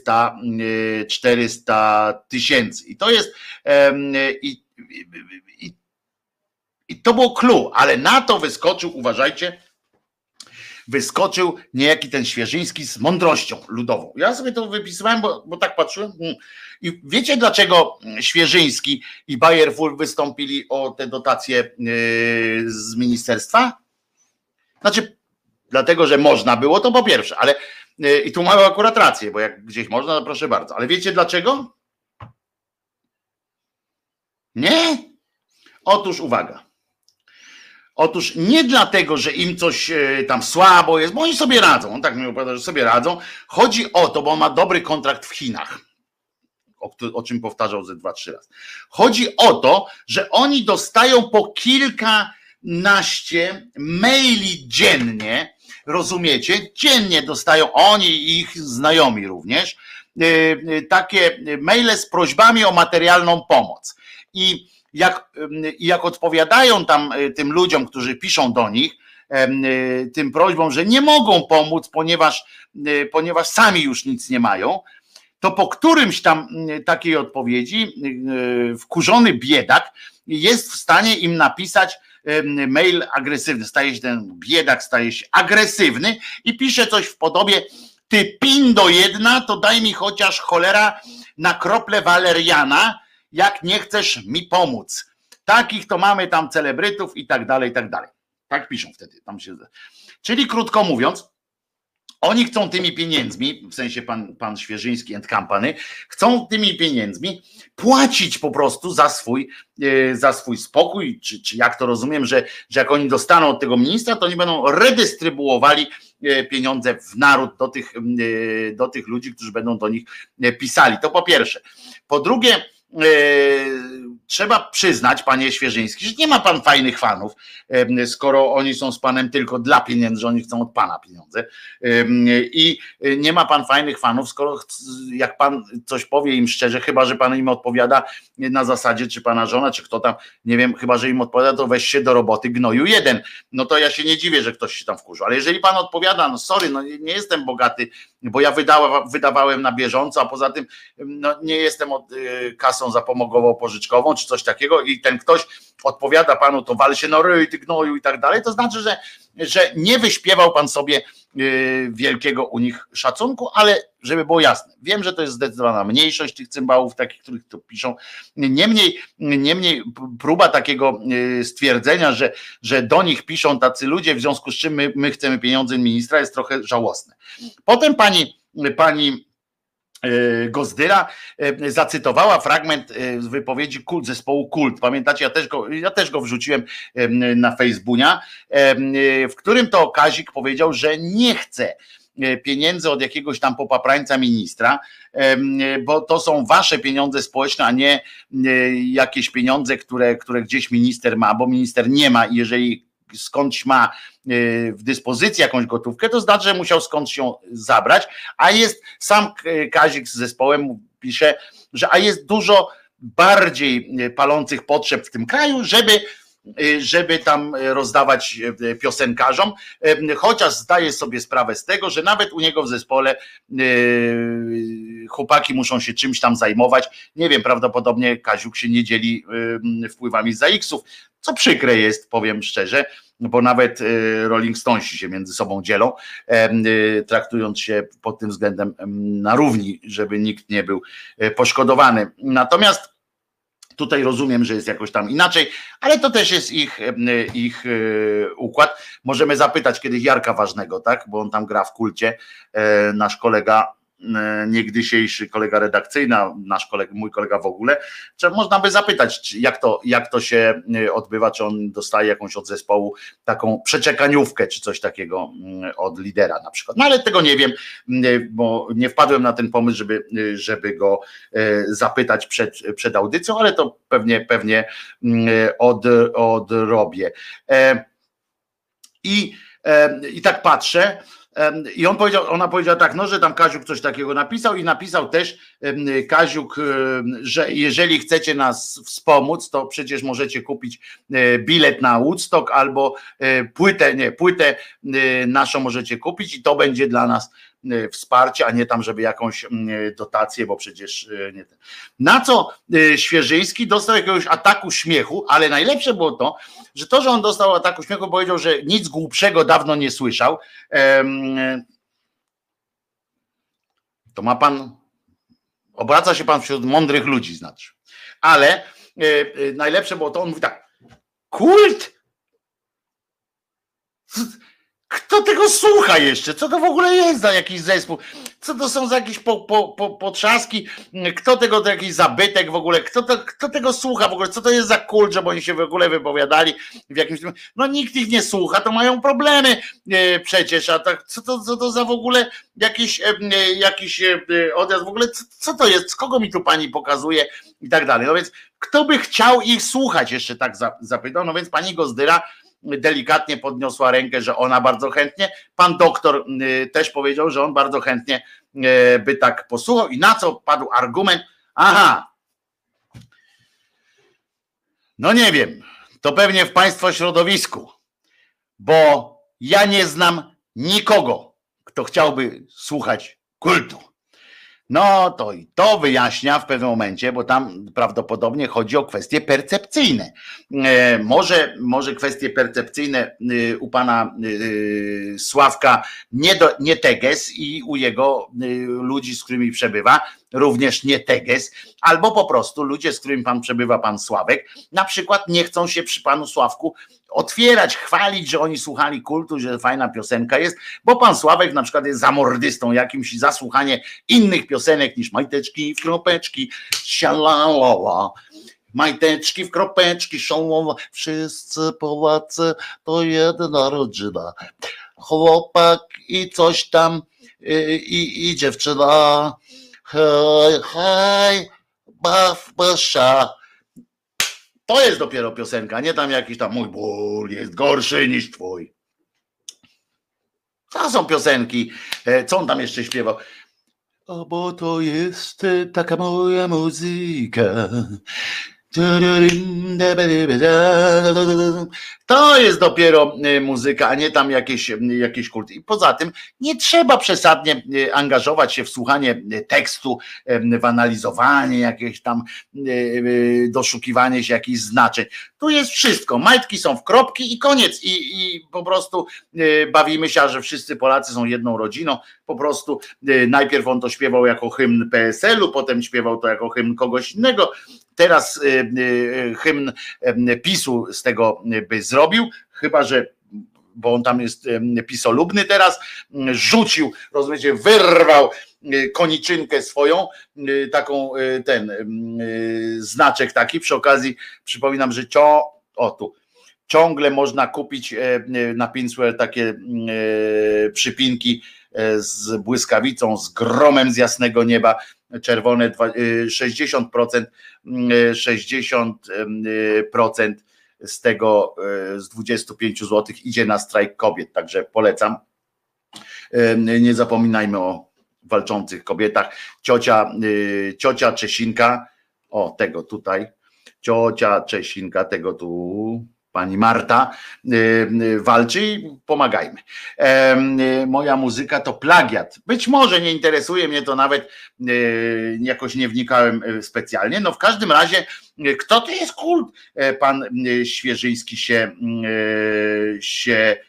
czterysta tysięcy. I to jest i, i, i to było clue, ale na to wyskoczył, uważajcie, wyskoczył niejaki ten Świeżyński z mądrością ludową. Ja sobie to wypisywałem, bo, bo tak patrzyłem. I wiecie, dlaczego Świeżyński i Bajerful wystąpili o te dotacje z ministerstwa? Znaczy, dlatego, że można było, to po pierwsze, ale i tu mają akurat rację, bo jak gdzieś można, to proszę bardzo. Ale wiecie dlaczego? Nie? Otóż uwaga. Otóż nie dlatego, że im coś tam słabo jest, bo oni sobie radzą, on tak mi opowiada, że sobie radzą. Chodzi o to, bo on ma dobry kontrakt w Chinach, o, o czym powtarzał ze dwa, trzy razy. Chodzi o to, że oni dostają po kilkanaście maili dziennie, rozumiecie? Dziennie dostają oni i ich znajomi również, takie maile z prośbami o materialną pomoc. I Jak, jak odpowiadają tam tym ludziom, którzy piszą do nich, tym prośbom, że nie mogą pomóc, ponieważ, ponieważ sami już nic nie mają, to po którymś tam takiej odpowiedzi wkurzony biedak jest w stanie im napisać mail agresywny. Staje się ten biedak, staje się agresywny i pisze coś w podobie: ty pindo jedna, to daj mi chociaż cholera na krople waleriana, jak nie chcesz mi pomóc. Takich to mamy tam celebrytów i tak dalej, i tak dalej. Tak piszą wtedy. Tam się... Czyli krótko mówiąc, oni chcą tymi pieniędzmi, w sensie pan, pan Świeżyński and Company, chcą tymi pieniędzmi płacić po prostu za swój, za swój spokój, czy, czy jak to rozumiem, że, że jak oni dostaną od tego ministra, to oni będą redystrybuowali pieniądze w naród do tych, do tych ludzi, którzy będą do nich pisali. To po pierwsze. Po drugie, trzeba przyznać, panie Świeżyński, że nie ma pan fajnych fanów, skoro oni są z panem tylko dla pieniędzy, że oni chcą od pana pieniądze, i nie ma pan fajnych fanów, skoro jak pan coś powie im szczerze, chyba że pan im odpowiada na zasadzie, czy pana żona, czy kto tam, nie wiem, chyba że im odpowiada, to weź się do roboty, gnoju jeden. No to ja się nie dziwię, że ktoś się tam wkurzył, ale jeżeli pan odpowiada, no sorry, no nie jestem bogaty, bo ja wydała, wydawałem na bieżąco, a poza tym no nie jestem od, y, kasą zapomogową-pożyczkową, czy coś takiego, i ten ktoś odpowiada panu, to wal się no ryj, ty gnoju i tak dalej, to znaczy, że, że nie wyśpiewał pan sobie y, wielkiego u nich szacunku, ale żeby było jasne, wiem, że to jest zdecydowana mniejszość tych cymbałów, takich, których to piszą, niemniej, niemniej próba takiego y, stwierdzenia, że, że do nich piszą tacy ludzie, w związku z czym my, my chcemy pieniądze ministra, jest trochę żałosne. Potem pani, pani Gozdyra zacytowała fragment z wypowiedzi Kult, zespołu Kult. Pamiętacie, ja też go, ja też go wrzuciłem na Facebooka, w którym to Kazik powiedział, że nie chce pieniędzy od jakiegoś tam popaprańca ministra, bo to są wasze pieniądze społeczne, a nie jakieś pieniądze, które, które gdzieś minister ma, bo minister nie ma i jeżeli skądś ma w dyspozycji jakąś gotówkę, to znaczy, że musiał skądś ją zabrać, a jest, sam Kazik z zespołem pisze, że a jest dużo bardziej palących potrzeb w tym kraju, żeby żeby tam rozdawać piosenkarzom, chociaż zdaje sobie sprawę z tego, że nawet u niego w zespole chłopaki muszą się czymś tam zajmować. Nie wiem, prawdopodobnie Kaziuk się nie dzieli wpływami z X-ów, co przykre jest, powiem szczerze, bo nawet Rolling Stonesi się między sobą dzielą, traktując się pod tym względem na równi, żeby nikt nie był poszkodowany. Natomiast tutaj rozumiem, że jest jakoś tam inaczej, ale to też jest ich, ich układ. Możemy zapytać kiedyś Jarka Ważnego, tak? Bo on tam gra w Kulcie, nasz kolega, niegdysiejszy kolega redakcyjny, nasz kolega, mój kolega w ogóle. Czy można by zapytać, jak to, jak to się odbywa, czy on dostaje jakąś od zespołu taką przeczekaniówkę, czy coś takiego od lidera na przykład. No ale tego nie wiem, bo nie wpadłem na ten pomysł, żeby, żeby go zapytać przed, przed audycją, ale to pewnie, pewnie od, odrobię. I, i tak patrzę. I on powiedział, ona powiedziała tak, no, że tam Kaziuk coś takiego napisał i napisał też Kaziuk, że jeżeli chcecie nas wspomóc, to przecież możecie kupić bilet na Woodstock albo płytę, nie, płytę naszą możecie kupić i to będzie dla nas wsparcie, a nie tam, żeby jakąś dotację, bo przecież nie. Na co Świeżyński dostał jakiegoś ataku śmiechu, ale najlepsze było to, że to, że on dostał ataku śmiechu, powiedział, że nic głupszego dawno nie słyszał. To ma pan, obraca się pan wśród mądrych ludzi, znaczy. Ale najlepsze było to, on mówi tak, Kult? Kto tego słucha jeszcze? Co to w ogóle jest za jakiś zespół? Co to są za jakieś po, po, po, potrzaski? Kto tego, to jakiś zabytek w ogóle? Kto, to, kto tego słucha w ogóle? Co to jest za kult, żeby oni się w ogóle wypowiadali w jakimś... No nikt ich nie słucha, to mają problemy przecież, a tak, co to, co to za w ogóle jakiś, jakiś odjazd w ogóle? Co, co to jest? Kogo mi tu pani pokazuje? I tak dalej. No więc kto by chciał ich słuchać? Jeszcze tak zapytał. No więc pani Gozdyra delikatnie podniosła rękę, że ona bardzo chętnie. Pan doktor też powiedział, że on bardzo chętnie by tak posłuchał i na co padł argument, aha, no nie wiem, to pewnie w państwa środowisku, bo ja nie znam nikogo, kto chciałby słuchać Kultu. No to i to wyjaśnia w pewnym momencie, bo tam prawdopodobnie chodzi o kwestie percepcyjne. E, może, może kwestie percepcyjne y, u pana y, Sławka nie, do, nie teges i u jego y, ludzi, z którymi przebywa, również nie teges, albo po prostu ludzie, z którymi pan przebywa, pan Sławek, na przykład nie chcą się przy panu Sławku otwierać, chwalić, że oni słuchali Kultu, że fajna piosenka jest, bo pan Sławek na przykład jest zamordystą jakimś i za słuchanie innych piosenek niż majteczki w kropeczki, sialalala, majteczki w kropeczki, szalala, wszyscy Polacy to jedna rodzina, chłopak i coś tam i, i, i dziewczyna, hej, hej, baw, basza. To jest dopiero piosenka, nie tam jakiś tam mój ból jest gorszy niż twój. To są piosenki. Co on tam jeszcze śpiewał? O, bo to jest taka moja muzyka. To jest dopiero muzyka, a nie tam jakieś, jakieś kulty. I poza tym nie trzeba przesadnie angażować się w słuchanie tekstu, w analizowanie, jakieś tam doszukiwanie się jakichś znaczeń. Tu jest wszystko. Majtki są w kropki i koniec. I, i po prostu bawimy się, że wszyscy Polacy są jedną rodziną. Po prostu najpierw on to śpiewał jako hymn P S L u, potem śpiewał to jako hymn kogoś innego. Teraz hymn PiSu z tego by zrobił, chyba że, bo on tam jest pisolubny teraz, rzucił, rozumiecie, wyrwał koniczynkę swoją, taką ten znaczek taki. Przy okazji przypominam, że cio, o tu, ciągle można kupić na Pinswell takie przypinki z błyskawicą, z gromem z jasnego nieba, czerwone sześćdziesiąt procent, sześćdziesiąt procent z tego, z dwudziestu pięciu złotych idzie na strajk kobiet, także polecam. Nie zapominajmy o walczących kobietach. Ciocia, ciocia Czesinka, o tego tutaj, ciocia Czesinka, tego tu pani Marta walczy i pomagajmy. Moja muzyka to plagiat. Być może nie interesuje mnie to nawet, jakoś nie wnikałem specjalnie. No w każdym razie, kto to jest kult? Pan Świeżyński się, się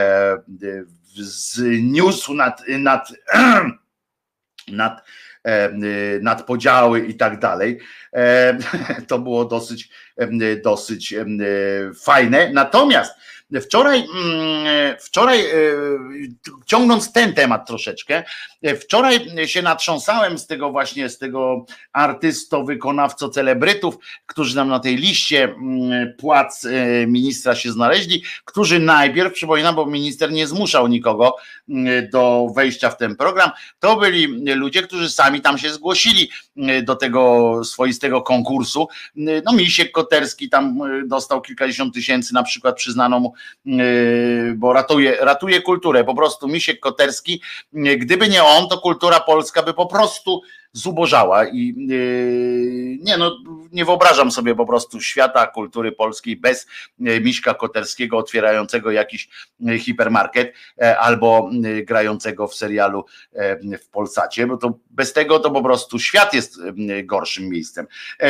zniósł nad, nad, nad nad podziały i tak dalej. To było dosyć, dosyć fajne. Natomiast wczoraj, wczoraj, ciągnąc ten temat troszeczkę, wczoraj się natrząsałem z tego właśnie, z tego artysto, wykonawco, celebrytów, którzy nam na tej liście płac ministra się znaleźli, którzy najpierw, przypominam, bo minister nie zmuszał nikogo do wejścia w ten program, to byli ludzie, którzy sami tam się zgłosili do tego swoistego konkursu. No Misiek Koterski tam dostał kilkadziesiąt tysięcy na przykład przyznaną mu, bo ratuje, ratuje kulturę, po prostu Misiek Koterski, gdyby nie on, to kultura polska by po prostu zubożała i nie no, nie wyobrażam sobie po prostu świata kultury polskiej bez Miśka Koterskiego otwierającego jakiś hipermarket albo grającego w serialu w Polsacie, bo to bez tego to po prostu świat jest gorszym miejscem.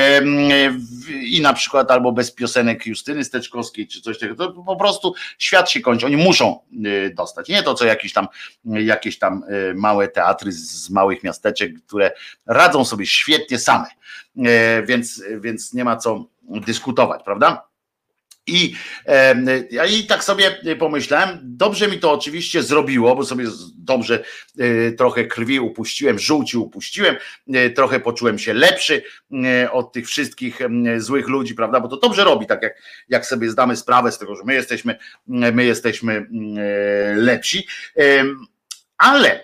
I na przykład albo bez piosenek Justyny Steczkowskiej czy coś takiego, to po prostu świat się kończy, oni muszą dostać, nie to co jakieś tam, jakieś tam małe teatry z małych miasteczek, które radzą sobie świetnie same, więc, więc nie ma co dyskutować, prawda? I, I tak sobie pomyślałem, dobrze mi to oczywiście zrobiło, bo sobie dobrze trochę krwi upuściłem, żółci upuściłem, trochę poczułem się lepszy od tych wszystkich złych ludzi, prawda? Bo to dobrze robi, tak jak, jak sobie zdamy sprawę z tego, że my jesteśmy, my jesteśmy lepsi, ale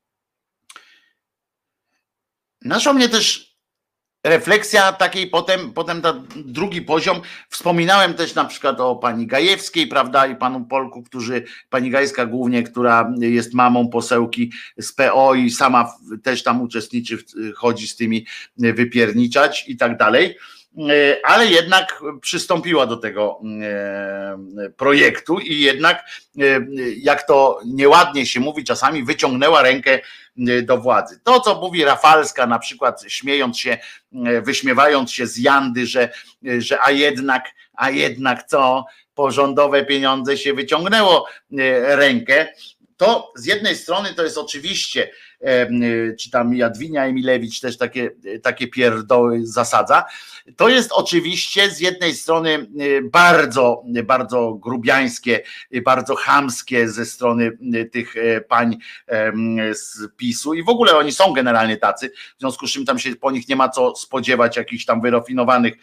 naszła mnie też refleksja takiej potem, potem ta drugi poziom. Wspominałem też na przykład o pani Gajewskiej, prawda, i panu Polku, którzy, pani Gajska głównie, która jest mamą posełki z P O i sama też tam uczestniczy, chodzi z tymi wypierniczać i tak dalej, ale jednak przystąpiła do tego projektu i jednak, jak to nieładnie się mówi, czasami wyciągnęła rękę do władzy. To, co mówi Rafalska, na przykład śmiejąc się, wyśmiewając się z Jandy, że, że a jednak, a jednak co, po rządowe pieniądze się wyciągnęło rękę, to z jednej strony to jest oczywiście, czy tam Jadwinia Emilewicz też takie, takie pierdoły zasadza, to jest oczywiście z jednej strony bardzo, bardzo grubiańskie, bardzo chamskie ze strony tych pań z PiSu i w ogóle oni są generalnie tacy, w związku z czym tam się po nich nie ma co spodziewać jakichś tam wyrafinowanych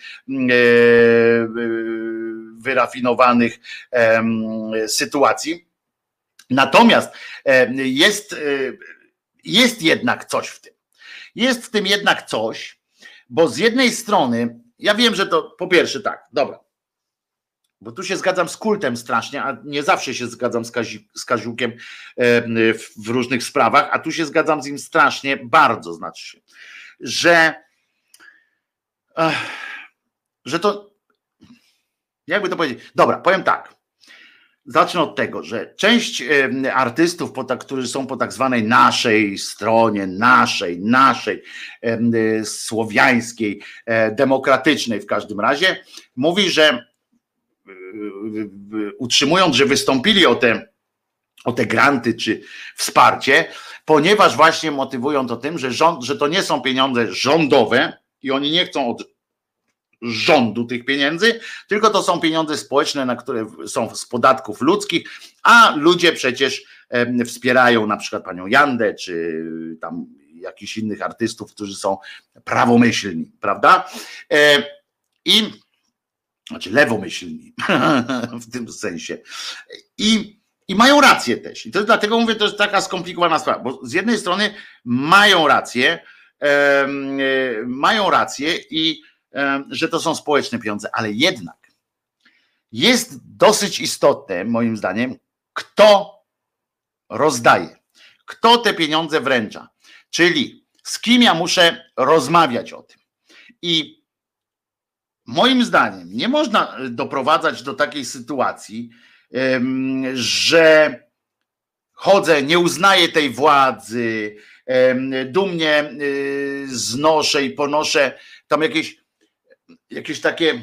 wyrafinowanych sytuacji. Natomiast jest, jest jednak coś w tym. Jest w tym jednak coś, bo z jednej strony, ja wiem, że to po pierwsze tak, dobra, bo tu się zgadzam z kultem strasznie, a nie zawsze się zgadzam z, Kazi, z Kaziukiem w różnych sprawach, a tu się zgadzam z nim strasznie, bardzo znaczy się, że, że to, jakby to powiedzieć, dobra, powiem tak. Zacznę od tego, że część artystów, którzy są po tak zwanej naszej stronie, naszej, naszej, słowiańskiej, demokratycznej w każdym razie, mówi, że utrzymując, że wystąpili o te, o te granty czy wsparcie, ponieważ właśnie motywują to tym, że, rząd, że to nie są pieniądze rządowe i oni nie chcą od rządu tych pieniędzy, tylko to są pieniądze społeczne, na które są z podatków ludzkich, a ludzie przecież wspierają na przykład panią Jandę, czy tam jakichś innych artystów, którzy są prawomyślni, prawda? I znaczy lewomyślni w tym sensie. I, I mają rację też. I to dlatego mówię, to jest taka skomplikowana sprawa, bo z jednej strony mają rację, e, mają rację i e, że to są społeczne pieniądze, ale jednak jest dosyć istotne, moim zdaniem, kto rozdaje, kto te pieniądze wręcza, czyli z kim ja muszę rozmawiać o tym. I moim zdaniem nie można doprowadzać do takiej sytuacji, że chodzę, nie uznaję tej władzy, dumnie znoszę i ponoszę tam jakieś, jakieś takie,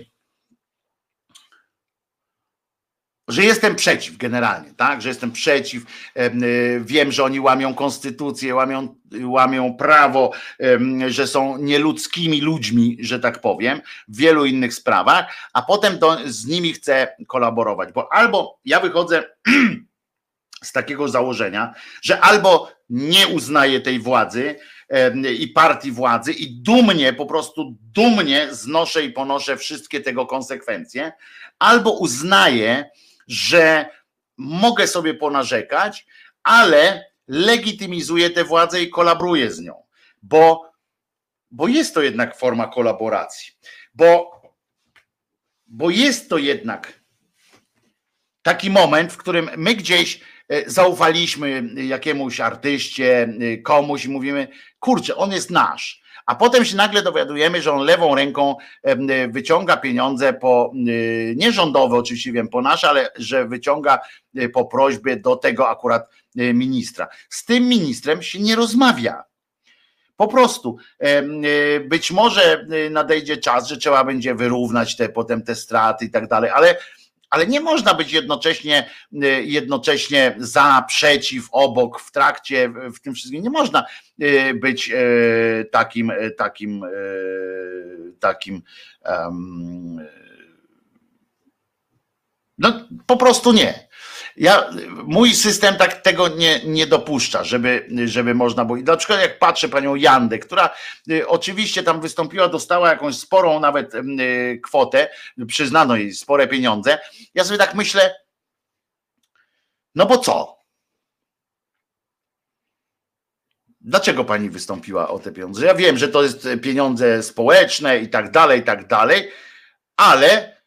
że jestem przeciw generalnie, tak, że jestem przeciw, wiem, że oni łamią konstytucję, łamią, łamią prawo, że są nieludzkimi ludźmi, że tak powiem, w wielu innych sprawach, a potem to z nimi chcę kolaborować, bo albo ja wychodzę z takiego założenia, że albo nie uznaję tej władzy i partii władzy i dumnie, po prostu dumnie znoszę i ponoszę wszystkie tego konsekwencje, albo uznaję, że mogę sobie ponarzekać, ale legitymizuję tę władzę i kolaboruję z nią, bo, bo jest to jednak forma kolaboracji, bo, bo jest to jednak taki moment, w którym my gdzieś zaufaliśmy jakiemuś artyście, komuś i mówimy, kurczę, on jest nasz. A potem się nagle dowiadujemy, że on lewą ręką wyciąga pieniądze po, nie rządowe oczywiście wiem, po nasze, ale że wyciąga po prośbie do tego akurat ministra. Z tym ministrem się nie rozmawia. Po prostu być może nadejdzie czas, że trzeba będzie wyrównać te potem te straty i tak dalej, ale Ale nie można być jednocześnie, jednocześnie za, przeciw, obok, w trakcie, w tym wszystkim. Nie można być takim, takim, takim, no po prostu nie. Ja, mój system tak tego nie, nie dopuszcza, żeby, żeby można było. I na przykład jak patrzę panią Jandę, która oczywiście tam wystąpiła, dostała jakąś sporą nawet kwotę, przyznano jej spore pieniądze. Ja sobie tak myślę, no bo co? Dlaczego pani wystąpiła o te pieniądze? Ja wiem, że to jest pieniądze społeczne i tak dalej, i tak dalej, ale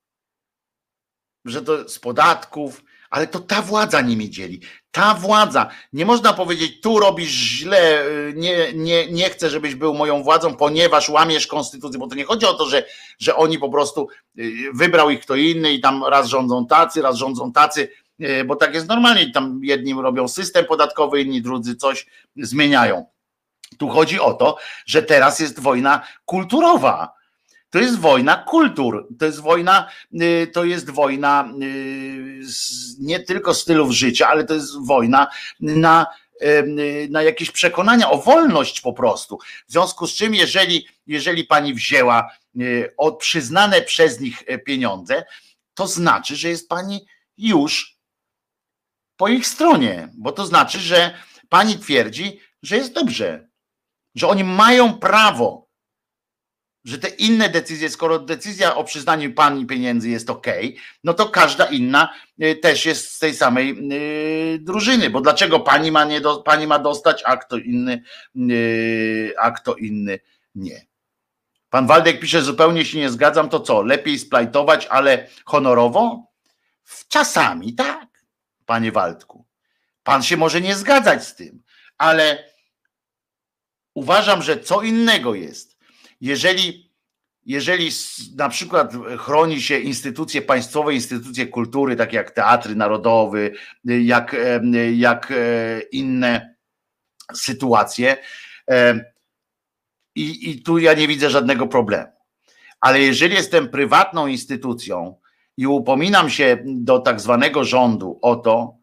że to z podatków, ale to ta władza nimi dzieli. Ta władza, nie można powiedzieć, tu robisz źle, nie, nie, nie chcę, żebyś był moją władzą, ponieważ łamiesz konstytucję, bo to nie chodzi o to, że, że oni po prostu wybrał ich kto inny i tam raz rządzą tacy, raz rządzą tacy, bo tak jest normalnie, tam jedni robią system podatkowy, inni drudzy coś zmieniają. Tu chodzi o to, że teraz jest wojna kulturowa. To jest wojna kultur, to jest wojna, to jest wojna nie tylko stylów życia, ale to jest wojna na, na jakieś przekonania, o wolność po prostu. W związku z czym, jeżeli, jeżeli pani wzięła od przyznane przez nich pieniądze, to znaczy, że jest pani już po ich stronie, bo to znaczy, że pani twierdzi, że jest dobrze, że oni mają prawo, że te inne decyzje, skoro decyzja o przyznaniu pani pieniędzy jest okej, no to każda inna też jest z tej samej drużyny, bo dlaczego pani ma, nie do, pani ma dostać, a kto inny, a kto inny nie. Pan Waldek pisze, zupełnie się nie zgadzam, to co, lepiej splajtować, ale honorowo? Czasami tak, panie Waldku. Pan się może nie zgadzać z tym, ale uważam, że co innego jest, Jeżeli, jeżeli na przykład chroni się instytucje państwowe, instytucje kultury, takie jak teatry narodowe, jak, jak inne sytuacje, i, i tu ja nie widzę żadnego problemu. Ale jeżeli jestem prywatną instytucją i upominam się do tak zwanego rządu o to,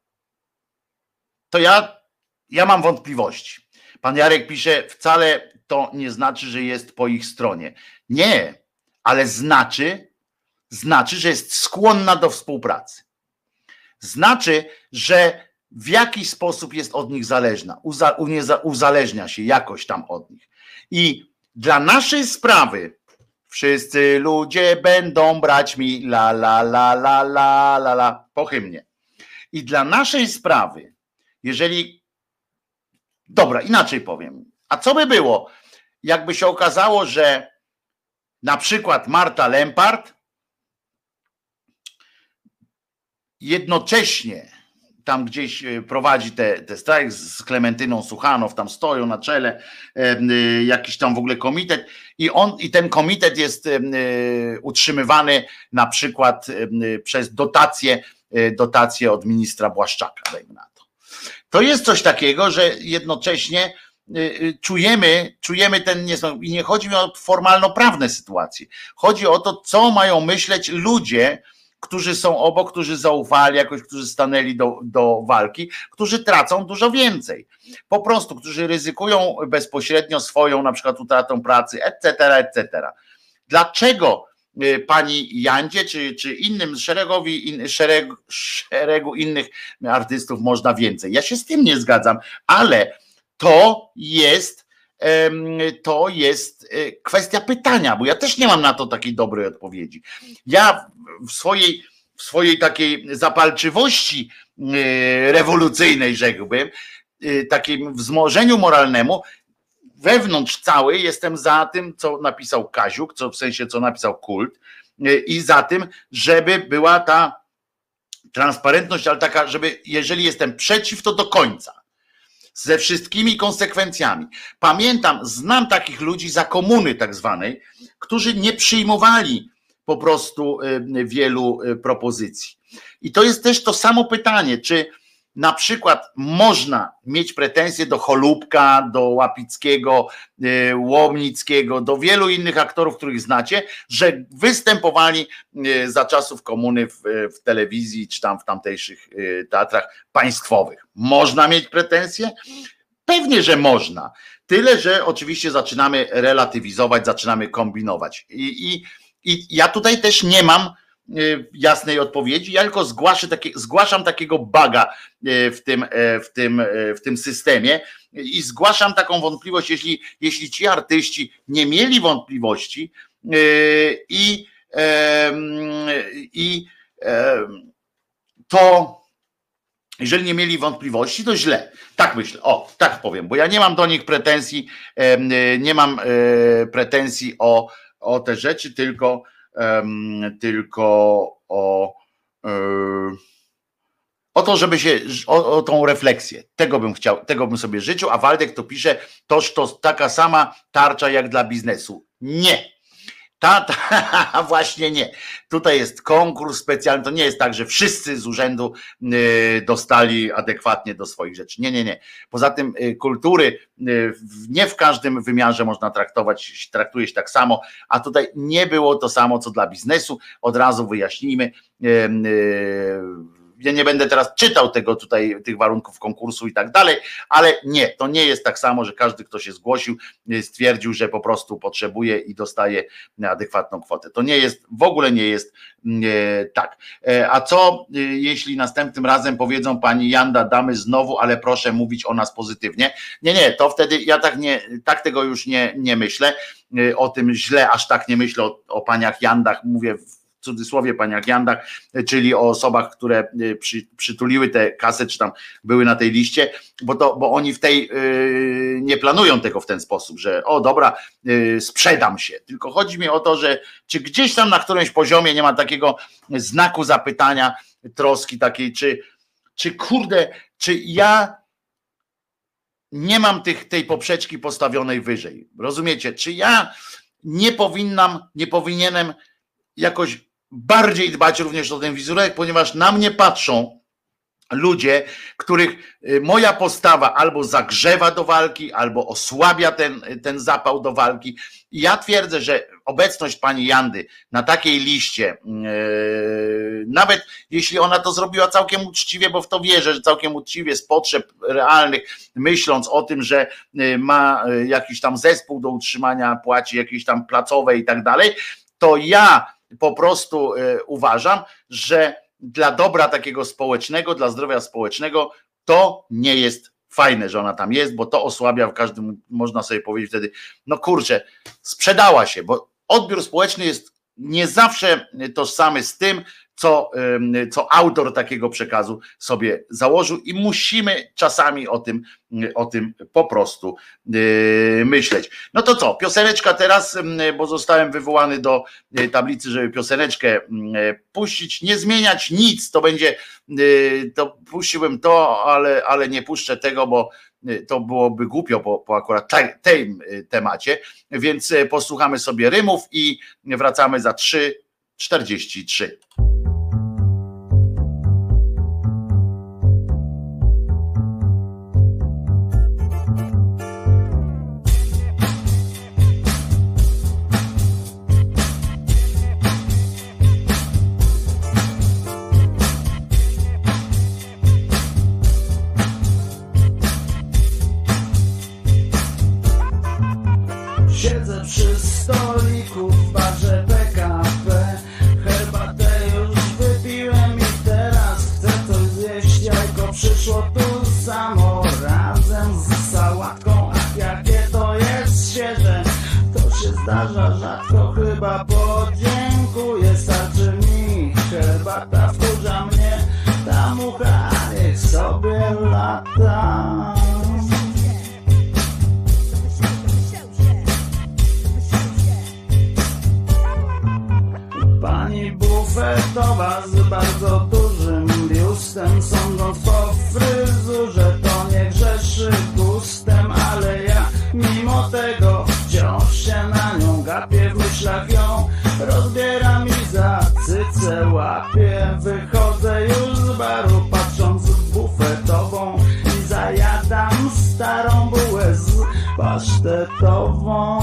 to ja, ja mam wątpliwości. Pan Jarek pisze, wcale to nie znaczy, że jest po ich stronie. Nie, ale znaczy, znaczy, że jest skłonna do współpracy. Znaczy, że w jaki sposób jest od nich zależna, uza, unieza, uzależnia się jakoś tam od nich. I dla naszej sprawy wszyscy ludzie będą brać mi la la la la la la la po hymnie. I dla naszej sprawy, jeżeli, dobra, inaczej powiem, a co by było, jakby się okazało, że na przykład Marta Lempart jednocześnie tam gdzieś prowadzi te, te strajk z Klementyną Suchanow, tam stoją na czele e, jakiś tam w ogóle komitet i on i ten komitet jest e, utrzymywany na przykład e, przez dotacje, e, dotacje od ministra Błaszczaka, dajmy na to. To jest coś takiego, że jednocześnie czujemy, czujemy ten niesmak. I nie chodzi mi o formalno-prawne sytuacje. Chodzi o to, co mają myśleć ludzie, którzy są obok, którzy zaufali jakoś, którzy stanęli do, do walki, którzy tracą dużo więcej. Po prostu, którzy ryzykują bezpośrednio swoją na przykład utratą pracy, et cetera, et cetera. Dlaczego pani Jandzie, czy, czy innym szeregowi, in, szereg, szeregu innych artystów można więcej? Ja się z tym nie zgadzam, ale to jest, to jest kwestia pytania, bo ja też nie mam na to takiej dobrej odpowiedzi. Ja w swojej, w swojej takiej zapalczywości rewolucyjnej, rzekłbym, takim wzmożeniu moralnemu, wewnątrz cały jestem za tym, co napisał Kaziuk, co w sensie, co napisał Kult, i za tym, żeby była ta transparentność, ale taka, żeby, jeżeli jestem przeciw, to do końca. Ze wszystkimi konsekwencjami. Pamiętam, znam takich ludzi za komuny tak zwanej, którzy nie przyjmowali po prostu wielu propozycji. I to jest też to samo pytanie, czy na przykład można mieć pretensje do Cholubka, do Łapickiego, Łomnickiego, do wielu innych aktorów, których znacie, że występowali za czasów komuny w, w telewizji czy tam w tamtejszych teatrach państwowych. Można mieć pretensje? Pewnie, że można. Tyle, że oczywiście zaczynamy relatywizować, zaczynamy kombinować. I, i, i ja tutaj też nie mam jasnej odpowiedzi, ja tylko zgłaszę takie, zgłaszam takiego buga w tym, w, tym, w tym systemie i zgłaszam taką wątpliwość, jeśli, jeśli ci artyści nie mieli wątpliwości i, i to jeżeli nie mieli wątpliwości, to źle. Tak myślę, o, tak powiem, bo ja nie mam do nich pretensji, nie mam pretensji o, o te rzeczy, tylko Um, tylko o, um, o to, żeby się, o, o tą refleksję. Tego bym chciał, tego bym sobie życzył, a Waldek to pisze, toż to taka sama tarcza jak dla biznesu. Nie. Ta, ta, właśnie nie. Tutaj jest konkurs specjalny, to nie jest tak, że wszyscy z urzędu y, dostali adekwatnie do swoich rzeczy. Nie, nie, nie. Poza tym y, kultury y, nie w każdym wymiarze można traktować, traktuje się tak samo, a tutaj nie było to samo, co dla biznesu. Od razu wyjaśnijmy. Y, y, Ja nie będę teraz czytał tego tutaj, tych warunków konkursu i tak dalej, ale nie, to nie jest tak samo, że każdy, kto się zgłosił, stwierdził, że po prostu potrzebuje i dostaje adekwatną kwotę. To nie jest, w ogóle nie jest nie, tak. A co jeśli następnym razem powiedzą pani Janda, damy znowu, ale proszę mówić o nas pozytywnie? Nie, nie, to wtedy ja tak nie, tak tego już nie, nie myślę, o tym źle aż tak nie myślę o, o paniach Jandach, mówię w cudzysłowie paniach Jandach, czyli o osobach, które przy, przytuliły tę kasę, czy tam były na tej liście, bo, to, bo oni w tej yy, nie planują tego w ten sposób, że o dobra, yy, sprzedam się. Tylko chodzi mi o to, że czy gdzieś tam na którymś poziomie nie ma takiego znaku zapytania, troski takiej, czy, czy kurde, czy ja nie mam tych, tej poprzeczki postawionej wyżej. Rozumiecie? Czy ja nie powinnam, nie powinienem jakoś bardziej dbać również o ten wizerunek, ponieważ na mnie patrzą ludzie, których moja postawa albo zagrzewa do walki, albo osłabia ten, ten zapał do walki. I ja twierdzę, że obecność pani Jandy na takiej liście, yy, nawet jeśli ona to zrobiła całkiem uczciwie, bo w to wierzę, że całkiem uczciwie z potrzeb realnych, myśląc o tym, że ma jakiś tam zespół do utrzymania, płaci jakieś tam placowe i tak dalej, to ja po prostu uważam, że dla dobra takiego społecznego, dla zdrowia społecznego To nie jest fajne, że ona tam jest, bo to osłabia w każdym, można sobie powiedzieć wtedy, no kurczę, sprzedała się, bo odbiór społeczny jest nie zawsze tożsamy z tym, co, co autor takiego przekazu sobie założył i musimy czasami o tym, o tym po prostu myśleć. No to co, pioseneczka teraz, bo zostałem wywołany do tablicy, żeby pioseneczkę puścić, nie zmieniać nic, to będzie, to puściłbym to, ale, ale nie puszczę tego, bo to byłoby głupio po, po akurat tym temacie, więc posłuchamy sobie rymów i wracamy za trzy czterdzieści trzy. Siedzę przy stoliku w barze P K P. Herbatę już wypiłem i teraz chcę coś zjeść. Jajko przyszło tu samo razem z sałatką. Ach, jakie to jest świeże, to się zdarza rzadko. Chyba podziękuję, starczy mi. Herbata wkurza mnie, ta mucha niech sobie lata. Pani bufetowa z bardzo dużym biustem, sądząc po fryzurze, to nie grzeszy gustem, ale ja mimo tego wciąż się na nią gapię, w myślach ją rozbieram i za cycę łapię. Wychodzę już z baru, patrząc w bufetową i zajadam starą bułę z pasztetową.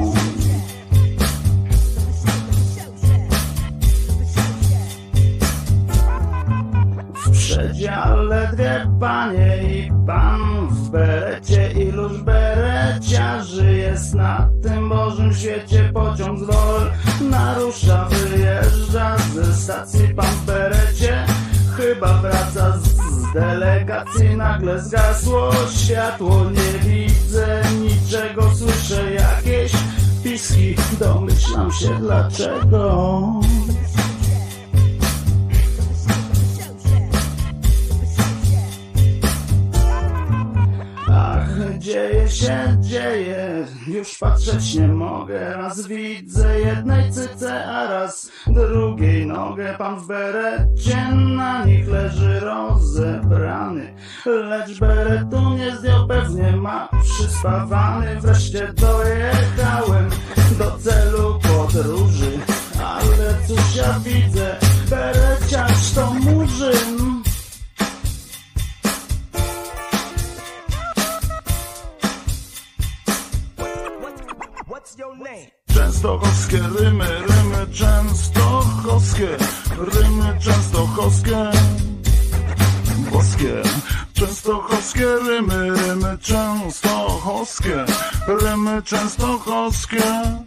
W przedziale dwie panie i pan w berecie. Iluż bereciarzy jest na tym Bożym świecie. Pociąg z Wol narusza, wyjeżdża ze stacji pan w berecie. Chyba wraca z delegacji, nagle zgasło światło. Nie widzę niczego, słyszę jakieś piski, domyślam się dlaczego. Ach, dzieje się, dzieje, już patrzeć nie mogę. Raz widzę jednej cyce, a raz drugiej nogę. Pan w berecie na nich leży rozebrany, lecz beretu nie zdjął, pewnie ma przyspawany. Wreszcie dojechałem do celu podróży, ale cóż ja widzę, bereciarz to murzyn. Częstochowskie rymy, rymy częstochowskie, rymy częstochowskie, boskie. Częstochowskie rymy, rymy częstochowskie, rymy częstochowskie,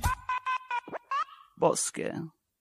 Boskie.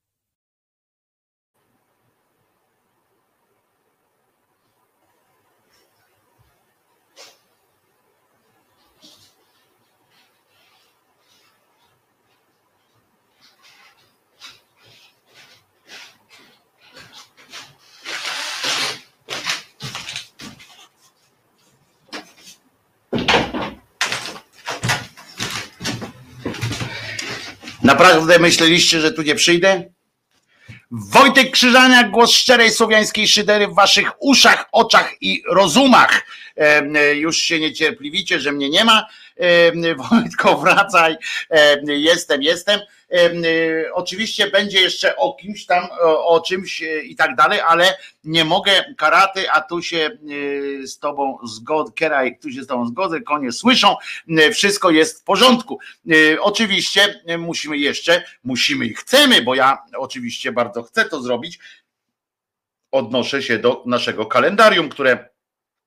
Naprawdę myśleliście, że tu nie przyjdę? Wojtek Krzyżaniak, głos szczerej słowiańskiej szydery w waszych uszach, oczach i rozumach. E, już się niecierpliwicie, że mnie nie ma. E, Wojtko, wracaj. E, jestem, jestem. E, oczywiście będzie jeszcze o kimś tam, o, o czymś i tak dalej, ale nie mogę karaty, a tu się e, z tobą zgodzę, Kieraj, tu się z tobą zgodzę, konie słyszą, e, wszystko jest w porządku. E, oczywiście musimy jeszcze, musimy i chcemy, bo ja oczywiście bardzo chcę to zrobić. Odnoszę się do naszego kalendarium, które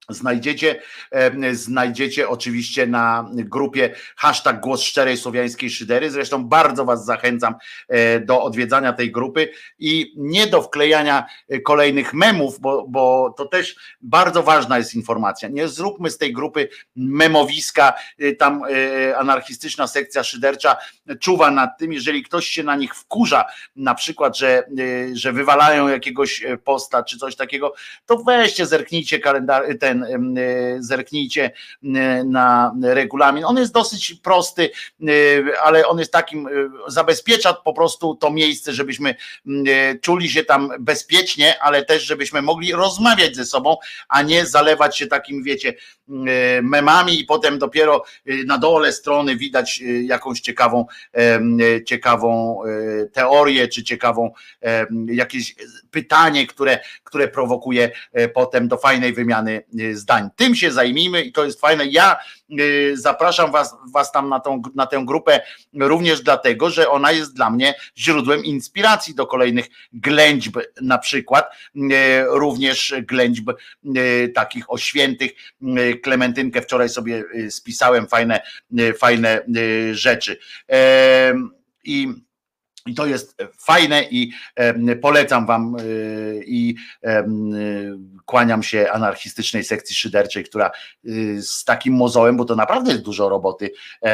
Znajdziecie, znajdziecie oczywiście na grupie hashtag Głos Szczerej Słowiańskiej Szydery. Zresztą bardzo was zachęcam do odwiedzania tej grupy i nie do wklejania kolejnych memów, bo, bo to też bardzo ważna jest informacja. Nie zróbmy z tej grupy memowiska, tam anarchistyczna sekcja szydercza czuwa nad tym, jeżeli ktoś się na nich wkurza, na przykład, że, że wywalają jakiegoś posta czy coś takiego, to weźcie, zerknijcie kalendarz, ten zerknijcie na regulamin. On jest dosyć prosty, ale on jest takim, zabezpiecza po prostu to miejsce, żebyśmy czuli się tam bezpiecznie, ale też żebyśmy mogli rozmawiać ze sobą, a nie zalewać się takim, wiecie, memami i potem dopiero na dole strony widać jakąś ciekawą, ciekawą teorię, czy ciekawą jakieś pytanie, które, które prowokuje potem do fajnej wymiany zdań. Tym się zajmijmy i to jest fajne. Ja zapraszam was, was tam na, tą, na tę grupę również dlatego, że ona jest dla mnie źródłem inspiracji do kolejnych ględźb, na przykład również ględźb takich o świętych. Klementynkę wczoraj sobie spisałem, fajne, fajne rzeczy. I I to jest fajne i polecam wam i kłaniam się anarchistycznej sekcji szyderczej, która z takim mozołem, bo to naprawdę jest dużo roboty,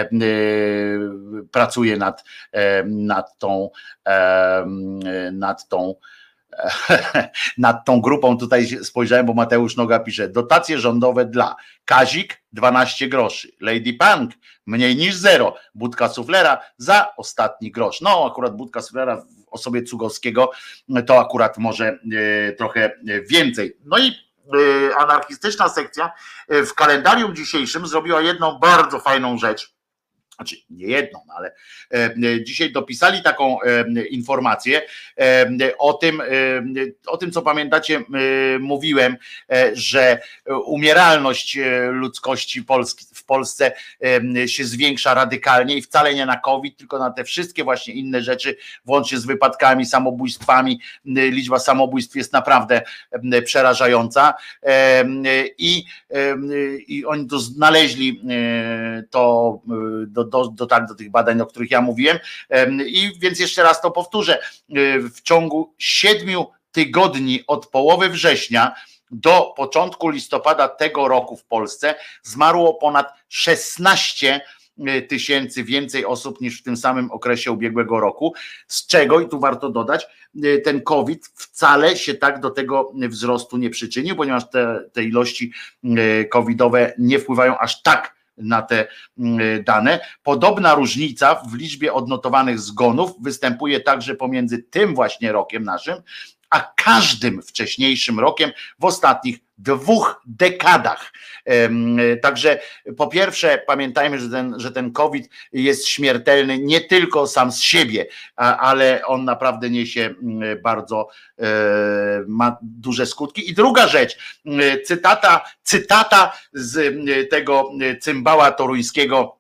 pracuje nad, nad tą nad tą nad tą grupą. Tutaj spojrzałem, bo Mateusz Noga pisze: dotacje rządowe dla Kazik dwanaście groszy, Lady Punk mniej niż zero, budka suflera za ostatni grosz. No akurat budka suflera w osobie Cugowskiego to akurat może trochę więcej. No i anarchistyczna sekcja w kalendarium dzisiejszym zrobiła jedną bardzo fajną rzecz. Znaczy nie jedną, ale dzisiaj dopisali taką informację o tym, o tym, co pamiętacie, mówiłem, że umieralność ludzkości Polski, w Polsce się zwiększa radykalnie i wcale nie na COVID, tylko na te wszystkie właśnie inne rzeczy, włącznie z wypadkami, samobójstwami. Liczba samobójstw jest naprawdę przerażająca i, i oni to znaleźli to do Do, do, tak, do tych badań, o których ja mówiłem. I więc jeszcze raz to powtórzę. W ciągu siedmiu tygodni od połowy września do początku listopada tego roku w Polsce zmarło ponad szesnaście tysięcy więcej osób niż w tym samym okresie ubiegłego roku, z czego, i tu warto dodać, ten COVID wcale się tak do tego wzrostu nie przyczynił, ponieważ te, te ilości covidowe nie wpływają aż tak na te dane. Podobna różnica w liczbie odnotowanych zgonów występuje także pomiędzy tym właśnie rokiem naszym, a każdym wcześniejszym rokiem w ostatnich dwóch dekadach. Także po pierwsze pamiętajmy, że ten, że ten COVID jest śmiertelny nie tylko sam z siebie, ale on naprawdę niesie bardzo, ma duże skutki. I druga rzecz, cytata, cytata z tego cymbała toruńskiego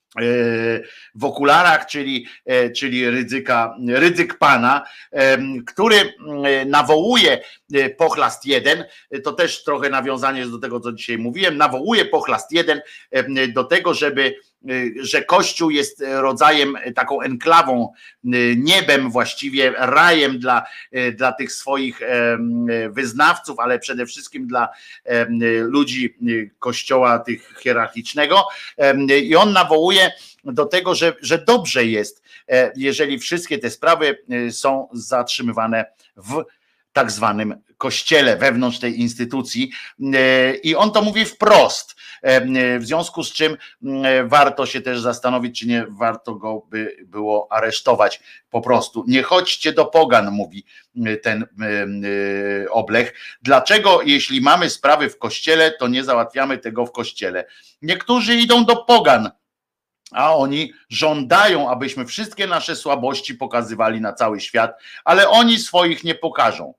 w okularach, czyli, czyli Rydzyka, Rydzyk Pana, który nawołuje pochlast jeden, to też trochę nawiązanie do tego, co dzisiaj mówiłem, nawołuje pochlast jeden do tego, żeby, że Kościół jest rodzajem, taką enklawą, niebem właściwie, rajem dla, dla tych swoich wyznawców, ale przede wszystkim dla ludzi Kościoła tych hierarchicznego, i on nawołuje do tego, że, że dobrze jest, jeżeli wszystkie te sprawy są zatrzymywane w tak zwanym kościele, wewnątrz tej instytucji, i on to mówi wprost, w związku z czym warto się też zastanowić, czy nie warto go by było aresztować po prostu. Nie chodźcie do pogan, mówi ten Oblech. Dlaczego, jeśli mamy sprawy w kościele, to nie załatwiamy tego w kościele? Niektórzy idą do pogan, a oni żądają, abyśmy wszystkie nasze słabości pokazywali na cały świat, ale oni swoich nie pokażą.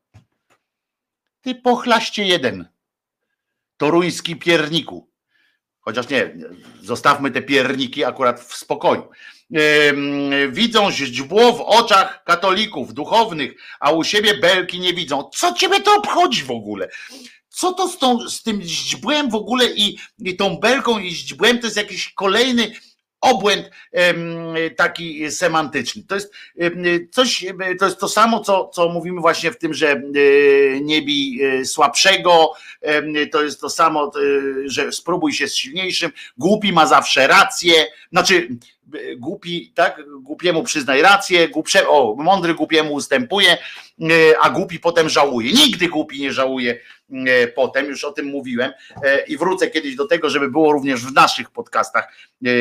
Ty pochlaście jeden, toruński pierniku. Chociaż nie, zostawmy te pierniki akurat w spokoju. Widzą źdźbło w oczach katolików, duchownych, a u siebie belki nie widzą. Co ciebie to obchodzi w ogóle? Co to z, tą, z tym źdźbłem w ogóle i, i tą belką i źdźbłem to jest jakiś kolejny obłęd taki semantyczny. To jest coś, to jest to samo, co, co mówimy właśnie w tym, że nie bij słabszego, to jest to samo, że spróbuj się z silniejszym, głupi ma zawsze rację, znaczy głupi, tak, głupiemu przyznaj rację, głupsze, o, mądry głupiemu ustępuje, a głupi potem żałuje. Nigdy głupi nie żałuje potem, już o tym mówiłem i wrócę kiedyś do tego, żeby było również w naszych podcastach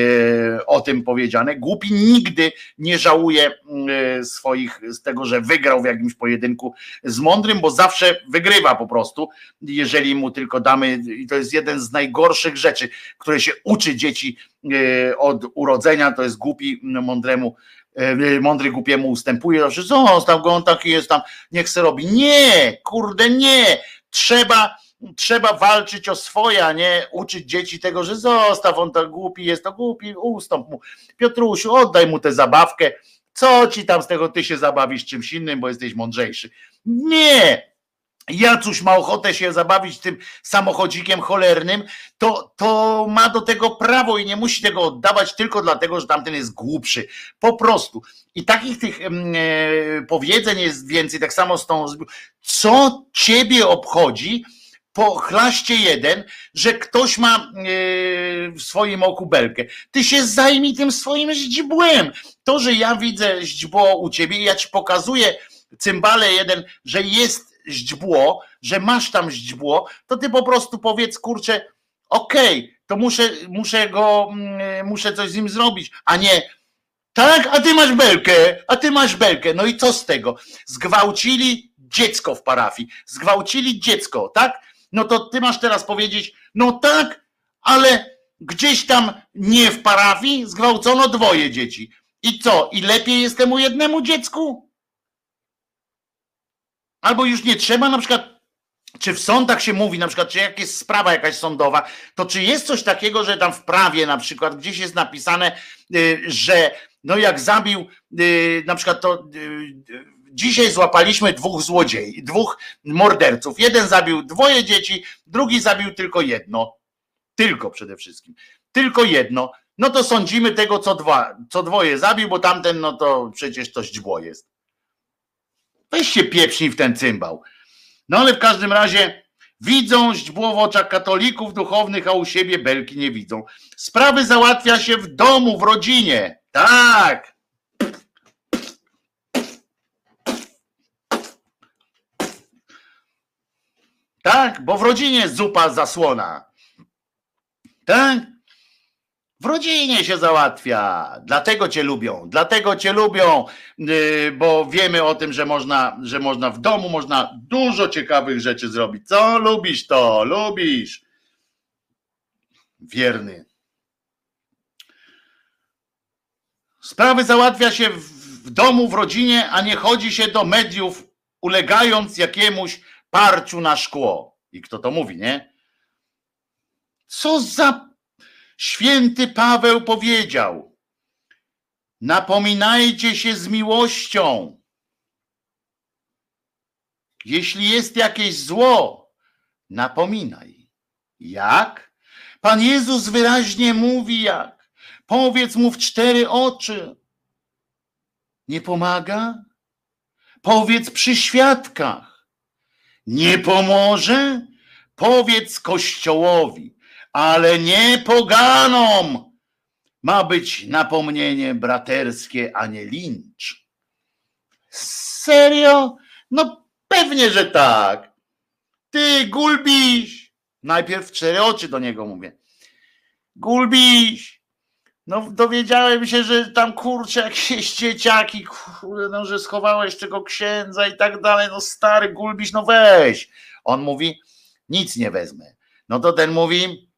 o tym powiedziane. Głupi nigdy nie żałuje swoich, z tego, że wygrał w jakimś pojedynku z mądrym, bo zawsze wygrywa po prostu, jeżeli mu tylko damy, i to jest jeden z najgorszych rzeczy, które się uczy dzieci od urodzenia, to jest głupi mądremu, mądry głupiemu ustępuje, zawsze zostaw go, on taki jest tam, niech se robi. Nie, kurde nie, trzeba trzeba walczyć o swoje, a nie uczyć dzieci tego, że zostaw, on tak głupi jest, to głupi, ustąp mu. Piotrusiu, oddaj mu tę zabawkę, co ci tam z tego, ty się zabawisz czymś innym, bo jesteś mądrzejszy. Nie! Jacuś ma ochotę się zabawić tym samochodzikiem cholernym, to, to ma do tego prawo i nie musi tego oddawać tylko dlatego, że tamten jest głupszy. Po prostu. I takich tych e, powiedzeń jest więcej, tak samo z tą, co ciebie obchodzi, po chlaście jeden, że ktoś ma e, w swoim oku belkę. Ty się zajmij tym swoim źdźbłem. To, że ja widzę źdźbło u ciebie i ja ci pokazuję, cymbale jeden, że jest źdźbło, że masz tam źdźbło, to ty po prostu powiedz, kurczę, okej, okay, to muszę, muszę go, muszę coś z nim zrobić, a nie tak, a ty masz belkę, a ty masz belkę, no i co z tego? Zgwałcili dziecko w parafii, zgwałcili dziecko, tak? No to ty masz teraz powiedzieć, no tak, ale gdzieś tam nie w parafii zgwałcono dwoje dzieci. I co? I lepiej jest temu jednemu dziecku? Albo już nie trzeba, na przykład, czy w sądach się mówi, na przykład, czy jak jest sprawa jakaś sądowa, to czy jest coś takiego, że tam w prawie na przykład gdzieś jest napisane, że no jak zabił, na przykład to dzisiaj złapaliśmy dwóch złodziei, dwóch morderców. Jeden zabił dwoje dzieci, drugi zabił tylko jedno. Tylko przede wszystkim. Tylko jedno. No to sądzimy tego, co dwa, co dwoje zabił, bo tamten, no to przecież to źdźbło jest. Weź się pieprznij w ten cymbał. No ale w każdym razie widzą źdźbło w oczach katolików duchownych, a u siebie belki nie widzą. Sprawy załatwia się w domu, w rodzinie. Tak. Tak, bo w rodzinie jest zupa zasłona. Tak? W rodzinie się załatwia. Dlatego cię lubią. Dlatego cię lubią, bo wiemy o tym, że można, że można w domu, można dużo ciekawych rzeczy zrobić. Co? Lubisz to, lubisz. Wierny. Sprawy załatwia się w domu, w rodzinie, a nie chodzi się do mediów, ulegając jakiemuś parciu na szkło. I kto to mówi, nie? Co za święty Paweł powiedział? Napominajcie się z miłością. Jeśli jest jakieś zło, napominaj. Jak? Pan Jezus wyraźnie mówi jak. Powiedz mu w cztery oczy. Nie pomaga? Powiedz przy świadkach. Nie pomoże? Powiedz Kościołowi, ale nie poganom. Ma być napomnienie braterskie, a nie lincz. Serio? No pewnie, że tak. Ty, Gulbiś. Najpierw w cztery oczy do niego mówię. Gulbiś. No dowiedziałem się, że tam kurczę jakieś dzieciaki, kurde, no, że schowałeś tego księdza i tak dalej. No stary Gulbiś, no weź. On mówi, nic nie wezmę. No to ten mówi,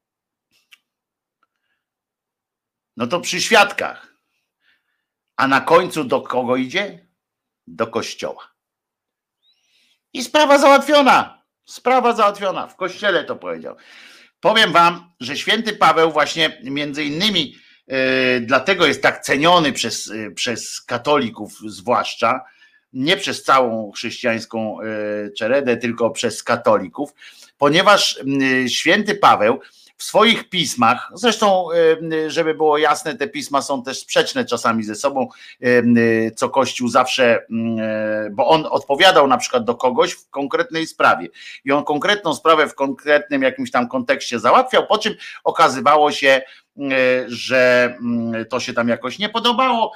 no to przy świadkach. A na końcu do kogo idzie? Do kościoła. I sprawa załatwiona. Sprawa załatwiona. W kościele to powiedział. Powiem wam, że święty Paweł właśnie między innymi yy, dlatego jest tak ceniony przez, yy, przez katolików zwłaszcza, nie przez całą chrześcijańską czeredę, tylko przez katolików, ponieważ święty Paweł w swoich pismach, zresztą żeby było jasne, te pisma są też sprzeczne czasami ze sobą, co Kościół zawsze, bo on odpowiadał na przykład do kogoś w konkretnej sprawie i on konkretną sprawę w konkretnym jakimś tam kontekście załatwiał, po czym okazywało się, że to się tam jakoś nie podobało,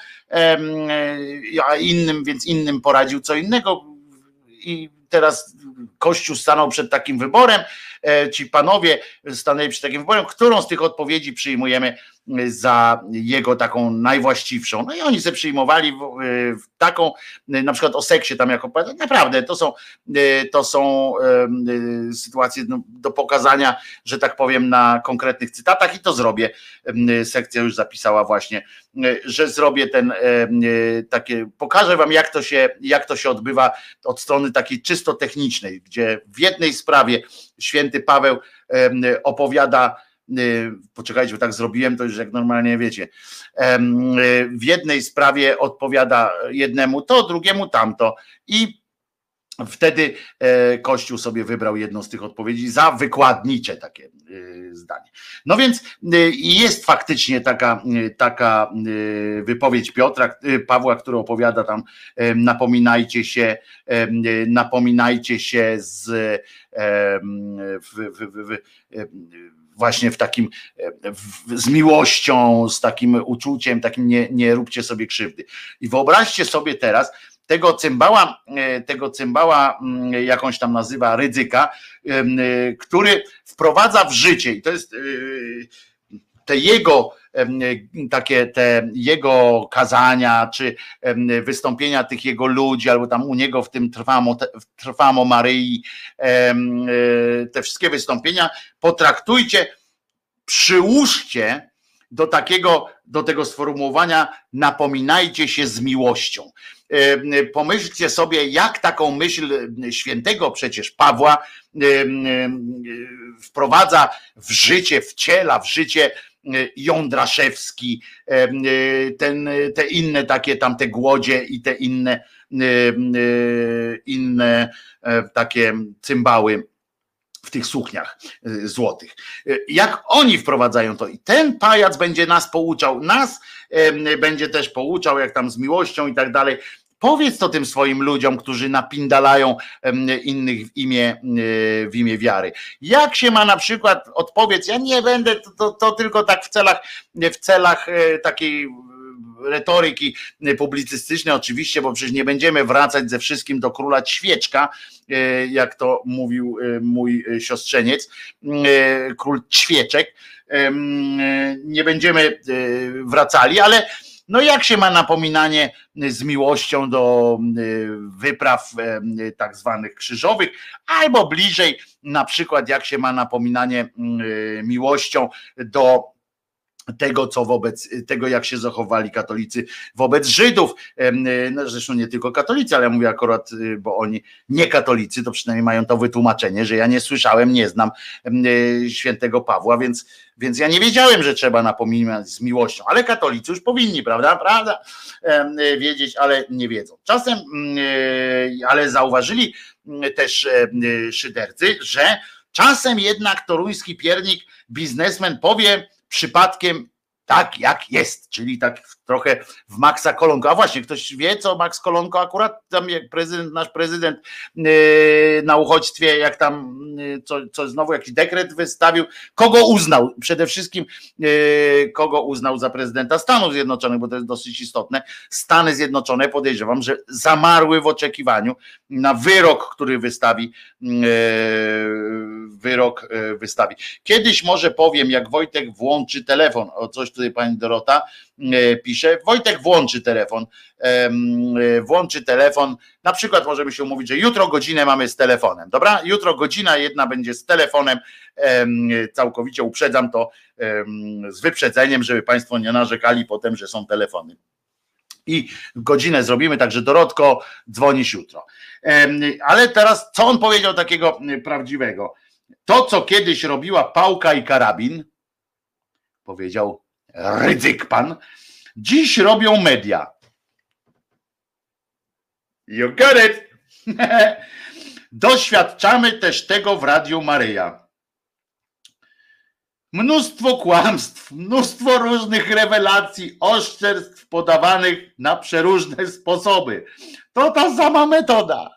a innym, więc innym poradził co innego i teraz Kościół stanął przed takim wyborem, ci panowie stanęli przed takim wyborem, którą z tych odpowiedzi przyjmujemy za jego taką najwłaściwszą. No i oni sobie przyjmowali taką, na przykład o seksie tam jako, naprawdę to są, to są sytuacje do pokazania, że tak powiem, na konkretnych cytatach i to zrobię. Sekcja już zapisała właśnie, że zrobię ten takie, pokażę wam jak to się, jak to się odbywa od strony takiej czysto technicznej, gdzie w jednej sprawie święty Paweł opowiada, poczekajcie, bo tak zrobiłem, to już jak normalnie wiecie, w jednej sprawie odpowiada jednemu to, drugiemu tamto i wtedy Kościół sobie wybrał jedną z tych odpowiedzi za wykładnicze takie zdanie. No więc jest faktycznie taka, taka wypowiedź Piotra, Pawła, który opowiada tam, napominajcie się, napominajcie się z w, w, w, w, właśnie w takim, w, z miłością, z takim uczuciem, takim nie, nie róbcie sobie krzywdy. I wyobraźcie sobie teraz tego cymbała, tego cymbała jakąś tam nazywa Rydzyka, który wprowadza w życie i to jest te jego takie te jego kazania, czy wystąpienia tych jego ludzi, albo tam u niego w tym Trwamo, Trwamo Maryi, te wszystkie wystąpienia potraktujcie, przyłóżcie do takiego, do tego sformułowania napominajcie się z miłością. Pomyślcie sobie, jak taką myśl świętego przecież Pawła wprowadza w życie, wciela w życie Jądraszewski, ten, te inne takie tam te Głodzie i te inne, inne takie cymbały w tych sukniach złotych. Jak oni wprowadzają to i ten pajac będzie nas pouczał, nas będzie też pouczał, jak tam z miłością i tak dalej. Powiedz to tym swoim ludziom, którzy napindalają innych w imię, w imię wiary. Jak się ma na przykład, odpowiedz, ja nie będę, to, to, to tylko tak w celach, w celach takiej retoryki publicystycznej oczywiście, bo przecież nie będziemy wracać ze wszystkim do króla Ćwieczka, jak to mówił mój siostrzeniec, król Ćwieczek. Nie będziemy wracali, ale no jak się ma napominanie z miłością do wypraw tak zwanych krzyżowych, albo bliżej na przykład jak się ma napominanie miłością do tego, co wobec tego, jak się zachowali katolicy wobec Żydów. No, zresztą nie tylko katolicy, ale ja mówię akurat, bo oni nie katolicy, to przynajmniej mają to wytłumaczenie, że ja nie słyszałem, nie znam świętego Pawła, więc, więc ja nie wiedziałem, że trzeba napominać z miłością, ale katolicy już powinni, prawda, prawda, wiedzieć, ale nie wiedzą. Czasem, ale zauważyli też szydercy, że czasem jednak toruński piernik, biznesmen powie przypadkiem tak jak jest, czyli tak trochę w Maxa Kolonko. A właśnie, ktoś wie, co Max Kolonko akurat tam jak prezydent, nasz prezydent yy, na uchodźstwie, jak tam yy, co, co znowu jakiś dekret wystawił, kogo uznał, przede wszystkim yy, kogo uznał za prezydenta Stanów Zjednoczonych, bo to jest dosyć istotne. Stany Zjednoczone, podejrzewam, że zamarły w oczekiwaniu na wyrok, który wystawi yy, wyrok yy, wystawi. Kiedyś może powiem, jak Wojtek włączy telefon, o coś tutaj pani Dorota pisze, Wojtek włączy telefon, włączy telefon, na przykład możemy się umówić, że jutro godzinę mamy z telefonem, dobra? Jutro godzina jedna będzie z telefonem, całkowicie uprzedzam to z wyprzedzeniem, żeby państwo nie narzekali potem, że są telefony. I godzinę zrobimy, także Dorotko, dzwonisz jutro. Ale teraz, co on powiedział takiego prawdziwego? To, co kiedyś robiła pałka i karabin, powiedział Rydzyk pan, dziś robią media. You got it! Doświadczamy też tego w Radiu Maryja. Mnóstwo kłamstw, mnóstwo różnych rewelacji, oszczerstw podawanych na przeróżne sposoby. To ta sama metoda.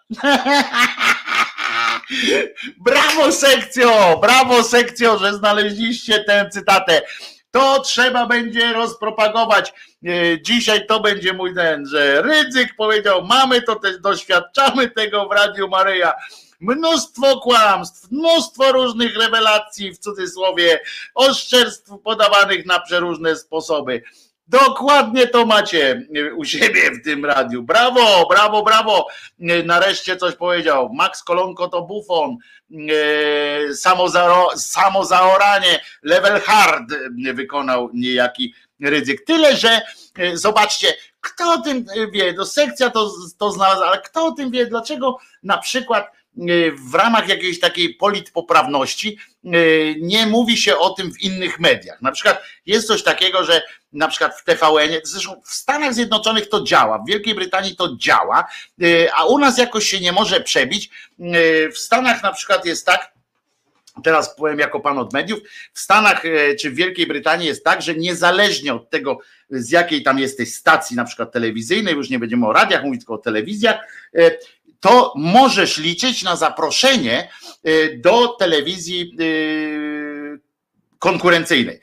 Brawo sekcjo, brawo sekcjo, że znaleźliście tę cytatę. To trzeba będzie rozpropagować. Dzisiaj to będzie mój ten, że Rydzyk powiedział, mamy to też, doświadczamy tego w Radiu Maryja. Mnóstwo kłamstw, mnóstwo różnych rewelacji, w cudzysłowie, oszczerstw podawanych na przeróżne sposoby. Dokładnie to macie u siebie w tym radiu. Brawo, brawo, brawo. Nareszcie coś powiedział. Max Kolonko to bufon. Samo, za, samo zaoranie. Level hard wykonał niejaki Rydzyk. Tyle, że zobaczcie, kto o tym wie. No sekcja to, to znalazła, ale kto o tym wie, dlaczego na przykład w ramach jakiejś takiej politpoprawności nie mówi się o tym w innych mediach. Na przykład jest coś takiego, że na przykład w T V N, zresztą w Stanach Zjednoczonych to działa, w Wielkiej Brytanii to działa, a u nas jakoś się nie może przebić. W Stanach na przykład jest tak, teraz powiem jako pan od mediów, w Stanach czy w Wielkiej Brytanii jest tak, że niezależnie od tego, z jakiej tam jesteś stacji na przykład telewizyjnej, już nie będziemy o radiach mówić, tylko o telewizjach, to możesz liczyć na zaproszenie do telewizji konkurencyjnej.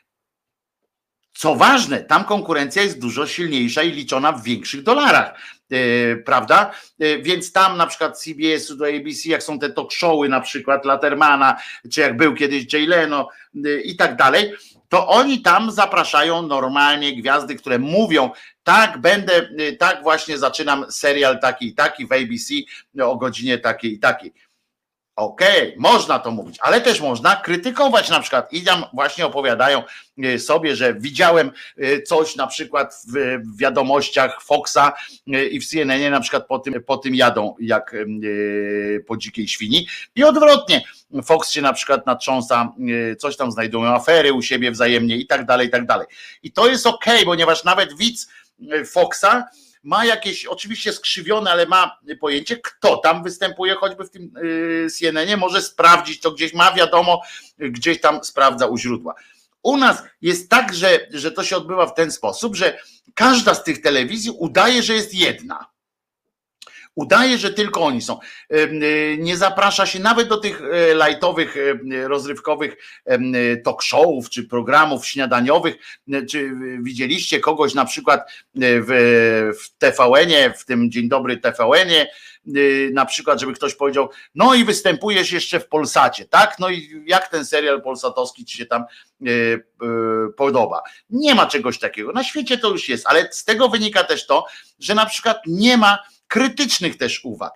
Co ważne, tam konkurencja jest dużo silniejsza i liczona w większych dolarach, prawda? Więc tam na przykład C B S do A B C, jak są te talk showy na przykład Lettermana, czy jak był kiedyś Jay Leno i tak dalej, to oni tam zapraszają normalnie gwiazdy, które mówią, tak będę, tak właśnie zaczynam serial taki i taki w A B C o godzinie takiej i takiej. Okej, okay, można to mówić, ale też można krytykować na przykład i tam właśnie opowiadają sobie, że widziałem coś na przykład w wiadomościach Foxa i w C N N ie na przykład po tym, po tym jadą jak po dzikiej świni i odwrotnie. Fox się na przykład natrząsa, coś tam znajdują afery u siebie wzajemnie i tak dalej, i tak dalej. I to jest okej, okay, ponieważ nawet widz Foxa ma jakieś, oczywiście skrzywione, ale ma pojęcie, kto tam występuje, choćby w tym C N N ie, może sprawdzić to gdzieś, ma wiadomo, gdzieś tam sprawdza u źródła. U nas jest tak, że, że to się odbywa w ten sposób, że każda z tych telewizji udaje, że jest jedna. Udaje, że tylko oni są. Nie zaprasza się nawet do tych lajtowych, rozrywkowych talk showów czy programów śniadaniowych. Czy widzieliście kogoś na przykład w, w T V N ie, w tym Dzień Dobry T V N ie, na przykład, żeby ktoś powiedział, no i występujesz jeszcze w Polsacie, tak? No i jak ten serial polsatowski ci się tam podoba? Nie ma czegoś takiego. Na świecie to już jest, ale z tego wynika też to, że na przykład nie ma krytycznych też uwag.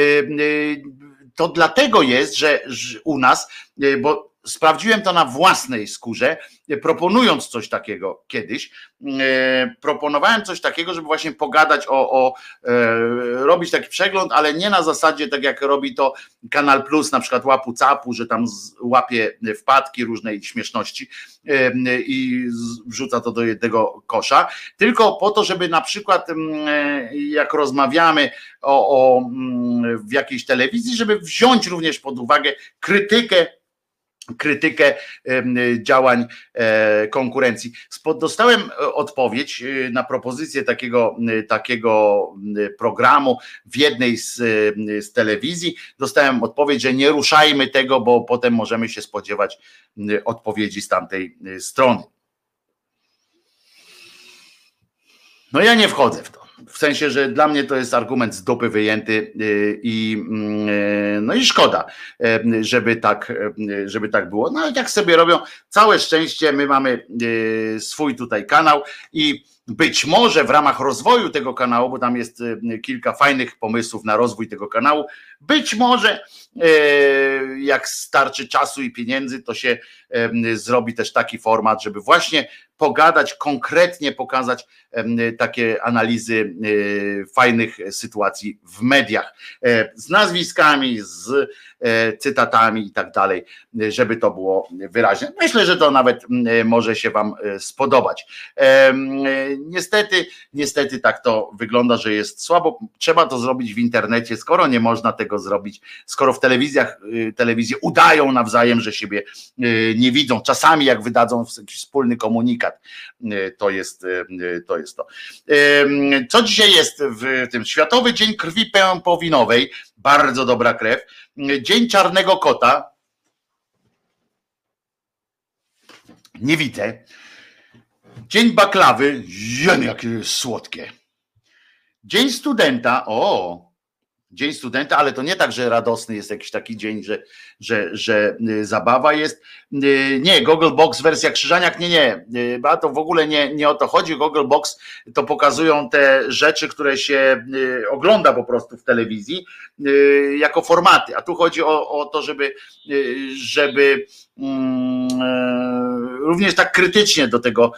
To dlatego jest, że u nas, bo sprawdziłem to na własnej skórze, proponując coś takiego kiedyś, proponowałem coś takiego, żeby właśnie pogadać o, o robić taki przegląd, ale nie na zasadzie tak jak robi to Kanal Plus, na przykład łapu capu, że tam łapie wpadki różnej śmieszności i wrzuca to do jednego kosza, tylko po to, żeby na przykład jak rozmawiamy o, o w jakiejś telewizji, żeby wziąć również pod uwagę krytykę krytykę działań konkurencji. Dostałem odpowiedź na propozycję takiego, takiego programu w jednej z, z telewizji. Dostałem odpowiedź, że nie ruszajmy tego, bo potem możemy się spodziewać odpowiedzi z tamtej strony. No ja nie wchodzę w to. W sensie, że dla mnie to jest argument z dupy wyjęty i no i szkoda, żeby tak, żeby tak było. No ale tak sobie robią. Całe szczęście, my mamy swój tutaj kanał i być może w ramach rozwoju tego kanału, bo tam jest kilka fajnych pomysłów na rozwój tego kanału, być może jak starczy czasu i pieniędzy, to się zrobi też taki format, żeby właśnie pogadać, konkretnie pokazać takie analizy fajnych sytuacji w mediach z nazwiskami, z cytatami i tak dalej, żeby to było wyraźne. Myślę, że to nawet może się wam spodobać. Niestety, niestety tak to wygląda, że jest słabo. Trzeba to zrobić w internecie, skoro nie można tego zrobić, skoro w telewizjach telewizje udają nawzajem, że siebie nie widzą. Czasami jak wydadzą jakiś wspólny komunikat, to jest to. Jest to. Co dzisiaj jest w tym? Światowy Dzień Krwi Pępowinowej, bardzo dobra krew. Dzień Czarnego Kota. Nie widzę. Dzień Baklawy. Jem, jakie jest słodkie. Dzień Studenta. O, Dzień Studenta, ale to nie tak, że radosny jest jakiś taki dzień, że, że, że zabawa jest. Nie, Gogglebox wersja Krzyżaniak, nie, nie, a to w ogóle nie, nie o to chodzi. Gogglebox to pokazują te rzeczy, które się ogląda po prostu w telewizji jako formaty, a tu chodzi o, o to, żeby, żeby również tak krytycznie do tego,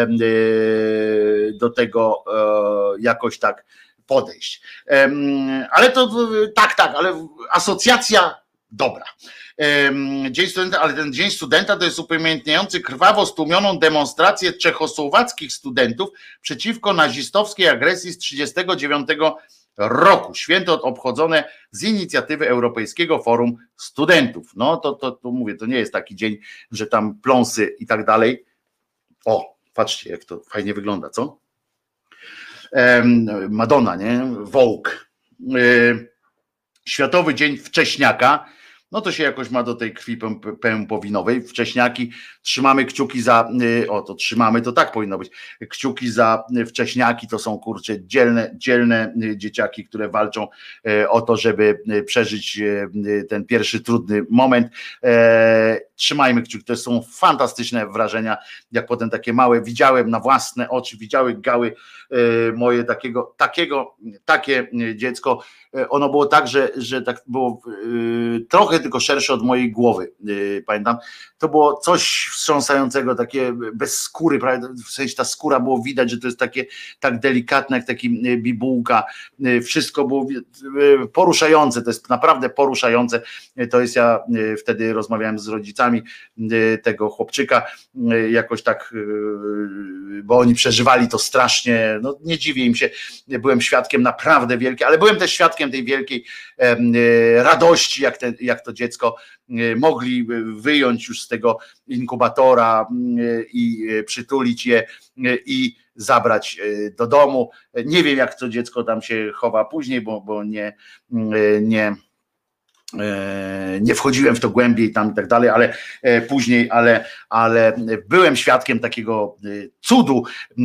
do tego jakoś tak podejść. Ale to tak, tak, ale asocjacja dobra. Dzień Studenta, ale ten Dzień Studenta to jest upamiętniający krwawo stłumioną demonstrację czechosłowackich studentów przeciwko nazistowskiej agresji z trzydziestego dziewiątego roku. Święto obchodzone z inicjatywy Europejskiego Forum Studentów. No to, to, to mówię, to nie jest taki dzień, że tam pląsy i tak dalej. O, patrzcie, jak to fajnie wygląda, co? Madonna, nie? Vogue. Światowy Dzień Wcześniaka. No to się jakoś ma do tej krwi pępowinowej. Wcześniaki, trzymamy kciuki za, o to trzymamy, to tak powinno być, kciuki za wcześniaki, to są kurczę dzielne, dzielne dzieciaki, które walczą o to, żeby przeżyć ten pierwszy trudny moment. Trzymajmy kciuki, to są fantastyczne wrażenia, jak potem takie małe, widziałem na własne oczy, widziały gały moje takiego, takiego, takie dziecko, ono było tak, że, że tak było trochę tylko szersze od mojej głowy, pamiętam, to było coś wstrząsającego, takie bez skóry, prawda? W sensie ta skóra było widać, że to jest takie tak delikatne, jak taki bibułka, wszystko było poruszające, to jest naprawdę poruszające, to jest, ja wtedy rozmawiałem z rodzicami tego chłopczyka, jakoś tak, bo oni przeżywali to strasznie, no nie dziwię im się, byłem świadkiem naprawdę wielkiej, ale byłem też świadkiem tej wielkiej radości, jak, te, jak to dziecko mogli wyjąć już z tego inkubatora i przytulić je i zabrać do domu. Nie wiem, jak to dziecko tam się chowa później, bo, bo nie, nie nie wchodziłem w to głębiej tam i tak dalej, ale później, ale, ale byłem świadkiem takiego cudu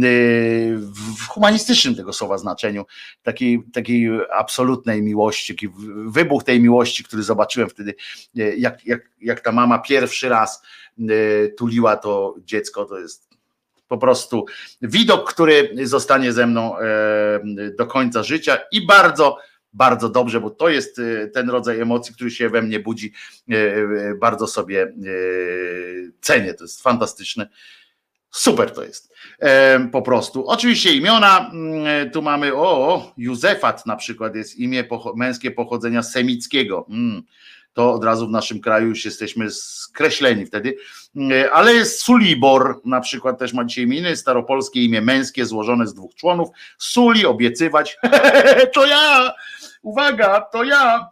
w humanistycznym tego słowa znaczeniu, takiej, takiej absolutnej miłości, taki wybuch tej miłości, który zobaczyłem wtedy, jak, jak, jak ta mama pierwszy raz tuliła to dziecko, to jest po prostu widok, który zostanie ze mną do końca życia i bardzo Bardzo dobrze, bo to jest ten rodzaj emocji, który się we mnie budzi, bardzo sobie cenię, to jest fantastyczne, super to jest, po prostu. Oczywiście imiona, tu mamy, o, Józefat na przykład jest imię męskie pochodzenia semickiego, to od razu w naszym kraju już jesteśmy skreśleni wtedy, ale jest Sulibor na przykład też ma dzisiaj imię, staropolskie imię męskie złożone z dwóch członów, Suli, obiecywać, to ja, uwaga, to ja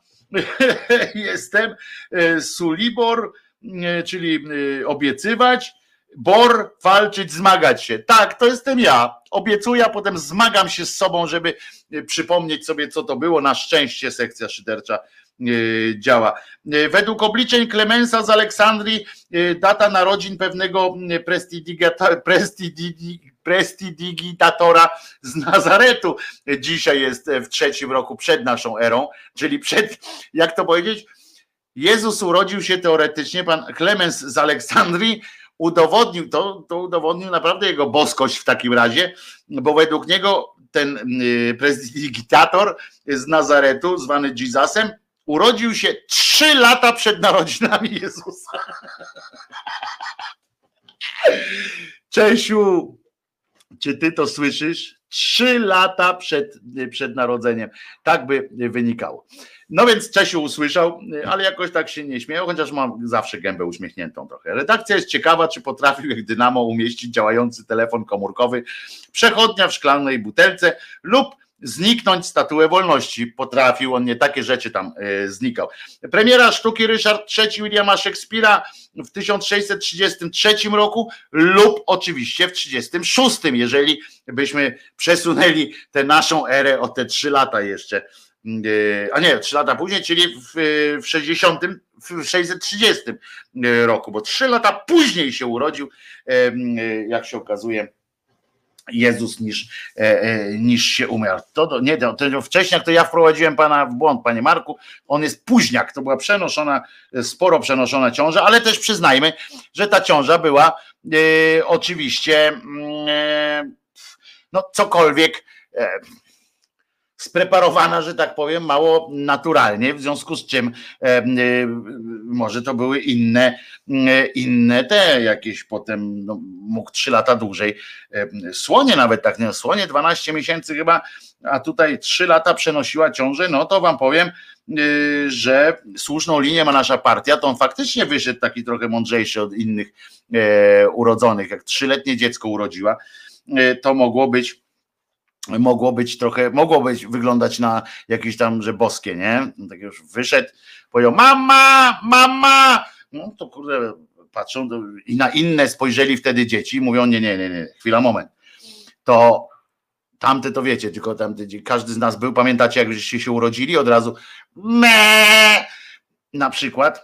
jestem Sulibor, czyli obiecywać, Bor, walczyć, zmagać się. Tak, to jestem ja. Obiecuję, a potem zmagam się z sobą, żeby przypomnieć sobie, co to było. Na szczęście sekcja szydercza działa. Według obliczeń Klemensa z Aleksandrii data narodzin pewnego prestidigitatora z Nazaretu dzisiaj jest w trzecim roku przed naszą erą, czyli przed, jak to powiedzieć, Jezus urodził się teoretycznie, pan Klemens z Aleksandrii udowodnił to, to udowodnił naprawdę jego boskość w takim razie, bo według niego ten prestidigitator z Nazaretu, zwany Jezusem, urodził się trzy lata przed narodzinami Jezusa. Czesiu, czy ty to słyszysz? Trzy lata przed, przed narodzeniem. Tak by wynikało. No więc Czesiu usłyszał, ale jakoś tak się nie śmiał, chociaż mam zawsze gębę uśmiechniętą trochę. Redakcja jest ciekawa, czy potrafił jak Dynamo umieścić działający telefon komórkowy, przechodnia w szklanej butelce lub zniknąć statuę wolności. Potrafił, on nie takie rzeczy tam y, znikał. Premiera sztuki Ryszard trzeci Williama Szekspira w tysiąc sześćset trzydziestym trzecim roku lub oczywiście w trzydziestym szóstym, jeżeli byśmy przesunęli tę naszą erę o te trzy lata jeszcze. A nie, trzy lata później, czyli w, w sześćdziesiątym, w sześćset trzydziestym roku, bo trzy lata później się urodził, jak się okazuje, Jezus niż, niż się umiał. To, to nie, to wcześniej to ja wprowadziłem pana w błąd, panie Marku, on jest późniak, to była przenoszona, sporo przenoszona ciąża, ale też przyznajmy, że ta ciąża była e, oczywiście e, no cokolwiek e, spreparowana, że tak powiem, mało naturalnie, w związku z czym e, e, może to były inne, e, inne te jakieś potem, no, mógł trzy lata dłużej, e, słonie nawet tak, nie, słonie dwanaście miesięcy chyba, a tutaj trzy lata przenosiła ciążę, no to wam powiem, e, że słuszną linię ma nasza partia, to on faktycznie wyszedł taki trochę mądrzejszy od innych e, urodzonych, jak trzyletnie dziecko urodziła, e, to mogło być mogło być trochę, mogło być wyglądać na jakieś tam, że boskie, nie? No tak już wyszedł, powiedział mama, mama, no to kurde, patrzą to, i na inne spojrzeli wtedy dzieci, mówią nie, nie, nie, nie, chwila, moment, to tamte to wiecie, tylko tamte, każdy z nas był, pamiętacie jak żeście się urodzili, od razu me, na przykład,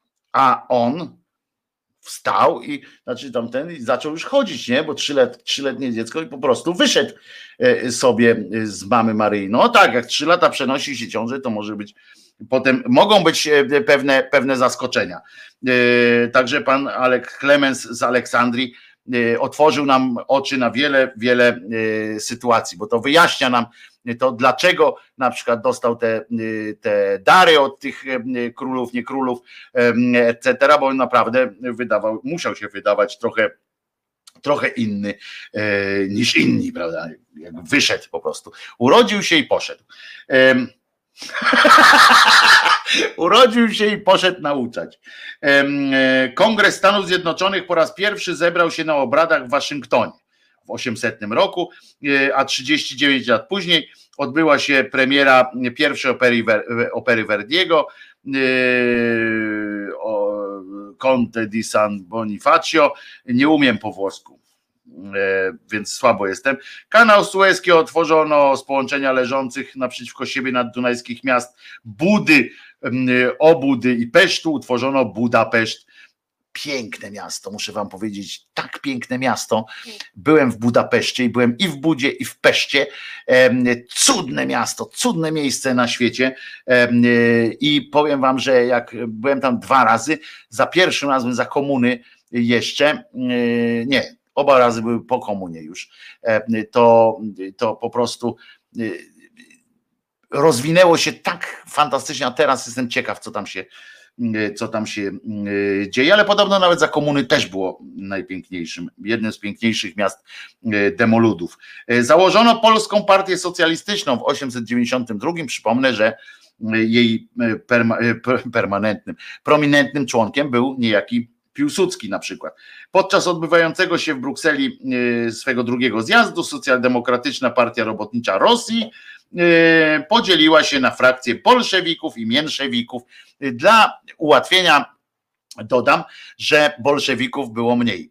a on wstał i znaczy tamten i zaczął już chodzić, nie? Bo trzylet, trzyletnie dziecko i po prostu wyszedł sobie z mamy Maryi. No tak, jak trzy lata przenosi się ciążę, to może być potem mogą być pewne, pewne zaskoczenia. Także pan Alek Klemens z Aleksandrii otworzył nam oczy na wiele, wiele sytuacji, bo to wyjaśnia nam to, dlaczego na przykład dostał te, te dary od tych królów, nie królów, et cetera, bo on naprawdę wydawał, musiał się wydawać trochę, trochę inny niż inni, prawda? Jak wyszedł po prostu. Urodził się i poszedł. Urodził się i poszedł nauczać. Kongres Stanów Zjednoczonych po raz pierwszy zebrał się na obradach w Waszyngtonie w osiemsetnym roku, a trzydzieści dziewięć lat później odbyła się premiera pierwszej opery, opery Verdiego, Conte di San Bonifacio. Nie umiem po włosku, więc słabo jestem. Kanał Suezki otworzono z połączenia leżących naprzeciwko siebie naddunajskich miast Budy, Obudy i Pesztu utworzono Budapeszt. Piękne miasto, muszę wam powiedzieć, tak piękne miasto. Byłem w Budapeszcie i byłem i w Budzie, i w Peszcie. Cudne miasto, cudne miejsce na świecie. I powiem wam, że jak byłem tam dwa razy, za pierwszym razem za komuny jeszcze, nie, oba razy były po komunie już, to, to po prostu rozwinęło się tak fantastycznie, a teraz jestem ciekaw, co tam się co tam się dzieje, ale podobno nawet za komuny też było najpiękniejszym, jednym z piękniejszych miast demoludów. Założono Polską Partię Socjalistyczną w osiemset dziewięćdziesiątym drugim. Przypomnę, że jej perma, permanentnym, prominentnym członkiem był niejaki Piłsudski na przykład. Podczas odbywającego się w Brukseli swego drugiego zjazdu Socjaldemokratyczna Partia Robotnicza Rosji podzieliła się na frakcje bolszewików i mięszewików. Dla ułatwienia dodam, że bolszewików było mniej.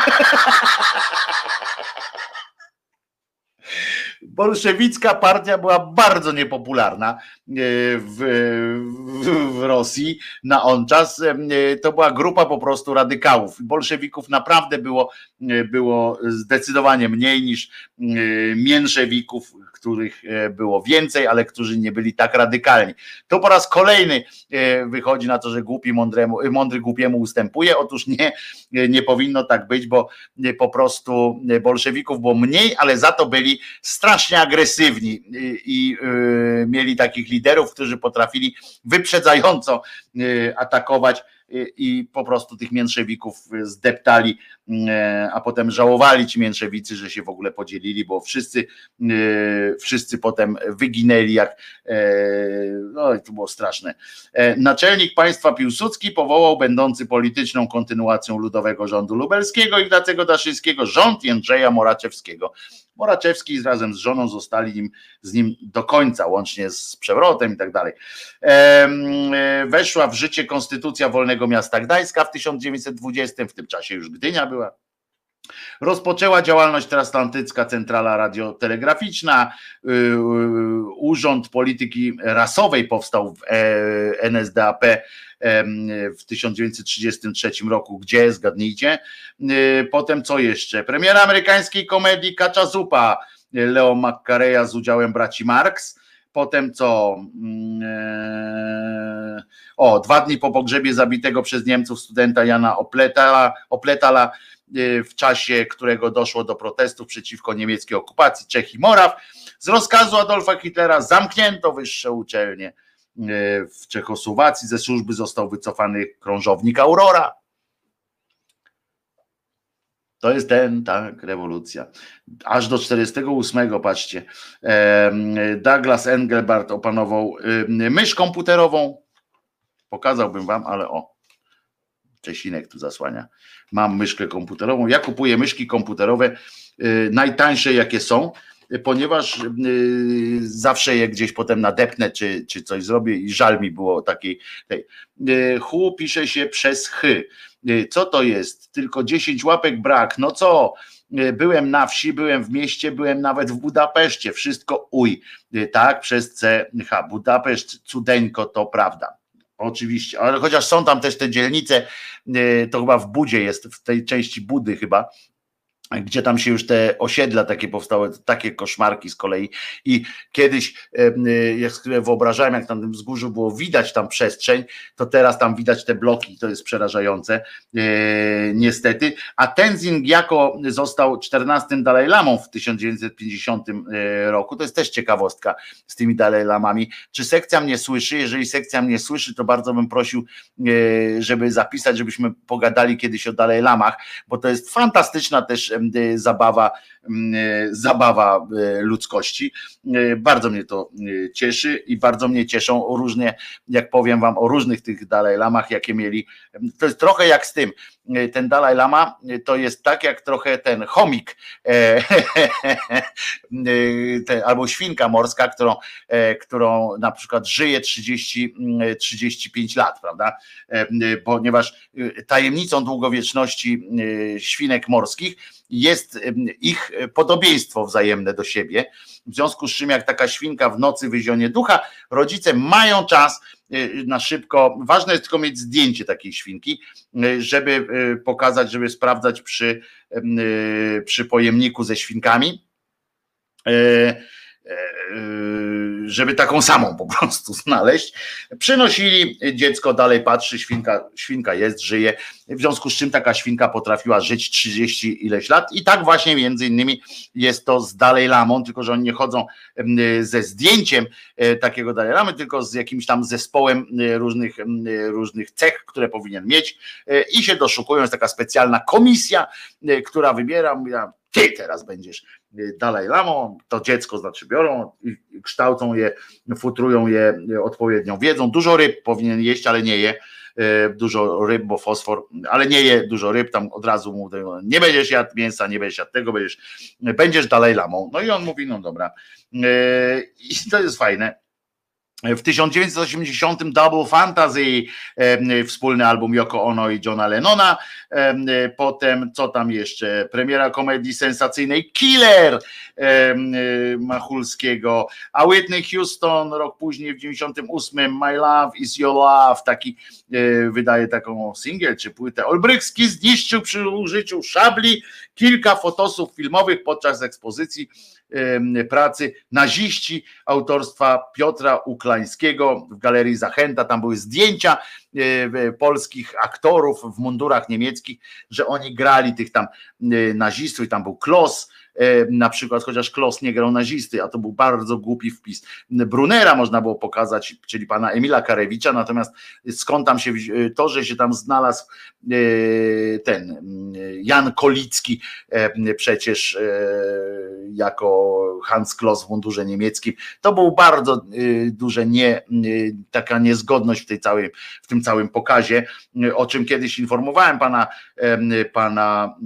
Bolszewicka partia była bardzo niepopularna w, w, w Rosji na on czas. To była grupa po prostu radykałów. Bolszewików naprawdę było, było zdecydowanie mniej niż mięszewików, których było więcej, ale którzy nie byli tak radykalni. To po raz kolejny wychodzi na to, że głupi mądremu, mądry głupiemu ustępuje. Otóż nie, nie powinno tak być, bo po prostu bolszewików było mniej, ale za to byli strasznie agresywni i, i y, mieli takich liderów, którzy potrafili wyprzedzająco y, atakować i po prostu tych mięszewików zdeptali, a potem żałowali ci mięszewicy, że się w ogóle podzielili, bo wszyscy, wszyscy potem wyginęli jak, no i to było straszne. Naczelnik państwa Piłsudski powołał będący polityczną kontynuacją ludowego rządu lubelskiego Ignacego Daszyńskiego rząd Jędrzeja Moraczewskiego. Moraczewski razem z żoną zostali nim, z nim do końca, łącznie z przewrotem i tak dalej. Weszła w życie konstytucja Wolnego Miasta Gdańska w tysiąc dziewięćset dwudziestym, w tym czasie już Gdynia była. Rozpoczęła działalność transatlantycka centrala radiotelegraficzna, Urząd Polityki Rasowej powstał w N S D A P w tysiąc dziewięćset trzydziestym trzecim roku, gdzie, zgadnijcie. Potem co jeszcze? Premiera amerykańskiej komedii Kacza Zupa Leo McCareya z udziałem braci Marx. Potem co? O, dwa dni po pogrzebie zabitego przez Niemców studenta Jana Opletala, Opletala w czasie którego doszło do protestów przeciwko niemieckiej okupacji Czech i Moraw, z rozkazu Adolfa Hitlera zamknięto wyższe uczelnie w Czechosłowacji, ze służby został wycofany krążownik Aurora. To jest ten, tak, rewolucja. Aż do czterdziestego ósmego, patrzcie, Douglas Engelbart opanował mysz komputerową. Pokazałbym wam, ale o, Czesinek tu zasłania. Mam myszkę komputerową. Ja kupuję myszki komputerowe najtańsze jakie są, ponieważ zawsze je gdzieś potem nadepnę, czy, czy coś zrobię i żal mi było takiej. Hu pisze się przez chy. Co to jest? Tylko dziesięć łapek brak. No co? Byłem na wsi, byłem w mieście, byłem nawet w Budapeszcie. Wszystko uj. Tak, przez C H. Budapeszt, cudeńko, to prawda. Oczywiście, ale chociaż są tam też te dzielnice, to chyba w Budzie jest, w tej części Budy chyba, gdzie tam się już te osiedla takie powstały, takie koszmarki z kolei i kiedyś, jak sobie wyobrażałem, jak na tym wzgórzu było widać tam przestrzeń, to teraz tam widać te bloki, to jest przerażające, niestety, a Tenzing Jako został czternastym Dalajlamą w tysiąc dziewięćset pięćdziesiątym roku, to jest też ciekawostka z tymi Dalajlamami, czy sekcja mnie słyszy? Jeżeli sekcja mnie słyszy, to bardzo bym prosił, żeby zapisać, żebyśmy pogadali kiedyś o Dalajlamach, bo to jest fantastyczna też zabawa, zabawa ludzkości. Bardzo mnie to cieszy i bardzo mnie cieszą różnie, jak powiem wam o różnych tych Dalaj Lamach, jakie mieli. To jest trochę jak z tym. Ten Dalaj Lama to jest tak jak trochę ten chomik albo świnka morska, którą, którą na przykład żyje trzydzieści, trzydzieści pięć lat, prawda? Ponieważ tajemnicą długowieczności świnek morskich jest ich podobieństwo wzajemne do siebie, w związku z czym jak taka świnka w nocy wyzionie ducha, rodzice mają czas na szybko, ważne jest tylko mieć zdjęcie takiej świnki, żeby pokazać, żeby sprawdzać przy, przy pojemniku ze świnkami, żeby taką samą po prostu znaleźć. Przynosili, dziecko dalej patrzy, świnka, świnka jest, żyje, w związku z czym taka świnka potrafiła żyć trzydzieści ileś lat i tak właśnie między innymi jest to z Dalaj Lamą, tylko że oni nie chodzą ze zdjęciem takiego Dalaj Lamy, tylko z jakimś tam zespołem różnych, różnych cech, które powinien mieć i się doszukują, jest taka specjalna komisja, która wybiera, mówi, ty teraz będziesz Dalaj Lamą, to dziecko znaczy biorą i kształcą je, futrują je odpowiednią wiedzą. Dużo ryb powinien jeść, ale nie je. Dużo ryb, bo fosfor, ale nie je dużo ryb, tam od razu mówią, nie będziesz jadł mięsa, nie będziesz jadł tego, będziesz, będziesz Dalaj Lamą. No i on mówi, no dobra. I to jest fajne. W tysiąc dziewięćset osiemdziesiątym Double Fantasy, wspólny album Yoko Ono i Johna Lennona, potem co tam jeszcze, premiera komedii sensacyjnej Killer Machulskiego, a Whitney Houston rok później w dziewięćdziesiątym ósmym My Love Is Your Love, taki wydaje taką singiel czy płytę. Olbrychski zniszczył przy użyciu szabli kilka fotosów filmowych podczas ekspozycji pracy Naziści autorstwa Piotra Uklańskiego w Galerii Zachęta. Tam były zdjęcia polskich aktorów w mundurach niemieckich, że oni grali tych tam nazistów i tam był Klos na przykład, chociaż Klos nie grał nazisty, a to był bardzo głupi wpis. Brunera można było pokazać, czyli pana Emila Karewicza, natomiast skąd tam się to, że się tam znalazł ten Jan Kolicki przecież jako Hans Kloss w mundurze niemieckim, to był bardzo duże nie, taka niezgodność w tej całej, w tym całym pokazie, o czym kiedyś informowałem pana pana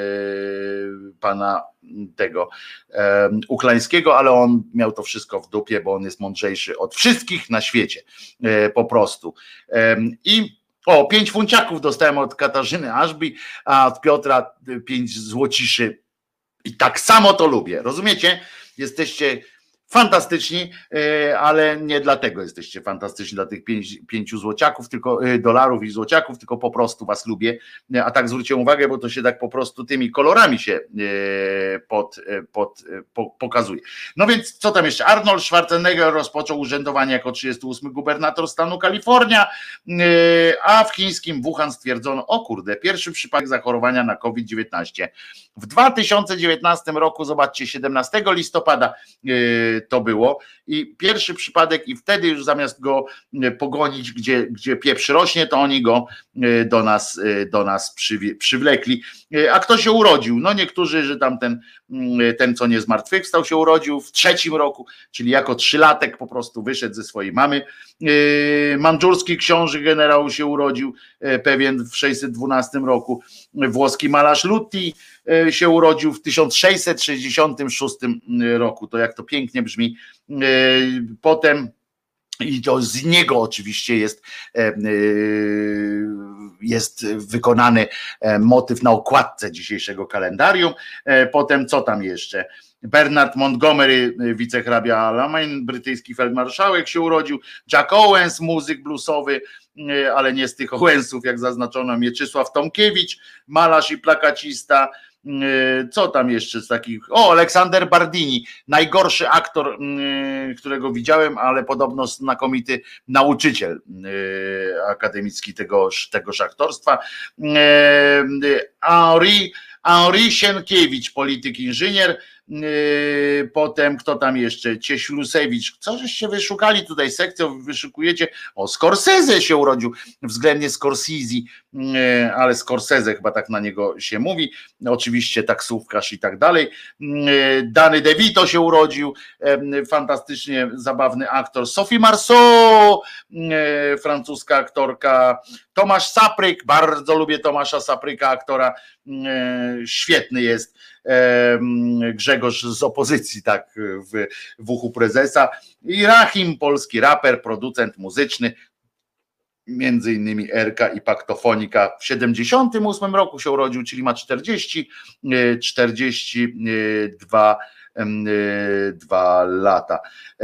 pana tego Uklańskiego, ale on miał to wszystko w dupie, bo on jest mądrzejszy od wszystkich na świecie, po prostu. I o, pięć funciaków dostałem od Katarzyny Aszby, a od Piotra pięć złociszy i tak samo to lubię, rozumiecie? Jesteście fantastyczni, ale nie dlatego jesteście fantastyczni dla tych pięć, pięciu złociaków, tylko dolarów i złociaków, tylko po prostu was lubię, a tak zwróćcie uwagę, bo to się tak po prostu tymi kolorami się pod, pod, po, pokazuje. No więc co tam jeszcze? Arnold Schwarzenegger rozpoczął urzędowanie jako trzydziesty ósmy gubernator stanu Kalifornia, a w chińskim Wuhan stwierdzono, o kurde, pierwszy przypadek zachorowania na COVID dziewiętnaście. W dwa tysiące dziewiętnastym roku, zobaczcie, siedemnastego listopada to było i pierwszy przypadek i wtedy już zamiast go pogonić, gdzie, gdzie pieprz rośnie, to oni go do nas, do nas przywlekli. A kto się urodził? No niektórzy, że tam ten, ten co nie zmartwychwstał się urodził w trzecim roku, czyli jako trzylatek po prostu wyszedł ze swojej mamy. Mandżurski książę generał się urodził pewien w sześćset dwunastym roku. Włoski malarz Lutti się urodził w tysiąc sześćset sześćdziesiątym szóstym roku. To jak to pięknie brzmi. Potem i to z niego oczywiście jest, jest wykonany motyw na okładce dzisiejszego kalendarium. Potem co tam jeszcze? Bernard Montgomery, wicehrabia Alamein, brytyjski feldmarszałek się urodził. Jack Owens, muzyk bluesowy, ale nie z tych Owensów, jak zaznaczono. Mieczysław Tomkiewicz, malarz i plakacista. Co tam jeszcze z takich? O, Aleksander Bardini, najgorszy aktor, którego widziałem, ale podobno znakomity nauczyciel akademicki tegoż, tegoż aktorstwa. Henri, Henri Sienkiewicz, polityk, inżynier. Potem kto tam jeszcze? Cieślusewicz. Co żeście wyszukali tutaj sekcją, wyszukujecie? O, Scorsese się urodził, względnie Scorsese, ale Scorsese chyba tak na niego się mówi, oczywiście taksówkarz i tak dalej. Danny DeVito się urodził, fantastycznie zabawny aktor. Sophie Marceau, francuska aktorka. Tomasz Sapryk, bardzo lubię Tomasza Sapryka, aktora, świetny jest. Grzegorz z opozycji, tak, w, w uchu prezesa. I Rahim, polski raper, producent muzyczny, między innymi Erka i Paktofonika. W siedemdziesiątym ósmym roku się urodził, czyli ma czterdzieści, czterdzieści dwa, dwa lata.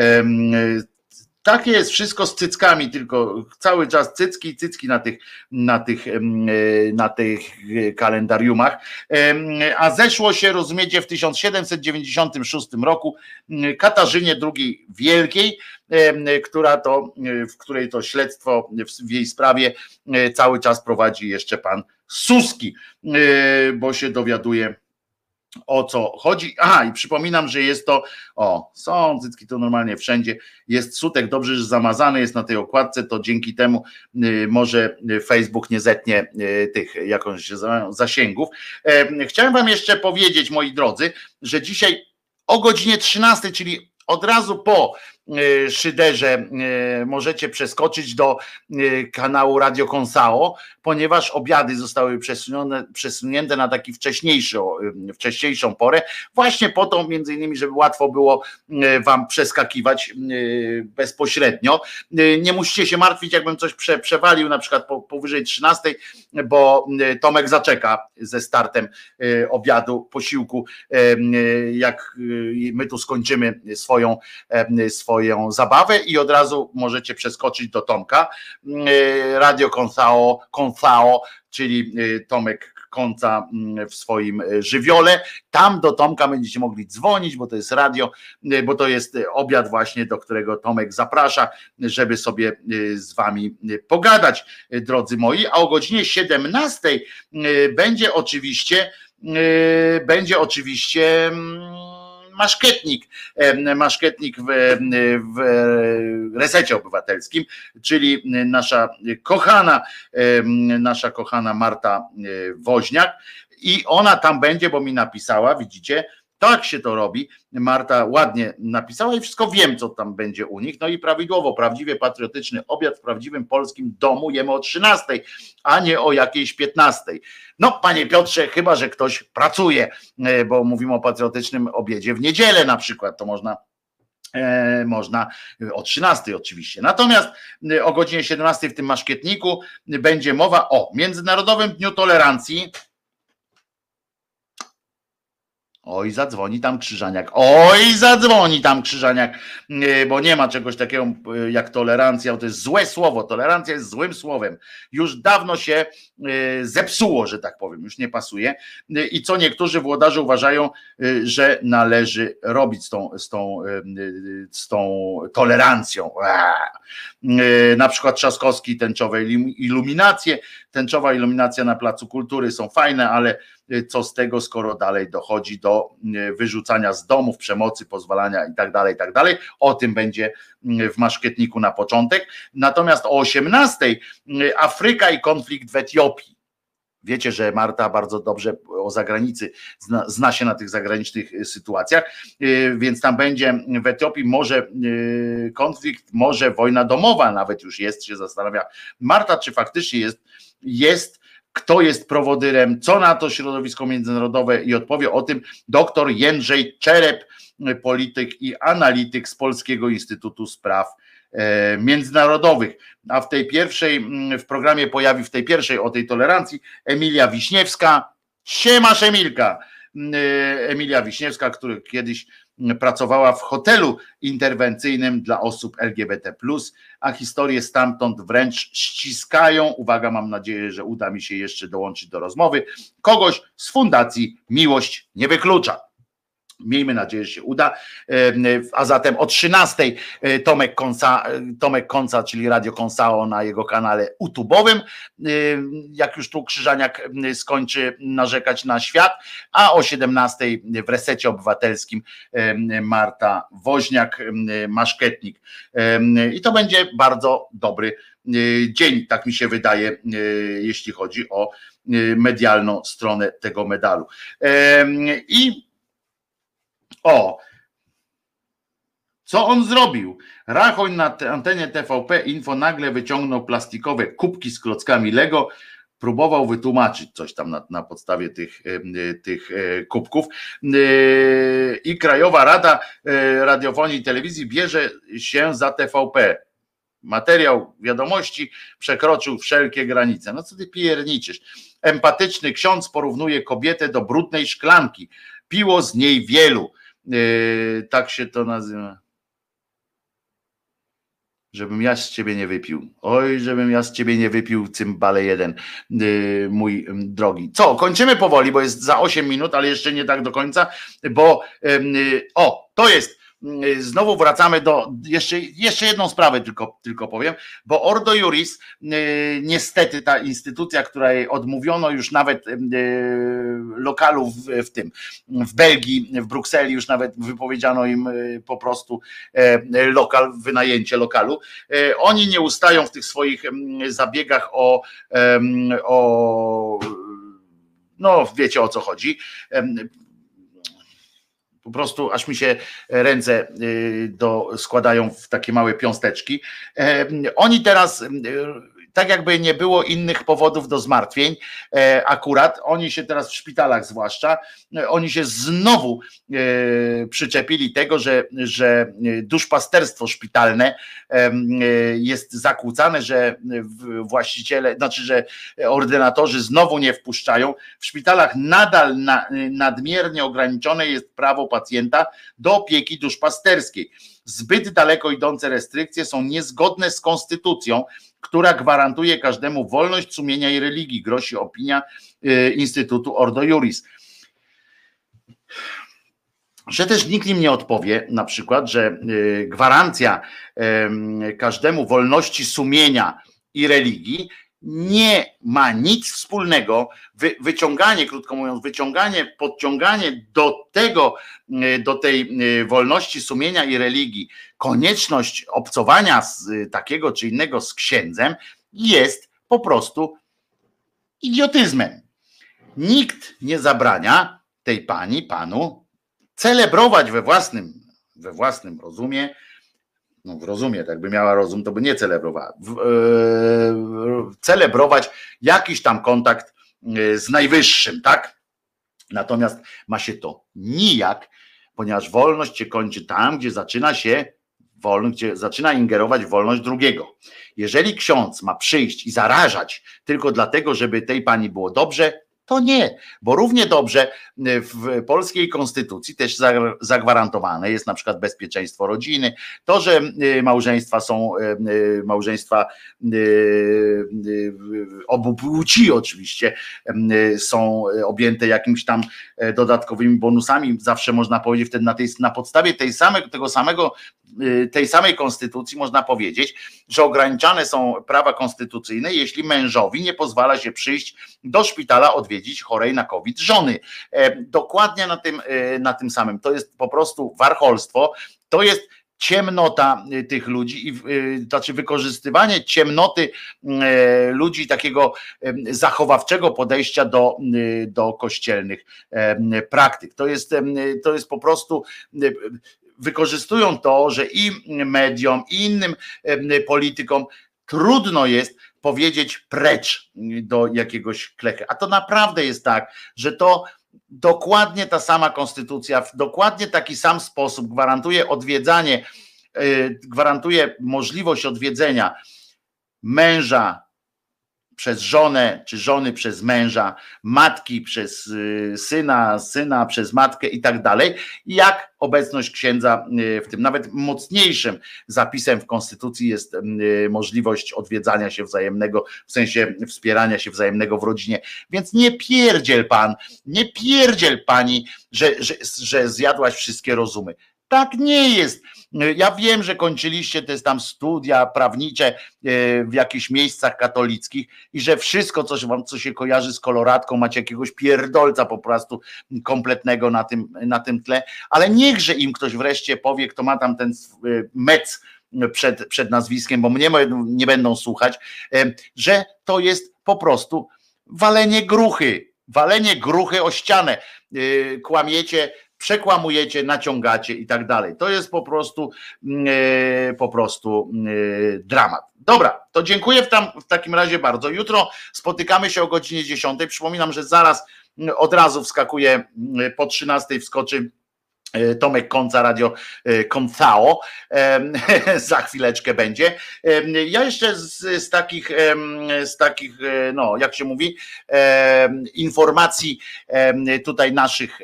Takie jest wszystko z cyckami, tylko cały czas cycki i cycki na tych, na tych, na tych kalendariumach. A zeszło się, rozumiecie, w tysiąc siedemset dziewięćdziesiątym szóstym roku Katarzynie drugiej Wielkiej, która to, w której to śledztwo w jej sprawie cały czas prowadzi jeszcze pan Suski, bo się dowiaduje, o co chodzi. Aha, i przypominam, że jest to, o, są cycki to normalnie wszędzie, jest sutek, dobrze, że zamazany jest na tej okładce, to dzięki temu y, może Facebook nie zetnie y, tych jakąś zasięgów. E, chciałem wam jeszcze powiedzieć, moi drodzy, że dzisiaj o godzinie trzynastej, czyli od razu po szyderze możecie przeskoczyć do kanału Radio Konsao, ponieważ obiady zostały przesunięte, przesunięte na taki wcześniejszy, wcześniejszą porę, właśnie po to między innymi, żeby łatwo było wam przeskakiwać bezpośrednio. Nie musicie się martwić, jakbym coś prze, przewalił na przykład po, powyżej trzynastej, bo Tomek zaczeka ze startem obiadu, posiłku, jak my tu skończymy swoją, swoją swoją zabawę i od razu możecie przeskoczyć do Tomka. Radio Konsao, Konsao, czyli Tomek Konca w swoim żywiole. Tam do Tomka będziecie mogli dzwonić, bo to jest radio, bo to jest obiad właśnie, do którego Tomek zaprasza, żeby sobie z wami pogadać, drodzy moi. A o godzinie siedemnastej będzie oczywiście będzie oczywiście maszketnik, maszketnik w, w Resecie Obywatelskim, czyli nasza kochana, nasza kochana Marta Woźniak i ona tam będzie, bo mi napisała, widzicie, tak się to robi. Marta ładnie napisała i wszystko wiem, co tam będzie u nich. No i prawidłowo, prawdziwie patriotyczny obiad w prawdziwym polskim domu jemy o trzynastej, a nie o jakiejś piętnastej. No, panie Piotrze, chyba że ktoś pracuje, bo mówimy o patriotycznym obiedzie w niedzielę na przykład, to można. E, można o trzynastej oczywiście. Natomiast o godzinie siedemnastej w tym maszkietniku będzie mowa o Międzynarodowym Dniu Tolerancji. Oj, zadzwoni tam Krzyżaniak. Oj, zadzwoni tam Krzyżaniak, bo nie ma czegoś takiego jak tolerancja. To jest złe słowo. Tolerancja jest złym słowem. Już dawno się zepsuło, że tak powiem. Już nie pasuje. I co niektórzy włodarze uważają, że należy robić z tą, z tą, z tą tolerancją. Na przykład Trzaskowski, tęczowe iluminacje. Tęczowa iluminacja na Placu Kultury są fajne, ale co z tego, skoro dalej dochodzi do wyrzucania z domów, przemocy, pozwalania i tak dalej, i tak dalej. O tym będzie w maszkietniku na początek. Natomiast o osiemnastej Afryka i konflikt w Etiopii. Wiecie, że Marta bardzo dobrze o zagranicy zna, zna się na tych zagranicznych sytuacjach, więc tam będzie w Etiopii może konflikt, może wojna domowa nawet już jest, się zastanawia Marta, czy faktycznie jest, jest kto jest prowodyrem, co na to środowisko międzynarodowe i odpowie o tym doktor Jędrzej Czerep, polityk i analityk z Polskiego Instytutu Spraw Międzynarodowych. A w tej pierwszej, w programie pojawi w tej pierwszej o tej tolerancji Emilia Wiśniewska. Siemasz Emilka. Emilia Wiśniewska, która kiedyś pracowała w hotelu interwencyjnym dla osób L G B T plus, a historie stamtąd wręcz ściskają. Uwaga, mam nadzieję, że uda mi się jeszcze dołączyć do rozmowy kogoś z Fundacji Miłość Nie Wyklucza. Miejmy nadzieję, że się uda. A zatem o trzynastej Tomek Konca, Tomek Konca, czyli Radio Konsao na jego kanale YouTube'owym, jak już tu Krzyżaniak skończy narzekać na świat, a o siedemnastej w Resecie Obywatelskim Marta Woźniak, maszketnik. I to będzie bardzo dobry dzień, tak mi się wydaje, jeśli chodzi o medialną stronę tego medalu. I O, co on zrobił? Rachoń na antenie T V P Info nagle wyciągnął plastikowe kubki z klockami Lego, próbował wytłumaczyć coś tam na, na podstawie tych, tych kubków i Krajowa Rada Radiofonii i Telewizji bierze się za T V P. Materiał wiadomości przekroczył wszelkie granice. No co ty pierniczysz? Empatyczny ksiądz porównuje kobietę do brudnej szklanki. Piło z niej wielu. Yy, tak się to nazywa. Żebym ja z ciebie nie wypił. Oj, żebym ja z ciebie nie wypił, cymbale jeden, yy, mój drogi. Co, kończymy powoli, bo jest za osiem minut, ale jeszcze nie tak do końca, bo yy, o, to jest. Znowu wracamy do, jeszcze, jeszcze jedną sprawę tylko, tylko powiem, bo Ordo Iuris, niestety ta instytucja, której odmówiono już nawet lokalu w, w tym, w Belgii, w Brukseli już nawet wypowiedziano im po prostu lokal, wynajęcie lokalu. Oni nie ustają w tych swoich zabiegach o, o no wiecie o co chodzi. Po prostu aż mi się ręce do, składają w takie małe piąsteczki. Oni teraz, tak jakby nie było innych powodów do zmartwień, akurat oni się teraz w szpitalach zwłaszcza, oni się znowu przyczepili tego, że, że duszpasterstwo szpitalne jest zakłócane, że właściciele, znaczy, że ordynatorzy znowu nie wpuszczają. W szpitalach nadal na, nadmiernie ograniczone jest prawo pacjenta do opieki duszpasterskiej. Zbyt daleko idące restrykcje są niezgodne z konstytucją, która gwarantuje każdemu wolność sumienia i religii, głosi opinia Instytutu Ordo Iuris. Że też nikt im nie odpowie, na przykład, że gwarancja każdemu wolności sumienia i religii nie ma nic wspólnego, wy, wyciąganie, krótko mówiąc, wyciąganie, podciąganie do tego, do tej wolności sumienia i religii, konieczność obcowania z takiego czy innego z księdzem jest po prostu idiotyzmem. Nikt nie zabrania tej pani, panu celebrować we własnym, we własnym rozumie, no w rozumie, tak by miała rozum, to by nie celebrowała, w, e, celebrować jakiś tam kontakt z najwyższym, tak? Natomiast ma się to nijak, ponieważ wolność się kończy tam, gdzie zaczyna się wolność, gdzie zaczyna ingerować w wolność drugiego. Jeżeli ksiądz ma przyjść i zarażać tylko dlatego, żeby tej pani było dobrze, to nie, bo równie dobrze w polskiej konstytucji też zagwarantowane jest na przykład bezpieczeństwo rodziny, to, że małżeństwa są małżeństwa obu płci oczywiście są objęte jakimiś tam dodatkowymi bonusami, zawsze można powiedzieć wtedy na, tej, na podstawie tej samej, tego samego, tej samej konstytucji można powiedzieć, że ograniczane są prawa konstytucyjne, jeśli mężowi nie pozwala się przyjść do szpitala odwiedzić chorej na COVID żony. Dokładnie na tym, na tym samym. To jest po prostu warcholstwo, to jest ciemnota tych ludzi i znaczy wykorzystywanie ciemnoty ludzi, takiego zachowawczego podejścia do, do kościelnych praktyk. To jest, to jest po prostu, wykorzystują to, że i mediom, i innym politykom trudno jest powiedzieć precz do jakiegoś klechy. A to naprawdę jest tak, że to dokładnie ta sama konstytucja, w dokładnie taki sam sposób gwarantuje odwiedzanie, gwarantuje możliwość odwiedzenia męża przez żonę, czy żony przez męża, matki przez syna, syna przez matkę i tak dalej, jak obecność księdza w tym. Nawet mocniejszym zapisem w konstytucji jest możliwość odwiedzania się wzajemnego, w sensie wspierania się wzajemnego w rodzinie. Więc nie pierdziel pan, nie pierdziel pani, że, że, że zjadłaś wszystkie rozumy. Tak nie jest. Ja wiem, że kończyliście te tam studia prawnicze w jakichś miejscach katolickich i że wszystko, co się wam, co się kojarzy z koloratką, macie jakiegoś pierdolca po prostu kompletnego na tym, na tym tle, ale niechże im ktoś wreszcie powie, kto ma tam ten mec przed, przed nazwiskiem, bo mnie nie będą słuchać, że to jest po prostu walenie gruchy, walenie gruchy o ścianę. Kłamiecie, przekłamujecie, naciągacie i tak dalej. To jest po prostu e, po prostu e, dramat. Dobra, to dziękuję w, tam, w takim razie bardzo. Jutro spotykamy się o godzinie dziesiątej. Przypominam, że zaraz od razu wskakuje po trzynastej wskoczy Tomek Końca, Radio Koncao, za chwileczkę będzie. Ja jeszcze z, z takich, z takich, no jak się mówi, informacji tutaj naszych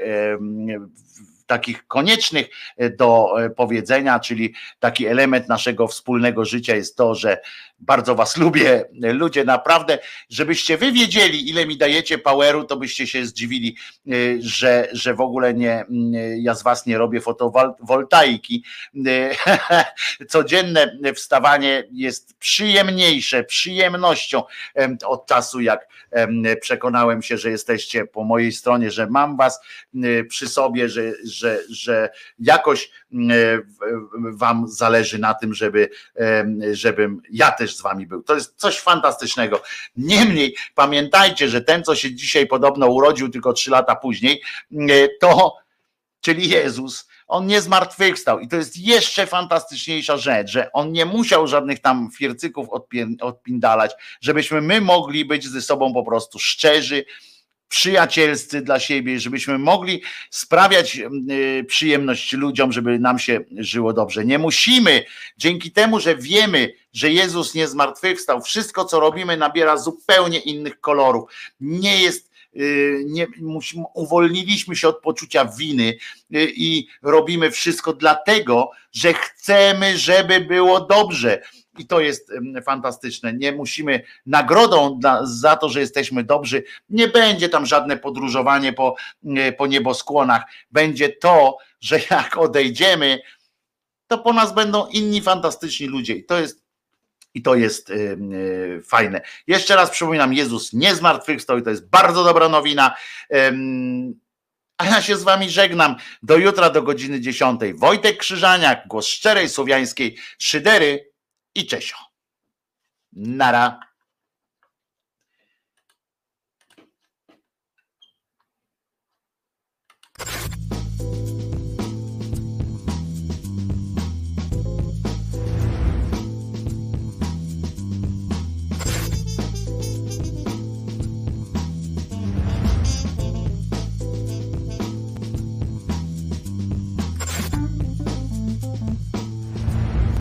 takich koniecznych do powiedzenia, czyli taki element naszego wspólnego życia jest to, że bardzo was lubię, ludzie, naprawdę, żebyście wy wiedzieli, ile mi dajecie poweru, to byście się zdziwili, że, że w ogóle nie, ja z was nie robię fotowoltaiki. Codzienne wstawanie jest przyjemniejsze, przyjemnością od czasu, jak przekonałem się, że jesteście po mojej stronie, że mam was przy sobie, że, że, że jakoś wam zależy na tym, żeby, żebym ja też z wami był. To jest coś fantastycznego. Niemniej pamiętajcie, że ten, co się dzisiaj podobno urodził tylko trzy lata później, to, czyli Jezus, on nie zmartwychwstał i to jest jeszcze fantastyczniejsza rzecz, że on nie musiał żadnych tam fircyków odpindalać, żebyśmy my mogli być ze sobą po prostu szczerzy, przyjacielscy dla siebie, żebyśmy mogli sprawiać przyjemność ludziom, żeby nam się żyło dobrze. Nie musimy, dzięki temu, że wiemy, że Jezus nie zmartwychwstał, wszystko co robimy nabiera zupełnie innych kolorów. Nie jest Nie, musimy, uwolniliśmy się od poczucia winy i robimy wszystko dlatego, że chcemy, żeby było dobrze. I to jest fantastyczne. Nie musimy, nagrodą dla, za to, że jesteśmy dobrzy, nie będzie tam żadne podróżowanie po, po nieboskłonach. Będzie to, że jak odejdziemy, to po nas będą inni fantastyczni ludzie. I to jest I to jest y, y, fajne. Jeszcze raz przypominam, Jezus nie zmartwychwstał i to jest bardzo dobra nowina. Ym, a ja się z wami żegnam. Do jutra do godziny dziesiątej. Wojtek Krzyżaniak, głos szczerej słowiańskiej szydery i Czesio. Nara.